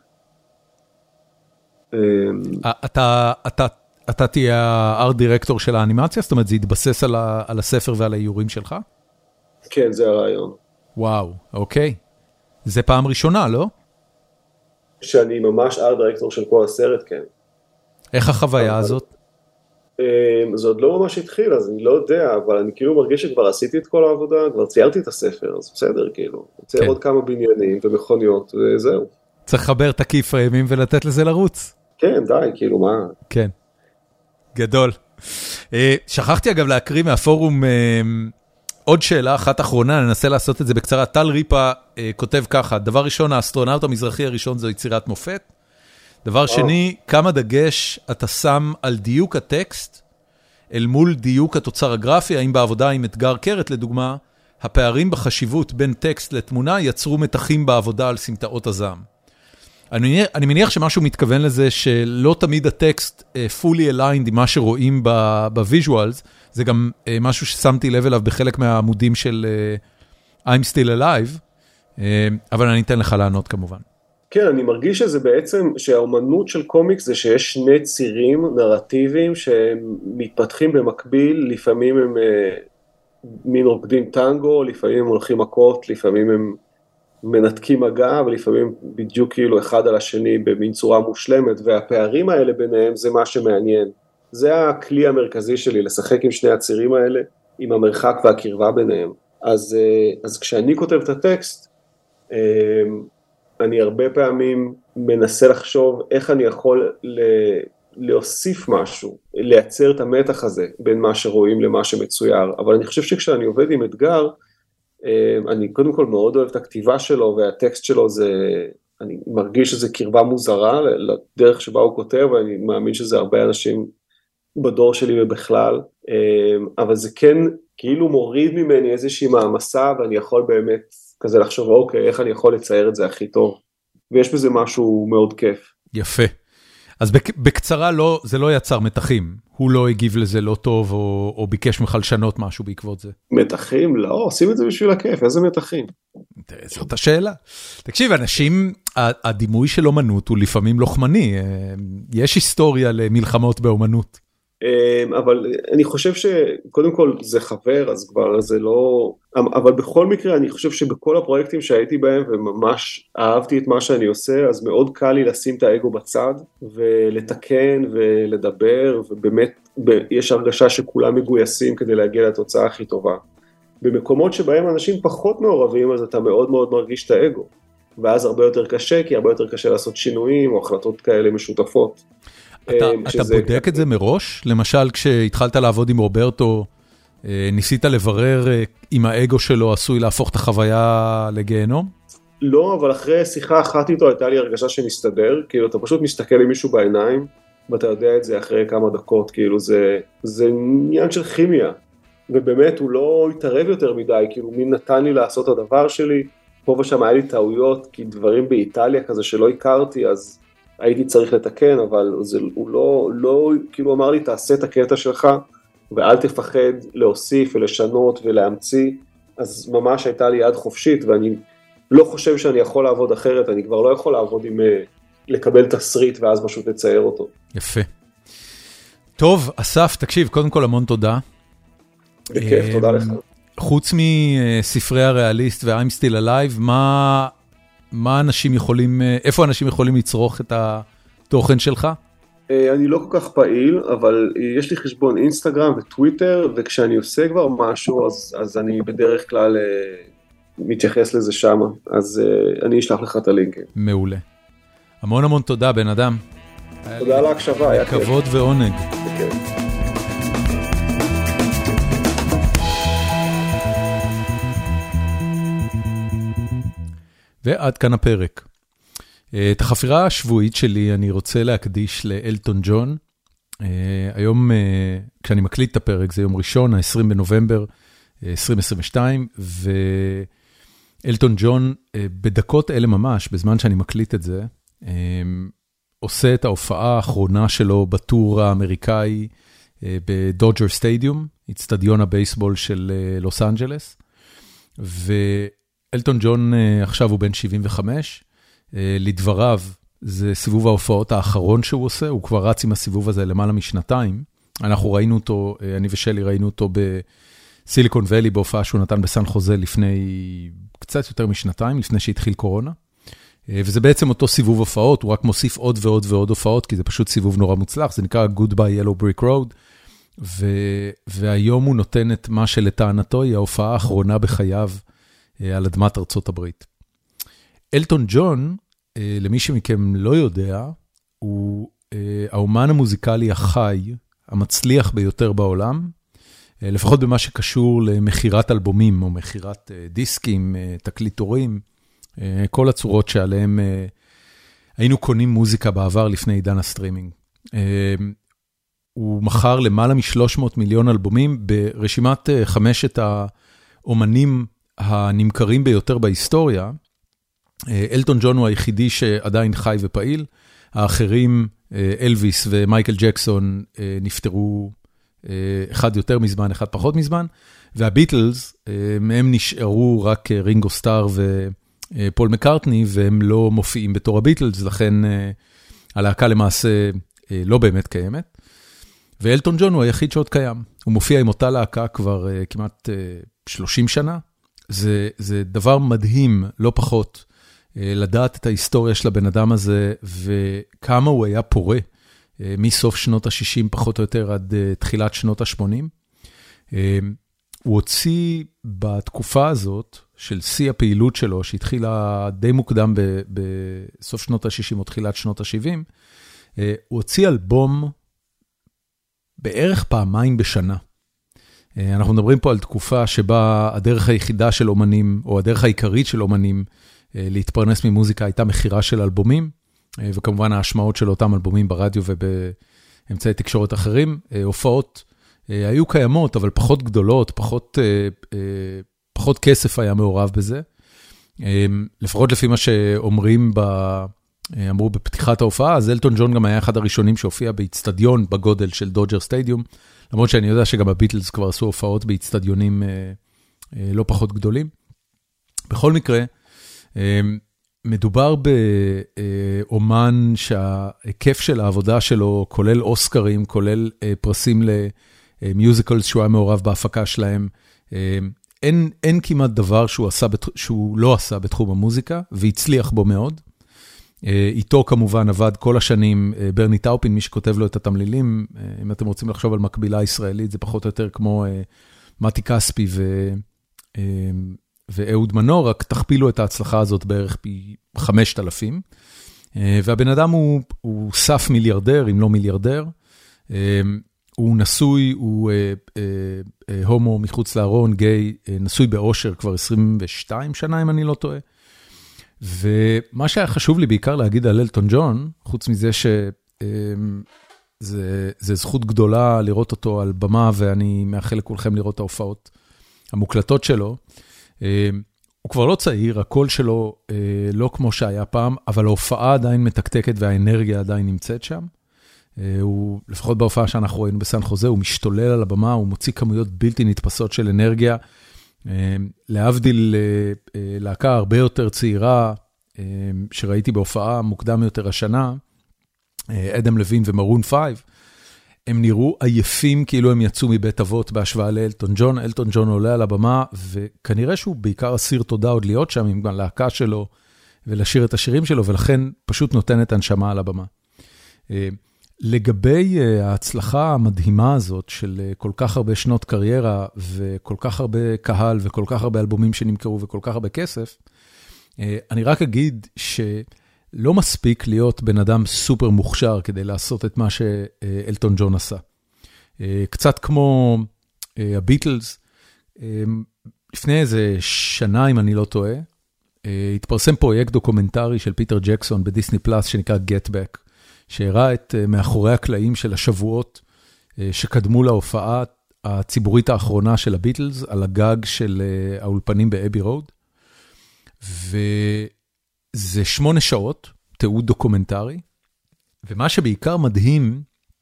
אתה, אתה, אתה תהיה הארט דירקטור של האנימציה? זאת אומרת, זה יתבסס על, ה, על הספר ועל האיורים שלך? כן, זה הרעיון. וואו, אוקיי. זה פעם ראשונה, לא? שאני ממש ארט דירקטור של כל הסרט, כן. איך החוויה הזאת? זה עוד לא ממש התחיל, אז אני לא יודע, אבל אני כאילו מרגיש שכבר עשיתי את כל העבודה, כבר ציירתי את הספר, אז בסדר, כאילו. צייר עוד כמה בניינים ומכוניות, וזהו. צריך לחבר את הכי פריימים ולתת לזה לרוץ. כן, די, כאילו, מה? כן. גדול. שכחתי אגב להקריא מהפורום עוד שאלה אחת אחרונה, ננסה לעשות את זה בקצרה. טל ריפה כותב ככה, דבר ראשון, האסטרונאוט המזרחי הראשון זו יצירת מופת. דבר שני, כמה דגש אתה שם על דיוק הטקסט אל מול דיוק התוצר הגרפי, האם בעבודה עם אתגר קרת לדוגמה, הפערים בחשיבות בין טקסט לתמונה יצרו מתחים בעבודה על סמטאות הזעם. אני, אני מניח שמשהו מתכוון לזה שלא תמיד הטקסט uh, fully aligned עם מה שרואים בוויז'ואלס, זה גם uh, משהו ששמתי לב אליו בחלק מהעמודים של uh, I'm Still Alive, uh, אבל אני אתן לך לענות כמובן. כן, אני מרגיש שזה בעצם, שהאומנות של קומיקס זה שיש שני צירים נרטיביים שהם מתפתחים במקביל, לפעמים הם uh, מין רוקדים טנגו, לפעמים הם הולכים מכות, לפעמים הם מנתקים מגע, ולפעמים בדיוק כאילו אחד על השני במין צורה מושלמת, והפערים האלה ביניהם זה מה שמעניין. זה הכלי המרכזי שלי, לשחק עם שני הצירים האלה, עם המרחק והקרבה ביניהם. אז, אז כשאני כותב את הטקסט, אני הרבה פעמים מנסה לחשוב איך אני יכול להוסיף משהו, לייצר את המתח הזה בין מה שרואים למה שמצויר. אבל אני חושב שכשאני עובד עם אתגר, אני קודם כל מאוד אוהב את הכתיבה שלו, והטקסט שלו זה, אני מרגיש שזה קרבה מוזרה לדרך שבה הוא כותב, ואני מאמין שזה הרבה אנשים בדור שלי ובכלל, אבל זה כן כאילו מוריד ממני איזושהי מעמסה, ואני יכול באמת כזה לחשוב, אוקיי, איך אני יכול לצייר את זה הכי טוב, ויש בזה משהו מאוד כיף. יפה. אז בקצרה לא, זה לא יצר מתחים, הוא לא הגיב לזה לא טוב, או, או ביקש ממך לשנות משהו בעקבות זה. מתחים? לא, עושים את זה בשביל הכיף, איזה מתחים? זאת השאלה. תקשיב, אנשים, הדימוי של אומנות הוא לפעמים לוחמני, יש היסטוריה למלחמות באומנות. אבל אני חושב שקודם כל זה חבר, אז כבר זה לא, אבל בכל מקרה אני חושב שבכל הפרויקטים שהייתי בהם וממש אהבתי את מה שאני עושה, אז מאוד קל לי לשים את האגו בצד ולתקן ולדבר, ובאמת יש הרגשה שכולם מגויסים כדי להגיע לתוצאה הכי טובה. במקומות שבהם אנשים פחות מעורבים, אז אתה מאוד מאוד מרגיש את האגו, ואז הרבה יותר קשה, כי הרבה יותר קשה לעשות שינויים או החלטות כאלה משותפות. אתה, אתה בודק את זה מראש? למשל, כשהתחלת לעבוד עם רוברטו, ניסית לברר אם האגו שלו עשוי להפוך את החוויה לגיהנום? לא, אבל אחרי שיחה אחת איתו הייתה לי הרגשה שנסתדר, כאילו אתה פשוט מסתכל עם מישהו בעיניים, ואתה יודע את זה אחרי כמה דקות, כאילו זה, זה עניין של כימיה, ובאמת הוא לא התערב יותר מדי, כאילו מי נתן לי לעשות את הדבר שלי, פה ושם היה לי טעויות, כי דברים באיטליה כזה שלא הכרתי, אז הייתי צריך לתקן, אבל זה, הוא לא, לא, כאילו אמר לי, תעשה את הקטע שלך, ואל תפחד להוסיף ולשנות ולהמציא, אז ממש הייתה לי יד חופשית, ואני לא חושב שאני יכול לעבוד אחרת, אני כבר לא יכול לעבוד עם, לקבל תסריט, ואז פשוט לצייר אותו. יפה. טוב, אסף, תקשיב, קודם כל המון תודה. בכיף, תודה לך. חוץ מספרי הריאליסט ו-I'm Still Alive, מה... מה אנשים יכולים, איפה אנשים יכולים לצרוך את התוכן שלך? אני לא כל כך פעיל, אבל יש לי חשבון אינסטגרם וטוויטר, וכשאני עושה כבר משהו, אז, אז אני בדרך כלל מתייחס לזה שם, אז אני אשלח לך את הלינקים. מעולה. המון המון תודה, בן אדם. תודה על ההקשבה, היה כיף. כבוד ועונג. בכיף. ועד כאן הפרק. את החפירה השבועית שלי אני רוצה להקדיש לאלטון ג'ון. היום, כשאני מקליט את הפרק, זה יום ראשון, ה-עשרים בנובמבר עשרים עשרים ושתיים, ואלטון ג'ון בדקות אלה ממש, בזמן שאני מקליט את זה, עושה את ההופעה האחרונה שלו בטור האמריקאי בדודג'ר סטדיום, אצטדיון הבייסבול של לוס אנג'לס, ו... אלטון ג'ון עכשיו הוא בן שבעים וחמש, לדבריו זה סיבוב ההופעות האחרון שהוא עושה, הוא כבר רץ עם הסיבוב הזה למעלה משנתיים, אנחנו ראינו אותו, אני ושלי ראינו אותו בסיליקון ואלי, בהופעה שהוא נתן בסן חוזה לפני קצת יותר משנתיים, לפני שהתחיל קורונה, וזה בעצם אותו סיבוב הופעות, הוא רק מוסיף עוד ועוד ועוד הופעות, כי זה פשוט סיבוב נורא מוצלח, זה נקרא Goodbye Yellow Brick Road, והיום הוא נותן את מה שלטענתו היא ההופעה האחרונה בחייו, על אדמת ארצות הברית. אלטון ג'ון, למי שמכם לא יודע, הוא האומן המוזיקלי החי, המצליח ביותר בעולם, לפחות במה שקשור למחירת אלבומים, או מחירת דיסקים, תקליטורים, כל הצורות שעליהם היינו קונים מוזיקה בעבר לפני עידן הסטרימינג. הוא מכר למעלה מ-שלוש מאות מיליון אלבומים, ברשימת חמשת האומנים הנמכרים ביותר בהיסטוריה, אלטון ג'ון הוא היחידי שעדיין חי ופעיל, האחרים, אלוויס ומייקל ג'קסון, נפטרו אחד יותר מזמן, אחד פחות מזמן, והביטלס, הם נשארו רק רינגו סטאר ופול מקארטני, והם לא מופיעים בתור הביטלס, לכן הלהקה למעשה לא באמת קיימת. ואלטון ג'ון הוא היחיד שעוד קיים. הוא מופיע עם אותה להקה כבר כמעט שלושים שנה. זה, זה דבר מדהים, לא פחות, לדעת את ההיסטוריה של הבן אדם הזה, וכמה הוא היה פורה, מסוף שנות ה-שישים פחות או יותר עד תחילת שנות ה-שמונים. הוא הוציא בתקופה הזאת, של שיא הפעילות שלו, שהתחילה די מוקדם בסוף שנות ה-שישים או תחילת שנות ה-שבעים, הוא הוציא אלבום בערך פעמיים בשנה. אנחנו מדברים פה על תקופה שבה הדרך היחידה של אומנים, או הדרך העיקרית של אומנים, להתפרנס ממוזיקה הייתה מחירה של אלבומים, וכמובן ההשמעות של אותם אלבומים ברדיו ובאמצעי תקשורת אחרים. הופעות היו קיימות, אבל פחות גדולות, פחות, פחות כסף היה מעורב בזה. לפחות לפי מה שאומרים ב... אמרו בפתיחת ההופעה, אז אלטון ג'ון גם היה אחד הראשונים שהופיע באצטדיון בגודל של דודג'ר סטדיום, למרות שאני יודע שגם הביטלס כבר עשו הופעות באצטדיונים לא פחות גדולים. בכל מקרה, מדובר באומן שההיקף של העבודה שלו כולל אוסקרים, כולל פרסים למיוזיקלס שהוא היה מעורב בהפקה שלהם. אין, אין כמעט דבר שהוא, עשה, שהוא לא עשה בתחום המוזיקה, והצליח בו מאוד. איתו כמובן עבד כל השנים ברני טאופין, מי שכותב לו את התמלילים, אם אתם רוצים לחשוב על מקבילה ישראלית, זה פחות או יותר כמו מתי כספי ו... ואהוד מנור, רק תכפילו את ההצלחה הזאת בערך פי חמשת אלפים, והבן אדם הוא, הוא סף מיליארדר, אם לא מיליארדר, הוא נשוי, הוא הומו מחוץ לארון, גיי, נשוי באושר כבר עשרים ושתיים שנה, אם אני לא טועה, ומה שהיה חשוב לי בעיקר להגיד על אלטון ג'ון, חוץ מזה שזה זה זכות גדולה לראות אותו על במה, ואני מאחל לכולכם לראות את ההופעות המוקלטות שלו, הוא כבר לא צעיר, הקול שלו לא כמו שהיה פעם, אבל ההופעה עדיין מתקתקת והאנרגיה עדיין נמצאת שם. הוא, לפחות בהופעה שאנחנו ראינו בסן חוזה, הוא משתולל על הבמה, הוא מוציא כמויות בלתי נתפסות של אנרגיה, להבדיל להקה הרבה יותר צעירה, שראיתי בהופעה מוקדם יותר השנה, אדם לוין ומרון פייב, הם נראו עייפים כאילו הם יצאו מבית אבות בהשוואה לאלטון ג'ון. אלטון ג'ון עולה על הבמה, וכנראה שהוא בעיקר אסיר תודה עוד להיות שם עם להקה שלו, ולשיר את השירים שלו, ולכן פשוט נותן את הנשמה על הבמה. לגבי ההצלחה המדהימה הזאת של כל כך הרבה שנות קריירה, וכל כך הרבה קהל, וכל כך הרבה אלבומים שנמכרו, וכל כך הרבה כסף, אני רק אגיד שלא מספיק להיות בן אדם סופר מוכשר, כדי לעשות את מה שאלטון ג'ון עשה. קצת כמו הביטלס, לפני איזה שנה, אם אני לא טועה, התפרסם פרויקט דוקומנטרי של פיטר ג'קסון בדיסני פלאס, שנקרא Get Back, שהראה את מאחורי הקלעים של השבועות שקדמו להופעה הציבורית האחרונה של הביטלס, על הגג של האולפנים באבי רוד, וזה שמונה שעות, תיעוד דוקומנטרי, ומה שבעיקר מדהים,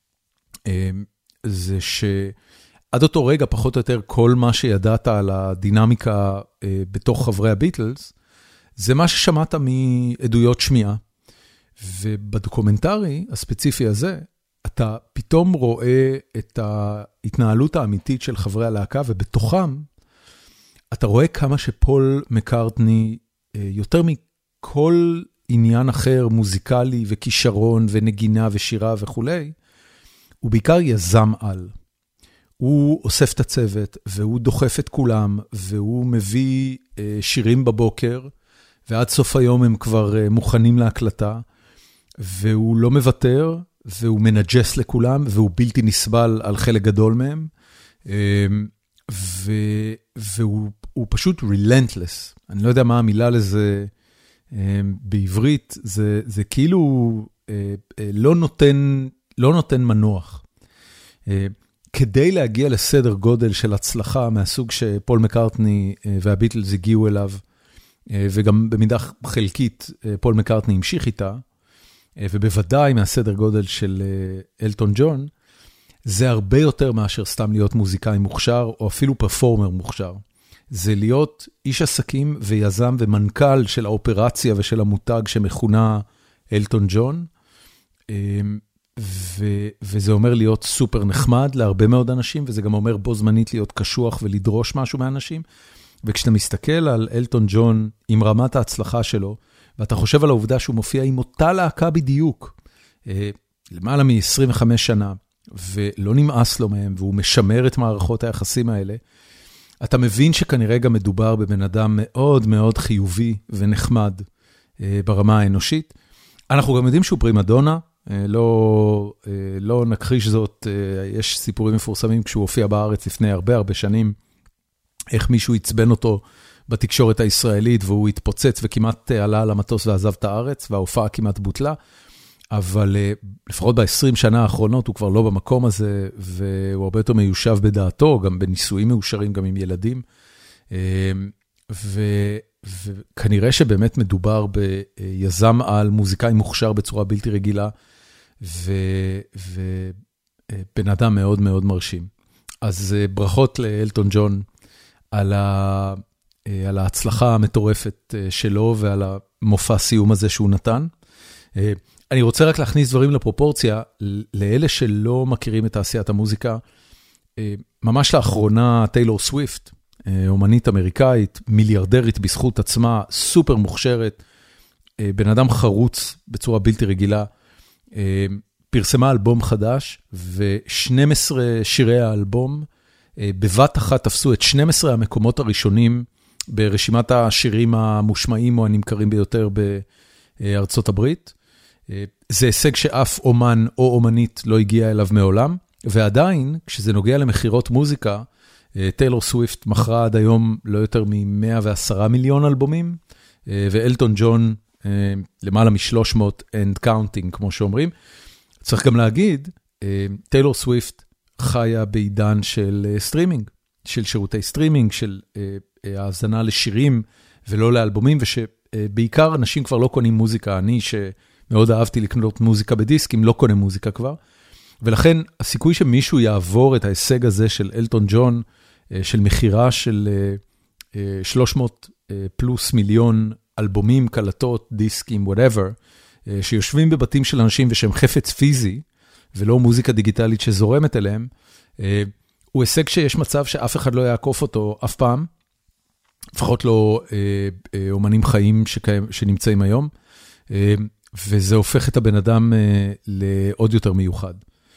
זה שעד אותו רגע, פחות או יותר, כל מה שידעת על הדינמיקה בתוך חברי הביטלס, זה מה ששמעת מעדויות שמיעה, ובדוקומנטרי הספציפי הזה, אתה פתאום רואה את ההתנהלות האמיתית של חברי הלהקה, ובתוכם אתה רואה כמה שפול מקארטני, יותר מכל עניין אחר, מוזיקלי וכישרון ונגינה ושירה וכו', הוא בעיקר יזם על. הוא אוסף את הצוות, והוא דוחף את כולם, והוא מביא שירים בבוקר, ועד סוף היום הם כבר מוכנים להקלטה, והוא לא מוותר, והוא מנג'ס לכולם, והוא בלתי נסבל על חלק גדול מהם, והוא הוא פשוט relentless. אני לא יודע מה המילה לזה בעברית, זה, זה כאילו לא נותן, לא נותן מנוח. כדי להגיע לסדר גודל של הצלחה מהסוג שפול מקארטני והביטלס הגיעו אליו, וגם במידה חלקית פול מקרטני המשיך איתה, ובוודאי מהסדר גודל של אלטון ג'ון, זה הרבה יותר מאשר סתם להיות מוזיקאי מוכשר, או אפילו פרפורמר מוכשר. זה להיות איש עסקים ויזם ומנכ"ל של האופרציה ושל המותג שמכונה אלטון ג'ון, ו- וזה אומר להיות סופר נחמד להרבה מאוד אנשים, וזה גם אומר בו זמנית להיות קשוח ולדרוש משהו מאנשים, וכשאתה מסתכל על אלטון ג'ון עם רמת ההצלחה שלו, ואתה חושב על העובדה שהוא מופיע עם אותה להקה בדיוק, למעלה מ-עשרים וחמש שנה, ולא נמאס לו מהם, והוא משמר את מערכות היחסים האלה, אתה מבין שכנראה גם מדובר בבן אדם מאוד מאוד חיובי ונחמד ברמה האנושית. אנחנו גם יודעים שהוא פרימדונה, לא, לא נכחיש זאת, יש סיפורים מפורסמים כשהוא הופיע בארץ לפני הרבה הרבה שנים, איך מישהו יצבן אותו בתקשורת הישראלית, והוא התפוצץ וכמעט עלה על המטוס ועזב את הארץ, וההופעה כמעט בוטלה, אבל לפחות ב-עשרים שנה האחרונות הוא כבר לא במקום הזה, והוא הרבה יותר מיושב בדעתו, גם בניסויים מאושרים, גם עם ילדים, ו... וכנראה שבאמת מדובר ביזם על מוזיקאי מוכשר בצורה בלתי רגילה, ובן אדם מאוד מאוד מרשים. אז ברכות לאלטון ג'ון על, ה... על ההצלחה המטורפת שלו, ועל המופע סיום הזה שהוא נתן. אני רוצה רק להכניס דברים לפרופורציה, לאלה שלא מכירים את תעשיית המוזיקה, ממש לאחרונה טיילור סוויפט, אומנית אמריקאית, מיליארדרית בזכות עצמה, סופר מוכשרת, בן אדם חרוץ בצורה בלתי רגילה, פרסמה אלבום חדש, ו-שנים עשר שירי האלבום, בבת אחת תפסו את שנים עשר המקומות הראשונים, ברשימת השירים המושמעים או הנמכרים ביותר בארצות הברית. זה הישג שאף אומן או אומנית לא הגיע אליו מעולם, ועדיין, כשזה נוגע למחירות מוזיקה, טיילור סוויפט מכרה עד היום לא יותר מ-מאה ועשרה מיליון אלבומים, ואלטון ג'ון למעלה מ-שלוש מאות and counting, כמו שאומרים. צריך גם להגיד, טיילור סוויפט חיה בעידן של סטרימינג, של שירותי סטרימינג, של האזנה לשירים ולא לאלבומים, ושבעיקר אנשים כבר לא קונים מוזיקה. אני שמאוד אהבתי לקנות מוזיקה בדיסקים, לא קונה מוזיקה כבר. ולכן הסיכוי שמישהו יעבור את ההישג הזה של אלטון ג'ון, של מחירה של שלוש מאות פלוס מיליון אלבומים, קלטות, דיסקים, whatever, שיושבים בבתים של אנשים ושהם חפץ פיזי, ולא מוזיקה דיגיטלית שזורמת אליהם, הוא הישג שיש מצב שאף אחד לא יעקוף אותו אף פעם, לפחות לא אומנים חיים שנמצאים היום, וזה הופך את הבן אדם לעוד יותר מיוחד.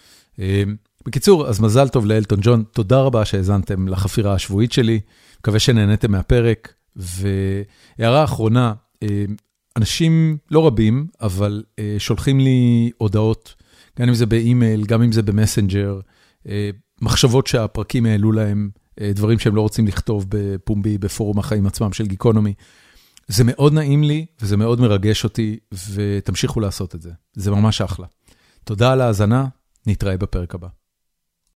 בקיצור, אז מזל טוב לאלטון ג'ון, תודה רבה שהאזנתם לחפירה השבועית שלי, מקווה שנהנתם מהפרק, והערה האחרונה, אנשים לא רבים, אבל שולחים לי הודעות, גם אם זה באימייל, גם אם זה במסנג'ר, מחשבות שהפרקים העלו להם, דברים שהם לא רוצים לכתוב בפומבי, בפורום החיים עצמם של גיקונומי. זה מאוד נעים לי, וזה מאוד מרגש אותי, ותמשיכו לעשות את זה. זה ממש אחלה. תודה על ההאזנה, נתראה בפרק הבא.